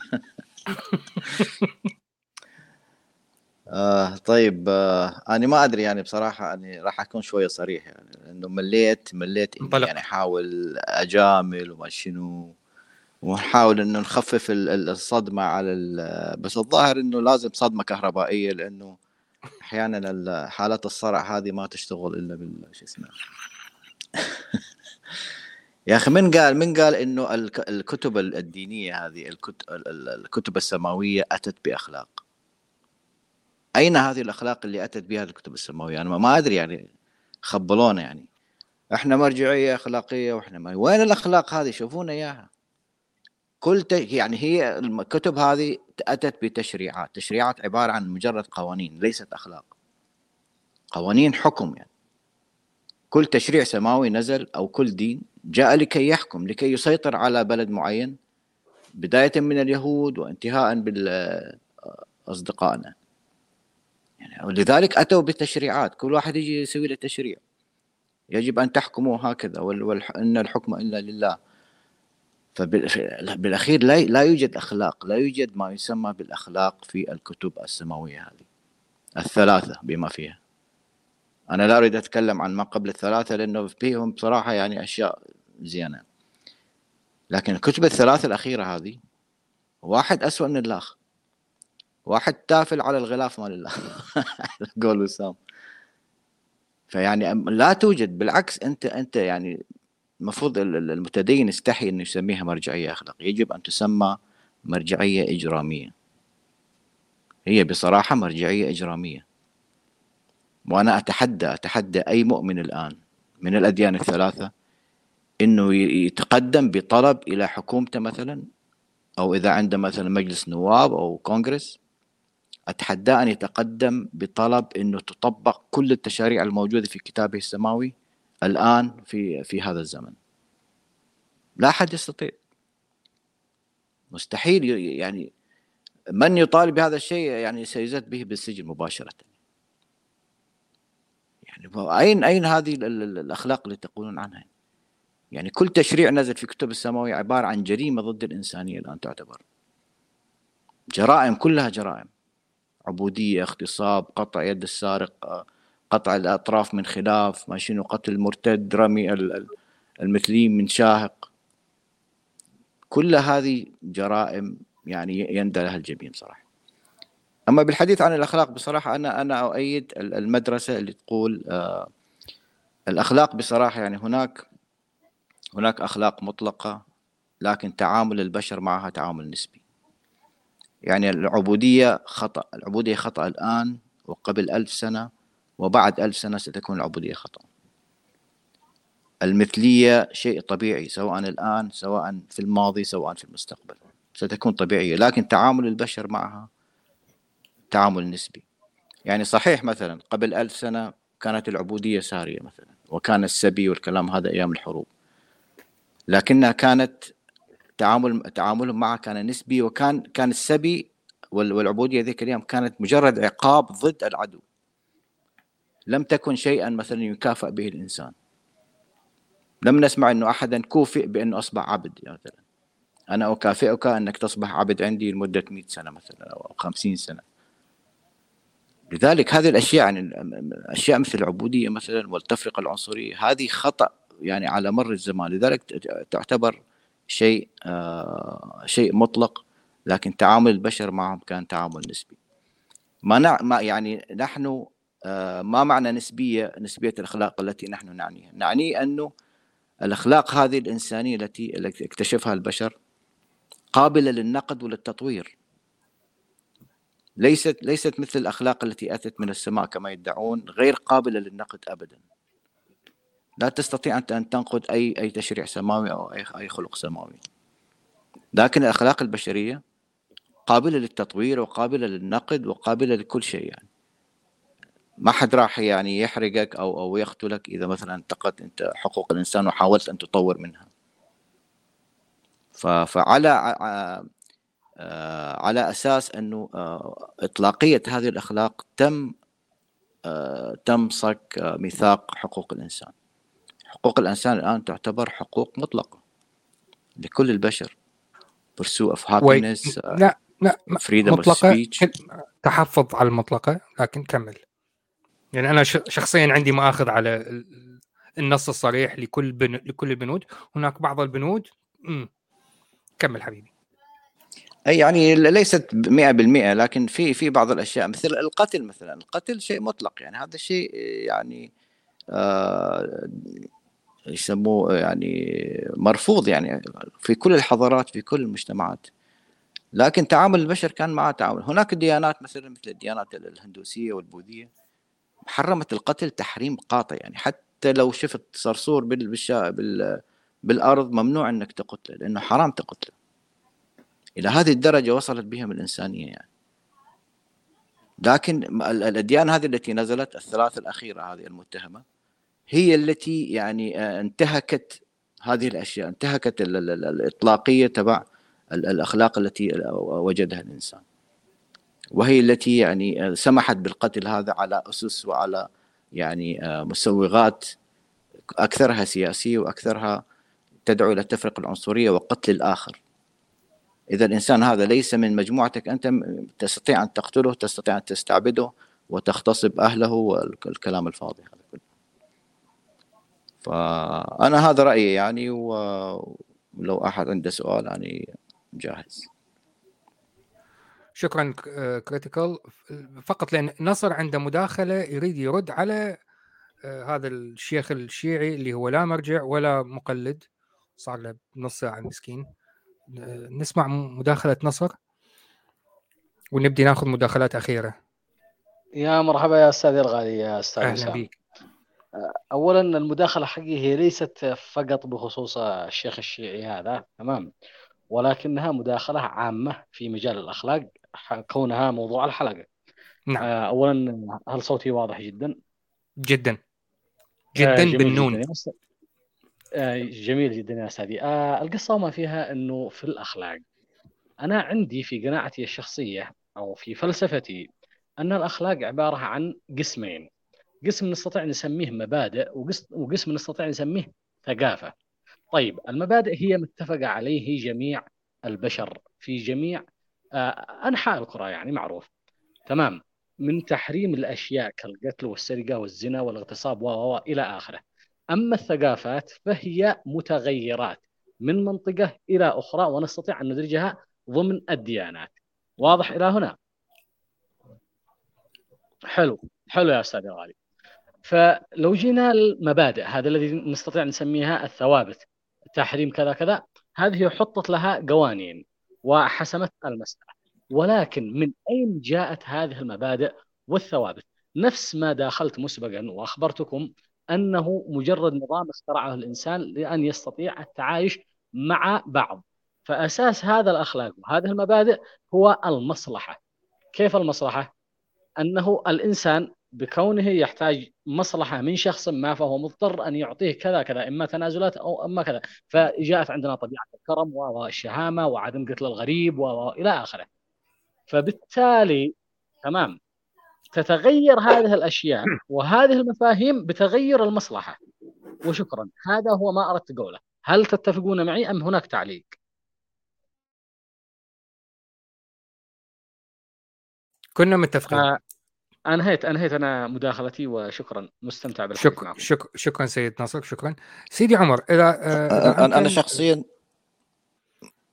طيب، انا ما ادري يعني بصراحه، اني راح اكون شويه صريح يعني، لانه مليت اني انطلق. يعني احاول اجامل وما شنو، ونحاول انه نخفف الصدمه على بس الظاهر انه لازم صدمه كهربائيه، لانه احيانا حالات الصرع هذه ما تشتغل الا شو اسمه. يا اخي من قال انه الكتب الدينيه هذه، الكتب السماويه اتت باخلاق؟ اين هذه الاخلاق اللي اتت بها الكتب السماويه؟ انا ما ادري يعني، خبلونا يعني احنا مرجعيه اخلاقيه، واحنا وين الاخلاق هذه؟ شوفونا اياها. يعني هي الكتب هذه اتت بتشريعات، تشريعات عباره عن مجرد قوانين، ليست اخلاق، قوانين حكم يعني. كل تشريع سماوي نزل او كل دين جاء لكي يحكم، لكي يسيطر على بلد معين، بدايه من اليهود وانتهاء بالاصدقائنا يعني. ولذلك اتوا بالتشريعات، كل واحد يجي يسوي له تشريع، يجب ان تحكموا هكذا، ان الحكم الا لله. فبالاخير لا يوجد اخلاق، لا يوجد ما يسمى بالاخلاق في الكتب السماويه هذه الثلاثه بما فيها. انا لا اريد اتكلم عن ما قبل الثلاثه لانه فيهم بصراحه يعني اشياء زينه، لكن الكتب الثلاثه الاخيره هذه، واحد اسوأ من الاخر، واحد تافل على الغلاف مال الله. قول وسام. فيعني لا توجد، بالعكس انت يعني المفروض المتدين يستحي انه يسميها مرجعيه اخلاقيه، يجب ان تسمى مرجعيه اجراميه. هي بصراحه مرجعيه اجراميه. وانا اتحدى اي مؤمن الان من الاديان الثلاثه انه يتقدم بطلب الى حكومته مثلا، او اذا عنده مثلا مجلس نواب او كونغرس، اتحدى ان يتقدم بطلب انه تطبق كل التشاريع الموجوده في كتابه السماوي الان في هذا الزمن. لا احد يستطيع، مستحيل يعني. من يطالب بهذا الشيء يعني سيزاد به بالسجن مباشره. يعني اين هذه الاخلاق اللي تقولون عنها؟ يعني كل تشريع نزل في كتب السماوية عبارة عن جريمة ضد الإنسانية الآن تعتبر. جرائم، كلها جرائم، عبودية، اغتصاب، قطع يد السارق، قطع الأطراف من خلاف، ما شنو، قتل المرتد، رمي المثليين من شاهق. كل هذه جرائم يعني يندى لها الجبين صراحة. أما بالحديث عن الأخلاق بصراحة، أنا أؤيد المدرسة اللي تقول الأخلاق بصراحة يعني هناك أخلاق مطلقة، لكن تعامل البشر معها تعامل نسبي. يعني العبودية خطأ، العبودية خطأ الآن وقبل 1000 سنة، وبعد 1000 سنة ستكون العبودية خطأ. المثلية شيء طبيعي، سواء الآن، سواء في الماضي، سواء في المستقبل، ستكون طبيعية، لكن تعامل البشر معها تعامل نسبي. يعني صحيح مثلا قبل 1000 سنة كانت العبودية سارية مثلا، وكان السبي والكلام هذا أيام الحروب، لكنها كانت تعاملهم معها كان نسبي، وكان السبي والعبودية ذيك الأيام كانت مجرد عقاب ضد العدو، لم تكن شيئا مثلا يكافئ به الإنسان. لم نسمع أنه أحدا كوفئ بأنه أصبح عبد مثلا. أنا أكافئك أنك تصبح عبد عندي لمدة 100 سنة مثلا أو 50 سنة. لذلك هذه الأشياء يعني أشياء مثل العبودية مثلا والتفرقة العنصرية، هذه خطأ يعني على مر الزمان، لذلك تعتبر شيء شيء مطلق، لكن تعامل البشر معهم كان تعامل نسبي. ما يعني نحن ما معنى نسبية الأخلاق التي نحن نعنيها؟ نعني أنه الأخلاق هذه الإنسانية التي اكتشفها البشر قابلة للنقد وللتطوير، ليست مثل الأخلاق التي أتت من السماء كما يدعون، غير قابلة للنقد أبدا. لا تستطيع أن تنقد أي تشريع سماوي أو أي خلق سماوي، لكن الأخلاق البشرية قابلة للتطوير وقابلة للنقد وقابلة لكل شيء. يعني ما حد راح يعني يحرقك أو يقتلك إذا مثلا انتقدت أنت حقوق الإنسان وحاولت أن تطور منها. فعلى على أساس أنه إطلاقية هذه الأخلاق تم صك ميثاق حقوق الإنسان. حقوق الإنسان الآن تعتبر حقوق مطلقة لكل البشر. pursuit of happiness، لا freedom of مطلقة، speech. تحفظ على المطلقة، لكن كمل. يعني أنا شخصيا عندي مآخذ على النص الصريح لكل البنود. هناك بعض البنود كمل حبيبي. أي يعني ليست 100%، لكن في بعض الأشياء مثل القتل مثلا. القتل شيء مطلق، يعني هذا شيء يعني يسموه يعني مرفوض يعني في كل الحضارات في كل المجتمعات. لكن تعامل البشر كان معه تعامل. هناك ديانات مثل الديانات الهندوسية والبوذية حرمت القتل تحريم قاطع، يعني حتى لو شفت صرصور بالأرض ممنوع أنك تقتله، لأنه حرام تقتله. إلى هذه الدرجة وصلت بهم الإنسانية يعني. لكن الأديان هذه التي نزلت، الثلاث الأخيرة هذه المتهمة، هي التي يعني انتهكت هذه الأشياء، انتهكت الإطلاقية تبع الأخلاق التي وجدها الإنسان، وهي التي يعني سمحت بالقتل هذا على أسس وعلى يعني مسوغات أكثرها سياسية وأكثرها تدعو إلى التفرقة العنصرية وقتل الآخر. إذا الإنسان هذا ليس من مجموعتك أنت، تستطيع أن تقتله، تستطيع أن تستعبده وتغتصب أهله والكلام الفاضي هذا كله. فأنا هذا رأيي يعني، ولو أحد عنده سؤال أنا جاهز. شكرا كريتيكال. فقط لأن نصر عنده مداخلة يريد يرد على هذا الشيخ الشيعي اللي هو لا مرجع ولا مقلد، صار له نص ساعة المسكين. نسمع مداخلة نصر ونبدي ناخذ مداخلات أخيرة. يا مرحبا يا أستاذ الغالي، يا أستاذ أهلا وسام. بك. أولا المداخلة حقي هي ليست فقط بخصوص الشيخ الشيعي هذا، تمام، ولكنها مداخلة عامة في مجال الأخلاق كونها موضوع الحلقة. نعم. أولا هل صوتي واضح جدا؟ جدا جدا جميل بالنون. جدا جميل جدا يا أستاذي. القصة وما فيها أنه في الأخلاق أنا عندي في قناعتي الشخصية أو في فلسفتي أن الأخلاق عبارة عن قسمين. قسم نستطيع نسميه مبادئ، وقسم نستطيع نسميه ثقافة. طيب المبادئ هي متفق عليه جميع البشر في جميع أنحاء القرى، يعني معروف تمام، من تحريم الأشياء كالقتل والسرقة والزنا والاغتصاب إلى آخره. أما الثقافات فهي متغيرات من منطقة إلى أخرى، ونستطيع أن ندرجها ضمن الديانات. واضح إلى هنا؟ حلو يا أستاذ الغالي. فلو جينا المبادئ، هذا الذي نستطيع نسميها الثوابت، تحريم كذا كذا، هذه حطت لها قوانين وحسمت المسألة. ولكن من أين جاءت هذه المبادئ والثوابت؟ نفس ما داخلت مسبقا وأخبرتكم أنه مجرد نظام اخترعه الإنسان لأن يستطيع التعايش مع بعض. فأساس هذا الأخلاق وهذه المبادئ هو المصلحة. كيف المصلحة؟ أنه الإنسان بكونه يحتاج مصلحة من شخص ما، فهو مضطر أن يعطيه كذا كذا، إما تنازلات أو إما كذا. فجاءت عندنا طبيعة الكرم والشهامة وعدم قتل الغريب وإلى آخره. فبالتالي تمام تتغير هذه الأشياء وهذه المفاهيم بتغير المصلحة. وشكرا، هذا هو ما أردت قوله. هل تتفقون معي أم هناك تعليق؟ كنا متفقين. أنهيت أنا مداخلتي، وشكرا، مستمتع بالحديث معكم. شكرا سيد ناصر. شكرا سيدي عمر. إذا أنا شخصيا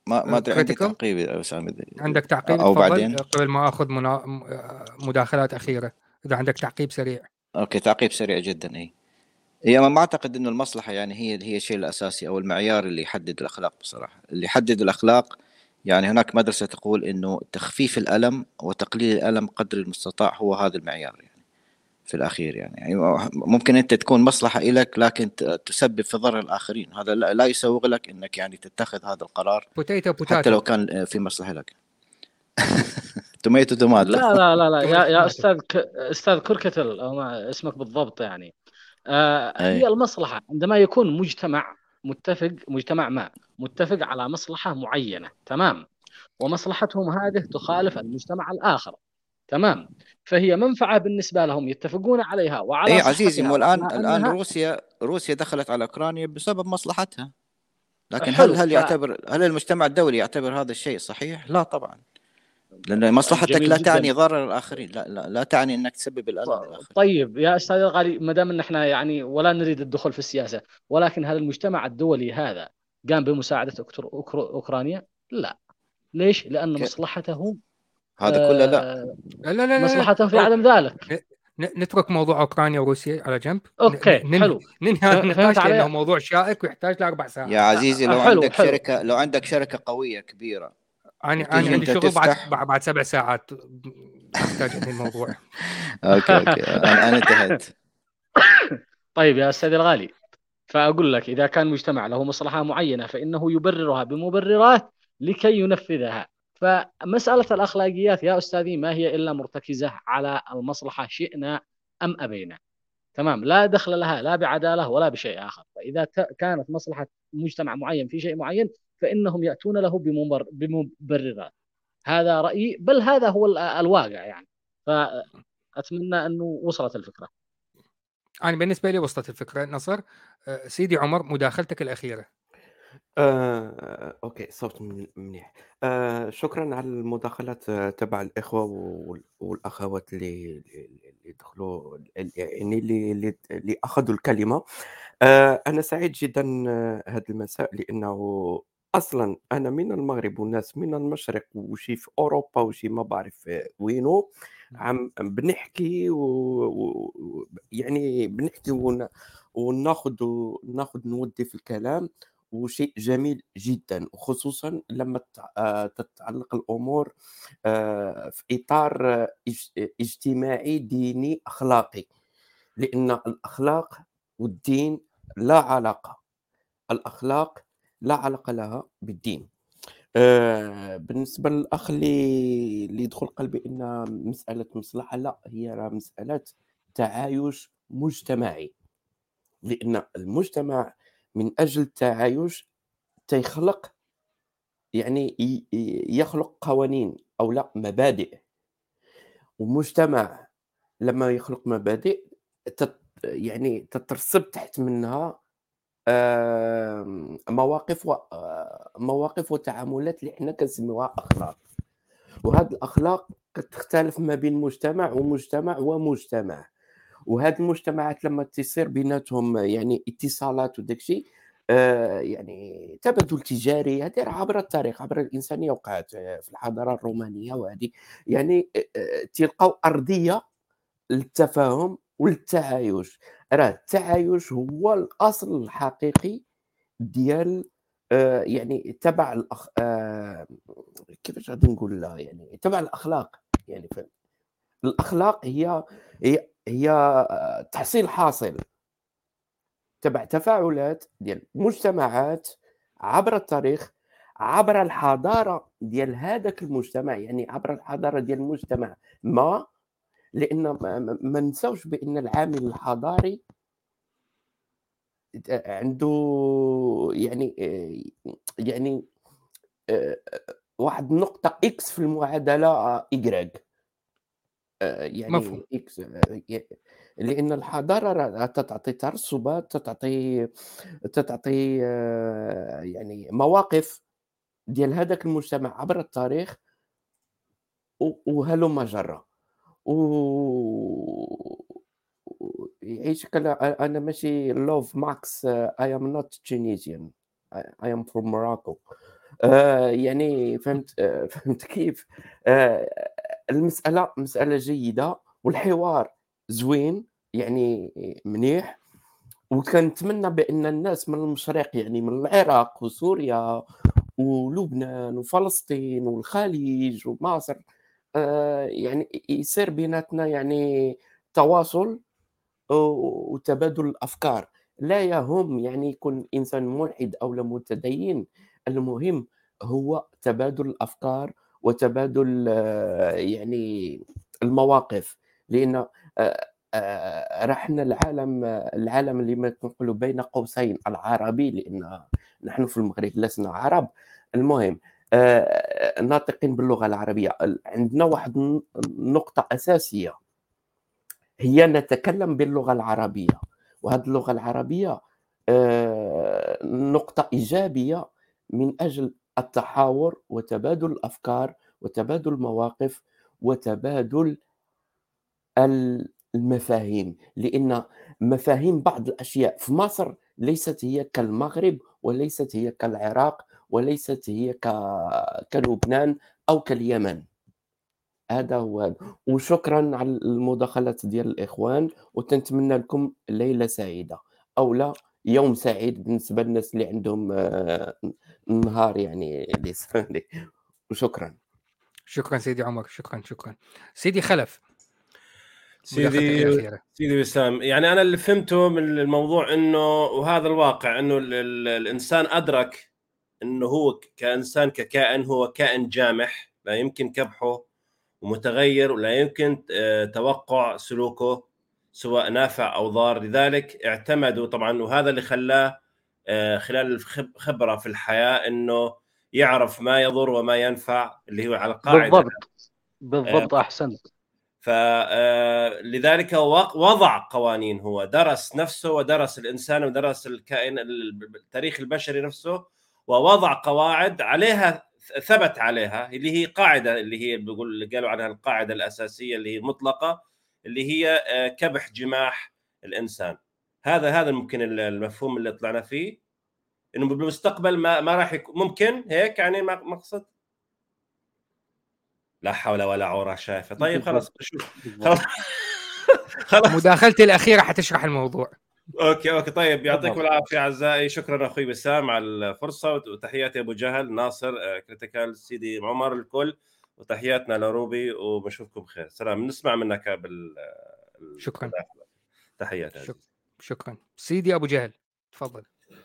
ما ادري، عندي critical. تعقيب يا اسامه عندك تعقيب؟ او تفضل بعدين. قبل ما اخذ مداخلات اخيره، اذا عندك تعقيب سريع. اوكي، تعقيب سريع جدا. هي ما اعتقد انه المصلحه يعني هي الشيء الاساسي او المعيار اللي يحدد الاخلاق. بصراحه اللي يحدد الاخلاق يعني هناك مدرسه تقول انه تخفيف الالم وتقليل الالم قدر المستطاع هو هذا المعيار يعني في الاخير. يعني ممكن انت تكون مصلحه لك لكن تسبب في ضرر الاخرين، هذا لا يسوغ لك انك يعني تتخذ هذا القرار حتى لو كان في مصلحه لك. توميتو تومات. لا يا استاذ كركتل او ما اسمك بالضبط يعني. هي المصلحه عندما يكون مجتمع متفق على مصلحه معينه، تمام، ومصلحتهم هذه تخالف المجتمع الاخر، تمام، فهي منفعه بالنسبه لهم يتفقون عليها وعلى اي عزيزي، مو الان روسيا دخلت على اوكرانيا بسبب مصلحتها، لكن هل المجتمع الدولي يعتبر هذا الشيء صحيح؟ لا طبعا، لأن مصلحتك لا تعني ضرر الآخرين، لا تعني أنك تسبب الألم للآخرين. طيب يا أستاذ الغالي، ما دام أن احنا يعني ولا نريد الدخول في السياسة، ولكن هل المجتمع الدولي هذا قام بمساعدة أوكرانيا؟ لا. ليش؟ لأن مصلحته هذا كله لا مصلحته في عدم ذلك. نترك موضوع اوكرانيا وروسيا على جنب. اوكي حلو، ننهي النقاش لانه موضوع شائك ويحتاج ل4 ساعات. يا عزيزي لو عندك شركه قوية كبيرة، انا عندي شغل بعد 7 ساعات احتاج انهي الموضوع. اوكي انا انتهيت. طيب يا استاذ الغالي، فاقول لك اذا كان مجتمع له مصلحة معينة فانه يبررها بمبررات لكي ينفذها. فمسألة الأخلاقيات يا أستاذي ما هي إلا مرتكزة على المصلحة شئنا أم أبينا، تمام، لا دخل لها لا بعدالة ولا بشيء آخر. فإذا كانت مصلحة مجتمع معين في شيء معين فإنهم يأتون له بمبررات. هذا رأيي، بل هذا هو الواقع يعني. فأتمنى أنه وصلت الفكرة. أنا بالنسبة لي وصلت الفكرة. نصر، سيدي عمر، مداخلتك الأخيرة. اوكي، صوت منيح. شكرا على المداخلات تبع الاخوه والاخوات اللي دخلوا، يعني اللي اخذوا الكلمه. انا سعيد جدا هذا المساء، لانه اصلا انا من المغرب والناس من المشرق وشي في اوروبا وشي ما بعرف وينو عم بنحكي يعني بنحكي وناخذ نودي في الكلام، وشيء جميل جدا، وخصوصا لما تتعلق الامور في اطار اجتماعي ديني اخلاقي، لان الاخلاق والدين لا علاقه. الاخلاق لا علاقه لها بالدين. بالنسبه للاخ اللي يدخل قلبي ان مساله مصلحه، لا، هي مساله تعايش مجتمعي، لان المجتمع من اجل التعايش تيخلق، يعني يخلق قوانين او لا مبادئ. ومجتمع لما يخلق مبادئ يعني تترسب تحت منها مواقف وتعاملات اللي احنا كنسميوها اخلاق. وهذه الاخلاق تختلف ما بين مجتمع ومجتمع. وهذه المجتمعات لما تصير بيناتهم يعني اتصالات وداك الشيء، يعني تبادل تجاري، هذه عبر التاريخ، عبر الانسانيه وقعت في الحضاره الرومانيه، وهذه يعني تلقاو ارضيه للتفاهم وللتعايش. راه التعايش هو الاصل الحقيقي ديال يعني تبع كيفاش غادي نقول لها، يعني تبع الاخلاق. يعني الاخلاق هي تحصيل حاصل تبع تفاعلات ديال مجتمعات عبر التاريخ، عبر الحضاره ديال هذاك المجتمع، يعني عبر الحضاره ديال المجتمع ما. لان ما نساوش بان العامل الحضاري عنده يعني واحد النقطه اكس في المعادله ايكغيك، يعني مفهوم. اكس، لان الحضاره تعطي ترسبات، تعطي يعني مواقف ديال هذاك المجتمع عبر التاريخ، وهلم جرى. يعيش انا ماشي لوف ماكس. I am not Tunisian. I am from Morocco. يعني فهمت كيف. المسألة مسألة جيدة والحوار زوين يعني مليح، وكنتمنى بأن الناس من المشرق يعني من العراق وسوريا ولبنان وفلسطين والخليج ومصر يعني يصير بيناتنا يعني تواصل وتبادل الأفكار. لا يهم يعني يكون إنسان ملحد أو لا متدين، المهم هو تبادل الأفكار وتبادل يعني المواقف. لأن رحنا العالم اللي ما نقولوا بين قوسين العربي، لأن نحن في المغرب لسنا عرب. المهم ناطقين باللغة العربية. عندنا واحد نقطة أساسية، هي نتكلم باللغة العربية، وهذه اللغة العربية نقطة إيجابية من أجل التحاور وتبادل الأفكار وتبادل المواقف وتبادل المفاهيم. لأن مفاهيم بعض الأشياء في مصر ليست هي كالمغرب وليست هي كالعراق وليست هي كلبنان أو كاليمن. هذا هو. وشكرا على المداخلات ديال الإخوان، وتنتمنى لكم ليلة سعيدة أو لا يوم سعيد بالنسبة للناس اللي عندهم نهار يعني ليسفاندي. وشكرا. شكرا سيدي عمر، شكرا سيدي خلف. سيدي وسام، يعني أنا اللي فهمته من الموضوع إنه وهذا الواقع إنه الإنسان أدرك إنه هو كإنسان ككائن هو كائن جامح لا يمكن كبحه ومتغير ولا يمكن توقع سلوكه سواء نافع أو ضار. لذلك اعتمدوا طبعا، وهذا اللي خلاه خلال الخبرة في الحياة إنه يعرف ما يضر وما ينفع، اللي هو على قاعدة بالضبط أحسنت. فلذلك وضع قوانين، هو درس نفسه ودرس الإنسان ودرس الكائن التاريخ البشري نفسه ووضع قواعد عليها، ثبت عليها، اللي هي قاعدة اللي هي اللي قالوا عنها القاعدة الأساسية اللي هي المطلقة، اللي هي كبح جماح الإنسان. هذا ممكن المفهوم اللي طلعنا فيه، إنه بالمستقبل ما راح يكون ممكن هيك يعني مقصد. لا حول ولا عورة شايفة. طيب خلاص خلاص مداخلتي الأخيرة حتشرح الموضوع. اوكي طيب، يعطيكم العافيه اعزائي. شكرا اخوي بسام على الفرصه، وتحياتي ابو جهل، ناصر، كريتيكال، سيدي عمر، الكل، وتحياتنا لروبي، وبنشوفكم بخير. سلام. نسمع منك شكرا. تحياتي. شكرا سيدي ابو جهل، تفضل.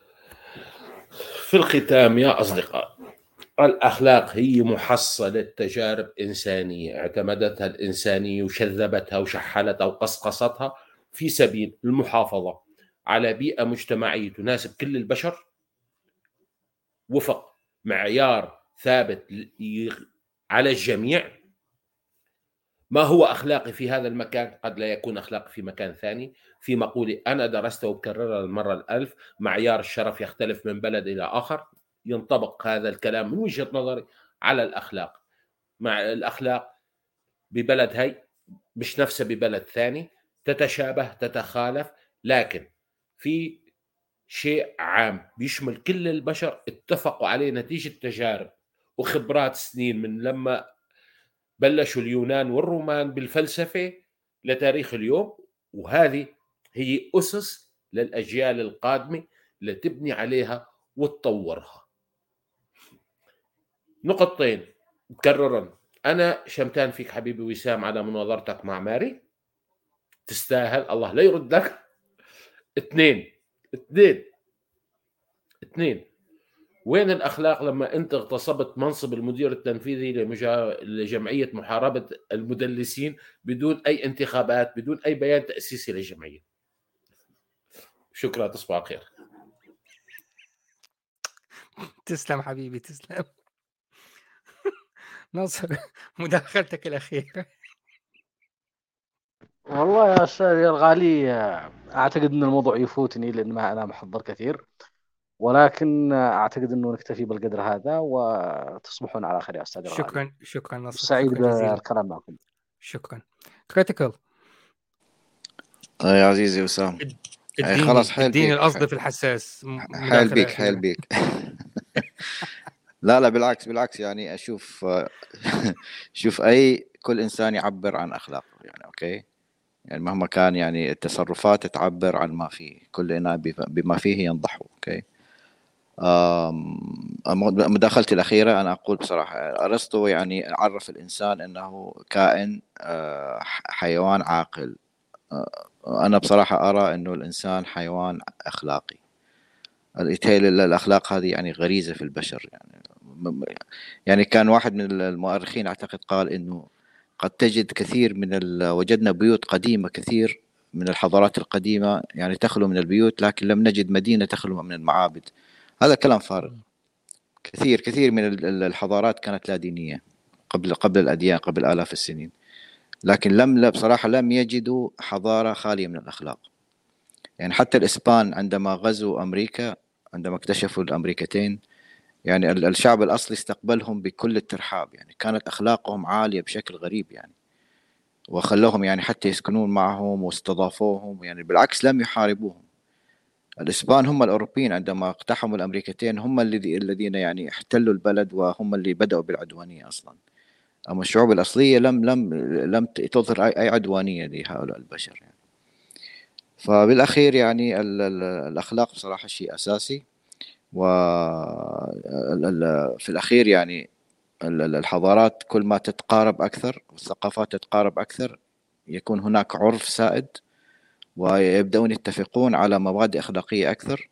في الختام يا اصدقاء، الأخلاق هي محصلة تجارب إنسانية اعتمدتها الإنسانية وشذبتها وشحلتها وقصقصتها في سبيل المحافظة على بيئة مجتمعية تناسب كل البشر وفق معيار ثابت على الجميع. ما هو أخلاقي في هذا المكان قد لا يكون أخلاقي في مكان ثاني. في مقولة أنا درسته وبكررها المرة الألف، معيار الشرف يختلف من بلد إلى آخر. ينطبق هذا الكلام من وجهة نظري على الأخلاق. مع الأخلاق ببلد هاي مش نفسها ببلد ثاني، تتشابه تتخالف، لكن في شيء عام بيشمل كل البشر اتفقوا عليه نتيجة تجارب وخبرات سنين من لما بلشوا اليونان والرومان بالفلسفة لتاريخ اليوم. وهذه هي أسس للأجيال القادمة لتبني عليها وتطورها. نقطتين مكررا، أنا شمتان فيك حبيبي وسام على مناظرتك مع ماري، تستاهل، الله لا يردك. اثنين، وين الأخلاق لما أنت اغتصبت منصب المدير التنفيذي لجمعية محاربة المدلسين بدون أي انتخابات، بدون أي بيان تأسيسي للجمعية؟ شكرا، تصبح على خير. تسلم حبيبي، تسلم. ناصر، مداخلتك الأخيرة. والله يا أستاذي الغالي أعتقد أن الموضوع يفوتني لأن ما أنا محضر كثير، ولكن أعتقد أنه نكتفي بالقدر هذا وتصبحون على خير يا أستاذي الغالي. شكرا ناصر، سعيد بالكلام معكم. شكرا. كريتيكال يا عزيزي وسام، خلاص اديني القصد في الحساس. حال بيك لا بالعكس يعني اشوف شوف كل انسان يعبر عن اخلاقه يعني اوكي، يعني مهما كان يعني التصرفات تعبر عن ما فيه، كل اناء بما فيه ينضح اوكي. مداخلتي الأخيرة أنا أقول بصراحة أرسطو يعني عرف الإنسان أنه كائن حيوان عاقل. أنا بصراحة أرى أنه الإنسان حيوان أخلاقي. الأخلاق هذه يعني غريزة في البشر يعني كان واحد من المؤرخين أعتقد قال أنه قد تجد كثير وجدنا بيوت قديمة كثير من الحضارات القديمة يعني تخلو من البيوت، لكن لم نجد مدينة تخلو من المعابد. هذا كلام فارغ. كثير من الحضارات كانت لا دينية قبل الأديان، قبل آلاف السنين، لكن بصراحة لم يجدوا حضارة خالية من الأخلاق. يعني حتى الإسبان عندما غزوا أمريكا، عندما اكتشفوا الأمريكتين، يعني الشعب الأصلي استقبلهم بكل الترحاب، يعني كانت أخلاقهم عالية بشكل غريب يعني، وخلوهم يعني حتى يسكنون معهم واستضافوهم، يعني بالعكس لم يحاربوهم. الإسبان هم الأوروبيين عندما اقتحموا الأمريكتين هم الذين يعني احتلوا البلد، وهم اللي بدأوا بالعدوانية أصلا. أما الشعوب الأصلية لم تظهر أي عدوانية لهؤلاء البشر يعني. فبالأخير يعني الأخلاق بصراحة شيء أساسي، وفي الأخير يعني الحضارات كل ما تتقارب أكثر والثقافات تتقارب أكثر يكون هناك عرف سائد، ويبدأون يتفقون على مبادئ أخلاقية أكثر.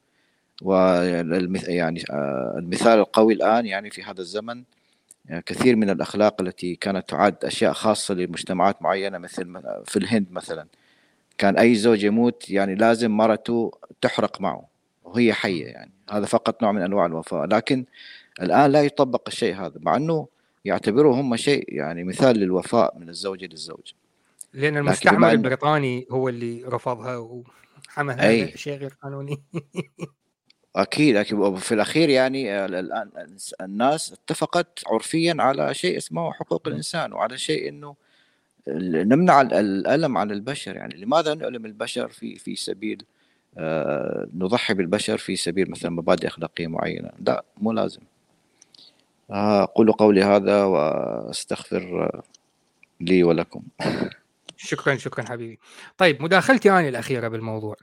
يعني المثال القوي الآن يعني في هذا الزمن يعني كثير من الأخلاق التي كانت تعد أشياء خاصة لمجتمعات معينة، مثل في الهند مثلا كان أي زوج يموت يعني لازم مرته تحرق معه وهي حية، يعني هذا فقط نوع من أنواع الوفاء. لكن الآن لا يطبق الشيء هذا، مع أنه يعتبروه هم شيء يعني مثال للوفاء من الزوجة للزوج، لأن المستعمر البريطاني هو اللي رفضها وحملها شيء غير قانوني. أكيد في الأخير يعني الآن الناس اتفقت عرفيا على شيء اسمه حقوق الإنسان، وعلى شيء إنه نمنع الألم عن البشر. يعني لماذا نؤلم البشر في سبيل نضحي بالبشر في سبيل مثلا مبادئ أخلاقية معينة؟ لا، مو لازم. أقول قولي هذا وأستغفر لي ولكم. شكرا حبيبي. طيب مداخلتي أنا الأخيرة بالموضوع.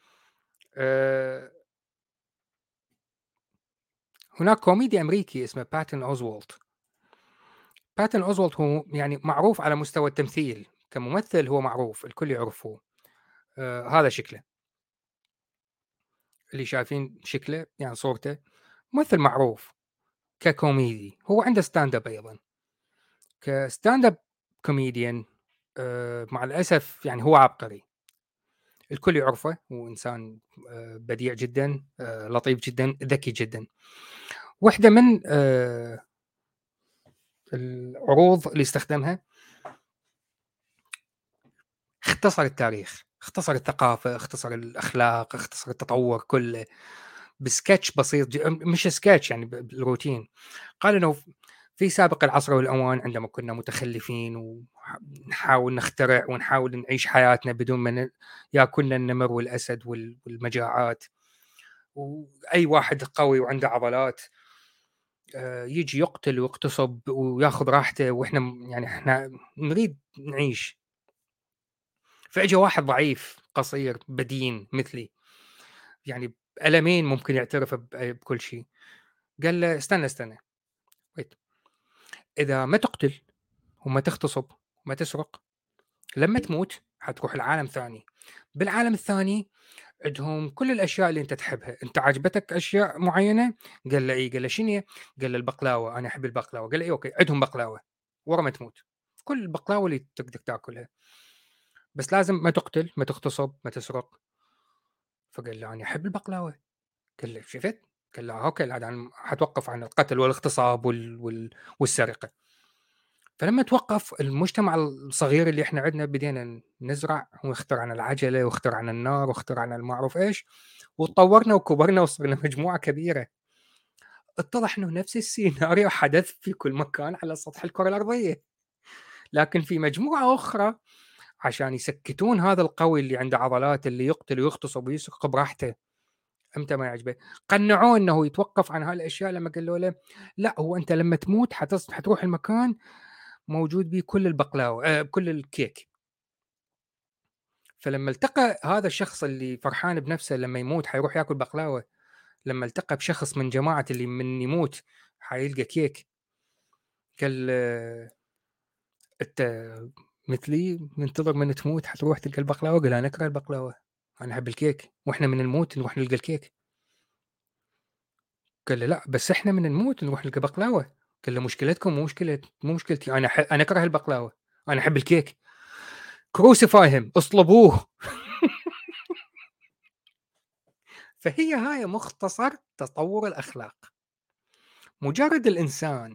هناك كوميدي أمريكي اسمه باتن أوزوالد. باتن أوزوالد هو يعني معروف على مستوى التمثيل، كممثل هو معروف، الكل يعرفه. هذا شكله، اللي شايفين شكله يعني صورته، ممثل معروف. ككوميدي هو عنده ستاند اب أيضا، كستاند اب كوميديان. مع الأسف يعني هو عبقري، الكل يعرفه، هو إنسان بديع جدا، لطيف جدا، ذكي جدا. واحدة من العروض اللي استخدمها اختصر التاريخ، اختصر الثقافة، اختصر الأخلاق، اختصر التطور كله بسكتش بسيط، مش سكتش يعني بالروتين. قال إنه في سابق العصر والأوان عندما كنا متخلفين ونحاول نخترع ونحاول نعيش حياتنا بدون ما يأكلنا النمر والأسد والمجاعات، وأي واحد قوي وعنده عضلات يجي يقتل ويغتصب وياخذ راحته، واحنا يعني احنا نريد نعيش. فاجى واحد ضعيف قصير بدين مثلي، يعني ألمين ممكن يعترف بكل شيء. قال له استنى ويت. إذا ما تقتل وما تغتصب وما تسرق، لما تموت حتروح العالم ثاني. بالعالم الثاني عندهم كل الاشياء اللي انت تحبها. انت عجبتك اشياء معينه؟ قال له اي. قال له شنو؟ قال له البقلاوه، انا احب البقلاوه. قال له اي اوكي، عندهم بقلاوه ورا ما تموت، كل البقلاوه اللي تقدر تاكلها، بس لازم ما تقتل، ما تغتصب، ما تسرق. فقال له انا احب البقلاوه. قال له شفت؟ قال له اوكي، الان حتوقف عن القتل والاغتصاب والسرقه. فلما توقف المجتمع الصغير اللي احنا عندنا، بدينا نزرع واخترعنا العجله واخترعنا النار واخترعنا المعروف ايش، وتطورنا وكبرنا وصرنا مجموعه كبيره. اتضح انه نفس السيناريو حدث في كل مكان على سطح الكره الارضيه، لكن في مجموعه اخرى عشان يسكتون هذا القوي اللي عنده عضلات، اللي يقتل ويغتصب ويسرق براحته، امتى ما يعجبه. قنعوه انه يتوقف عن هالاشياء لما قالوا له لا، هو انت لما تموت حتروح المكان موجود به كل البقلاوه كل الكيك. فلما التقى هذا الشخص اللي فرحان بنفسه لما يموت حيروح ياكل بقلاوه، لما التقى بشخص من جماعه اللي من يموت حيلقى كيك، قال انت مثلي منتظر من تموت حتروح تلقى البقلاوه؟ قال انا اكره البقلاوه، انا احب الكيك، واحنا من نموت نروح نلقى الكيك. قال له لا بس احنا من نموت نروح نلقى بقلاوه. قال له مشكلتكم مو مشكلتي، انا اكره البقلاوه، انا احب الكيك. كروسيفايهم، اصلبوه. فهي هاي مختصر تطور الاخلاق. مجرد الانسان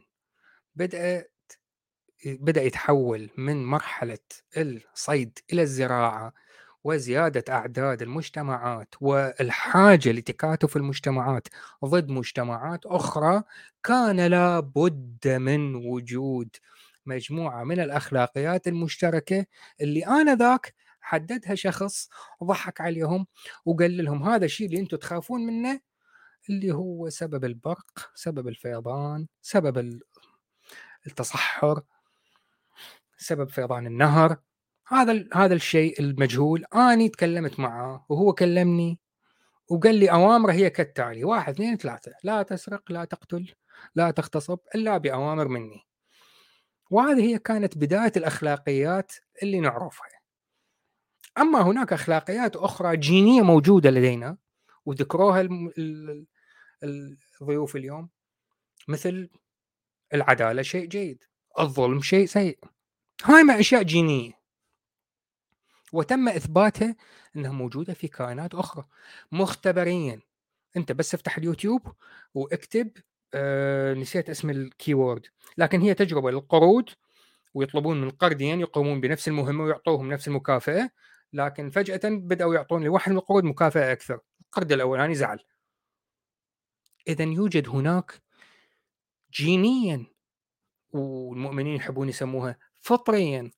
بدأ يتحول من مرحلة الصيد إلى الزراعة وزيادة أعداد المجتمعات والحاجة لتكاتف المجتمعات ضد مجتمعات أخرى، كان لا بد من وجود مجموعة من الأخلاقيات المشتركة اللي آنذاك حددها شخص وضحك عليهم وقال لهم هذا الشيء اللي أنتم تخافون منه اللي هو سبب البرق، سبب الفيضان، سبب التصحر، سبب فيضان النهر، هذا الشيء المجهول. أنا تكلمت معه وهو كلمني وقال لي أوامره هي كالتالي: 1 2 3، لا تسرق، لا تقتل، لا تغتصب إلا بأوامر مني. وهذه هي كانت بداية الأخلاقيات اللي نعرفها. أما هناك أخلاقيات أخرى جينية موجودة لدينا وذكروها الضيوف اليوم، مثل العدالة شيء جيد، الظلم شيء سيء. هاي ما أشياء جينية وتم إثباتها أنها موجودة في كائنات أخرى مختبريا. أنت بس افتح اليوتيوب واكتب نسيت اسم الكيورد، لكن هي تجربة للقرود، ويطلبون من قردين يقومون بنفس المهمة ويعطوهم نفس المكافأة، لكن فجأة بدأوا يعطون لواحد من القرود مكافأة أكثر. القرد الأولاني زعل. إذن يوجد هناك جينيا، والمؤمنين يحبون يسموها فطريا،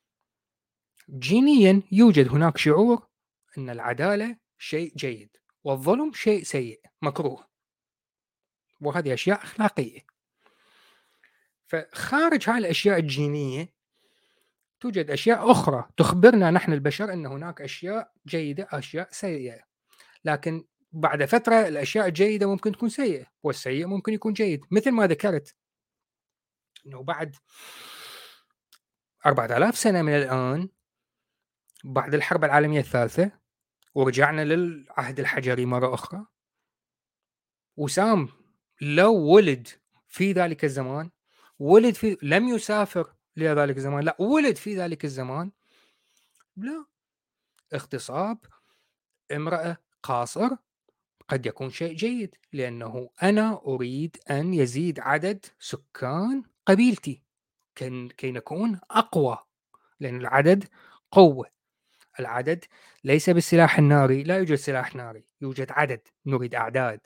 جينيا يوجد هناك شعور أن العدالة شيء جيد والظلم شيء سيء مكروه، وهذه أشياء أخلاقية. فخارج هاي الأشياء الجينية توجد أشياء أخرى تخبرنا نحن البشر أن هناك أشياء جيدة أشياء سيئة، لكن بعد فترة الأشياء الجيدة ممكن تكون سيئة والسيء ممكن يكون جيد. مثل ما ذكرت أنه بعد 4000 سنة من الآن، بعد الحرب العالمية الثالثة، ورجعنا للعهد الحجري مرة أخرى، وسام لو ولد في ذلك الزمان، لم يسافر لذلك الزمان، لا ولد في ذلك الزمان، لا، اغتصاب امرأة قاصر قد يكون شيء جيد، لأنه أنا أريد أن يزيد عدد سكان قبيلتي كي نكون أقوى، لأن العدد قوة. العدد ليس بالسلاح الناري، لا يوجد سلاح ناري، يوجد عدد، نريد أعداد.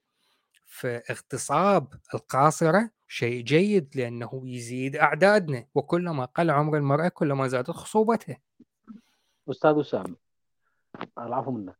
فاغتصاب القاصرة شيء جيد لأنه يزيد أعدادنا، وكلما قل عمر المرأة كلما زادت خصوبتها. أستاذ وسام، العفو منك.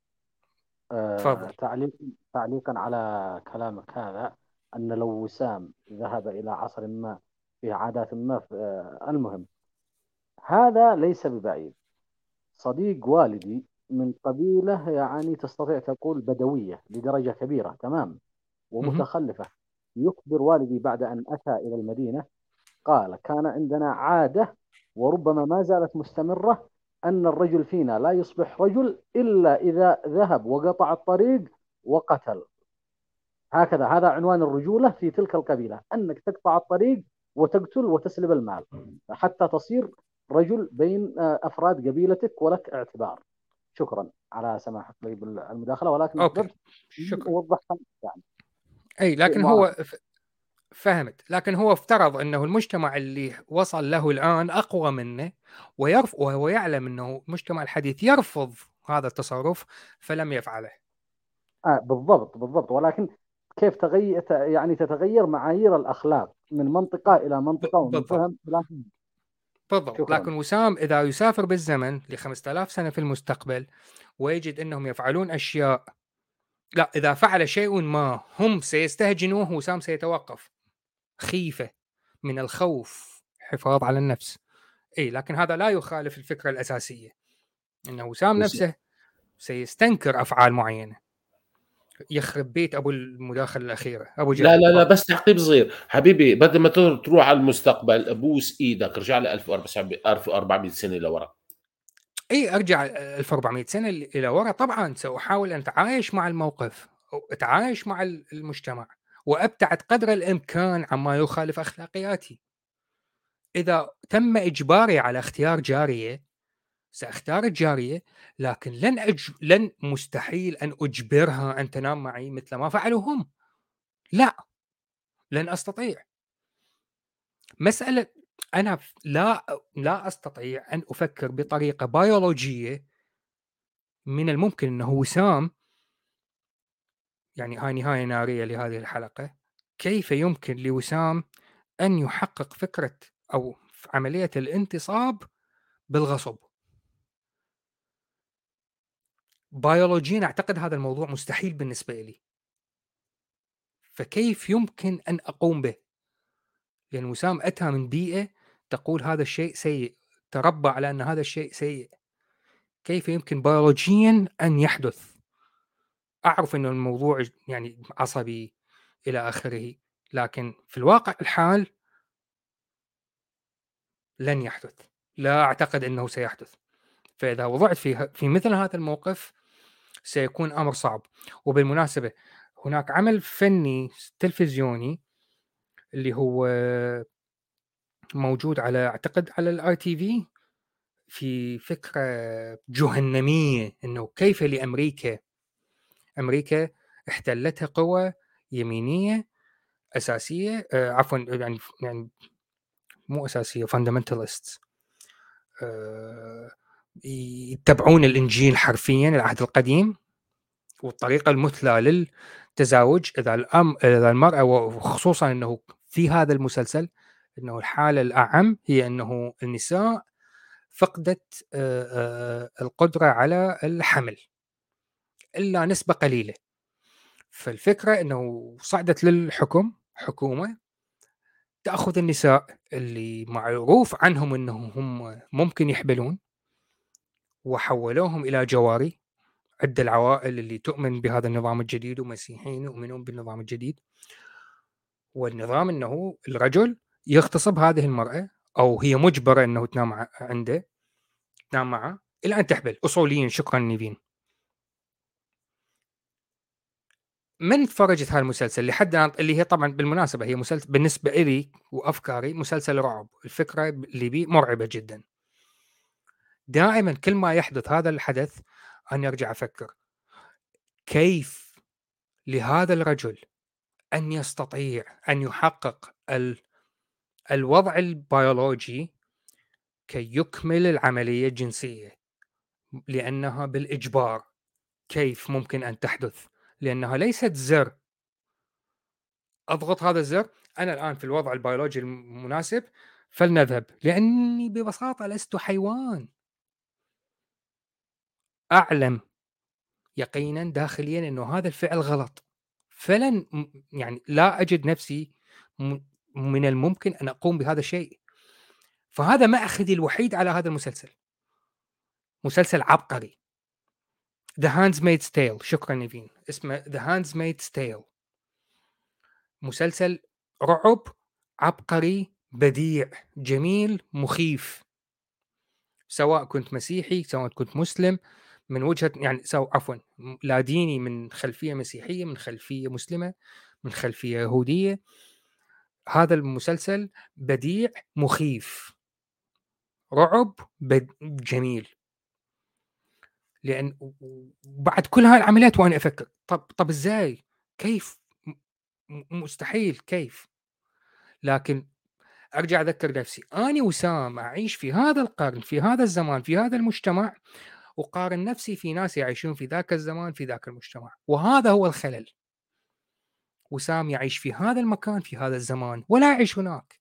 تفضل. تعليقا على كلامك هذا، أن لو وسام ذهب إلى عصر ما فيه عادات ما المهم، هذا ليس ببعيد. صديق والدي من قبيلة يعني تستطيع تقول بدوية لدرجة كبيرة تمام ومتخلفة. يخبر والدي بعد أن أتى إلى المدينة، قال: كان عندنا عادة وربما ما زالت مستمرة، أن الرجل فينا لا يصبح رجل إلا إذا ذهب وقطع الطريق وقتل. هكذا، هذا عنوان الرجولة في تلك القبيلة، أنك تقطع الطريق وتقتل وتسلب المال حتى تصير رجل بين أفراد قبيلتك ولك اعتبار. شكرا على سماحك لي بالمداخلة، ولكن أوضحها يعني. أي لكن هو فهمت، لكن هو افترض أنه المجتمع اللي وصل له الآن أقوى منه، وهو يعلم أنه المجتمع الحديث يرفض هذا التصرف فلم يفعله. بالضبط. ولكن كيف تتغير معايير الأخلاق من منطقة إلى منطقة ومن فهم إلى فهم. بالضبط. شكرا. لكن وسام إذا يسافر بالزمن ل5000 سنة في المستقبل ويجد أنهم يفعلون أشياء لا، إذا فعل شيء ما هم سيستهجنوه، وسام سيتوقف خيفة من الخوف، حفاظ على النفس. اي، لكن هذا لا يخالف الفكرة الأساسية، انه وسام نفسه سيستنكر أفعال معينة. يخرب بيت ابو المداخله الاخيره ابو جهل. لا لا لا، بس تعقيب صغير حبيبي، بدل ما تروح على المستقبل ابوس ايدك رجع ل 1400 سنه لورا. اي، ارجع 1400 سنه الى وراء. طبعا ساحاول ان اتعايش مع الموقف، أو اتعايش مع المجتمع، وابتعد قدر الامكان عما يخالف اخلاقياتي. اذا تم اجباري على اختيار جاريه ساختار الجاريه، لكن لن مستحيل ان اجبرها ان تنام معي مثل ما فعلوا هم. لا، لن استطيع. مساله أنا لا أستطيع أن أفكر بطريقة بيولوجية. من الممكن أنه وسام، يعني هاي نهاية نارية لهذه الحلقة، كيف يمكن لوسام أن يحقق فكرة أو عملية الانتصاب بالغصب؟ بيولوجيا أعتقد هذا الموضوع مستحيل بالنسبة لي. فكيف يمكن أن أقوم به؟ لأن وسام أتى من بيئة تقول هذا الشيء سيء، تربى على أن هذا الشيء سيء. كيف يمكن بيولوجيا أن يحدث؟ أعرف أنه الموضوع يعني عصبي إلى آخره، لكن في الواقع الحال لن يحدث. لا أعتقد أنه سيحدث. فإذا وضعت في مثل هذا الموقف سيكون أمر صعب. وبالمناسبة هناك عمل فني تلفزيوني اللي هو موجود على، أعتقد على الآي تي في فكرة جهنمية، أنه كيف لأمريكا احتلتها قوى يمينية أساسية، عفوا يعني مو أساسية، fundamentalists، يتبعون الإنجيل حرفيا العهد القديم، والطريقة المثلى للتزاوج إذا المرأة، وخصوصا أنه في هذا المسلسل أنه الحالة الأعم هي أنه النساء فقدت القدرة على الحمل إلا نسبة قليلة. فالفكرة أنه صعدت للحكم حكومة تأخذ النساء اللي معروف عنهم أنهم هم ممكن يحبلون، وحولوهم إلى جواري. عند العوائل اللي تؤمن بهذا النظام الجديد ومسيحيين يؤمنون بالنظام الجديد، والنظام أنه الرجل يغتصب هذه المرأة، أو هي مجبرة أنه تنام عنده، تنام معه إلى أن تحبل. أصوليين. شكرا نيفين. من تفرجت هذا المسلسل لحد اللي هي طبعا بالمناسبة هي مسلسل بالنسبة لي وأفكاري مسلسل رعب. الفكرة اللي بيه مرعبة جدا. دائما كل ما يحدث هذا الحدث أن يرجع أفكر كيف لهذا الرجل أن يستطيع أن يحقق الوضع البيولوجي كي يكمل العملية الجنسية، لأنها بالإجبار. كيف ممكن أن تحدث؟ لأنها ليست زر أضغط هذا الزر، أنا الآن في الوضع البيولوجي المناسب فلنذهب، لأني ببساطة لست حيوان. أعلم يقينا داخليا أنه هذا الفعل غلط، فلن يعني لا أجد نفسي من الممكن أن أقوم بهذا الشيء. فهذا مأخذي الوحيد على هذا المسلسل. مسلسل عبقري. The Handmaid's Tale. شكرا نيفين. اسمه The Handmaid's Tale. مسلسل رعب عبقري بديع جميل مخيف، سواء كنت مسيحي سواء كنت مسلم، من وجهة يعني عفوا لا ديني، من خلفية مسيحية، من خلفية مسلمة، من خلفية يهودية. هذا المسلسل بديع مخيف رعب جميل. لأن بعد كل هاي العمليات وأنا أفكر طب إزاي؟ كيف؟ مستحيل. كيف؟ لكن أرجع أذكر نفسي أنا وسام أعيش في هذا القرن، في هذا الزمان، في هذا المجتمع، وقارن نفسي في ناس يعيشون في ذاك الزمان في ذاك المجتمع. وهذا هو الخلل. وسام يعيش في هذا المكان في هذا الزمان ولا يعيش هناك.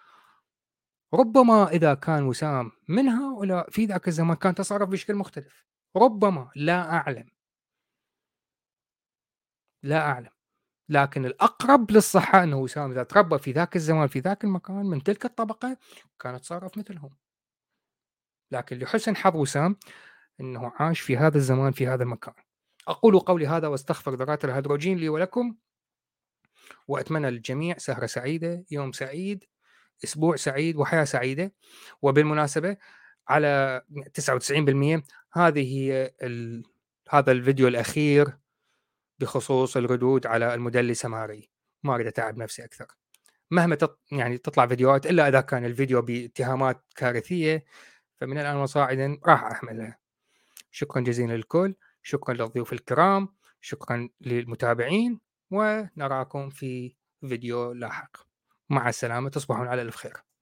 ربما إذا كان وسام من هؤلاء في ذاك الزمان كان تصرف بشكل مختلف، ربما، لا أعلم. لا أعلم، لكن الأقرب للصحة أنه وسام إذا تربى في ذاك الزمان في ذاك المكان من تلك الطبقة كان يتصرف مثلهم. لكن لحسن حظ وسام أنه عاش في هذا الزمان في هذا المكان. أقول قولي هذا واستغفر ذرات الهيدروجين لي ولكم، وأتمنى للجميع سهرة سعيدة، يوم سعيد، أسبوع سعيد، وحياة سعيدة. وبالمناسبة على 99% هذه هي هذا الفيديو الأخير بخصوص الردود على المدلسة ماري. ما أريد أتعب نفسي أكثر مهما يعني تطلع فيديوهات، إلا إذا كان الفيديو باتهامات كارثية فمن الآن وصاعدا راح أحملها. شكرا جزيلا للكل، شكرا للضيوف الكرام، شكرا للمتابعين، ونراكم في فيديو لاحق. مع السلامة، تصبحون على ألف خير.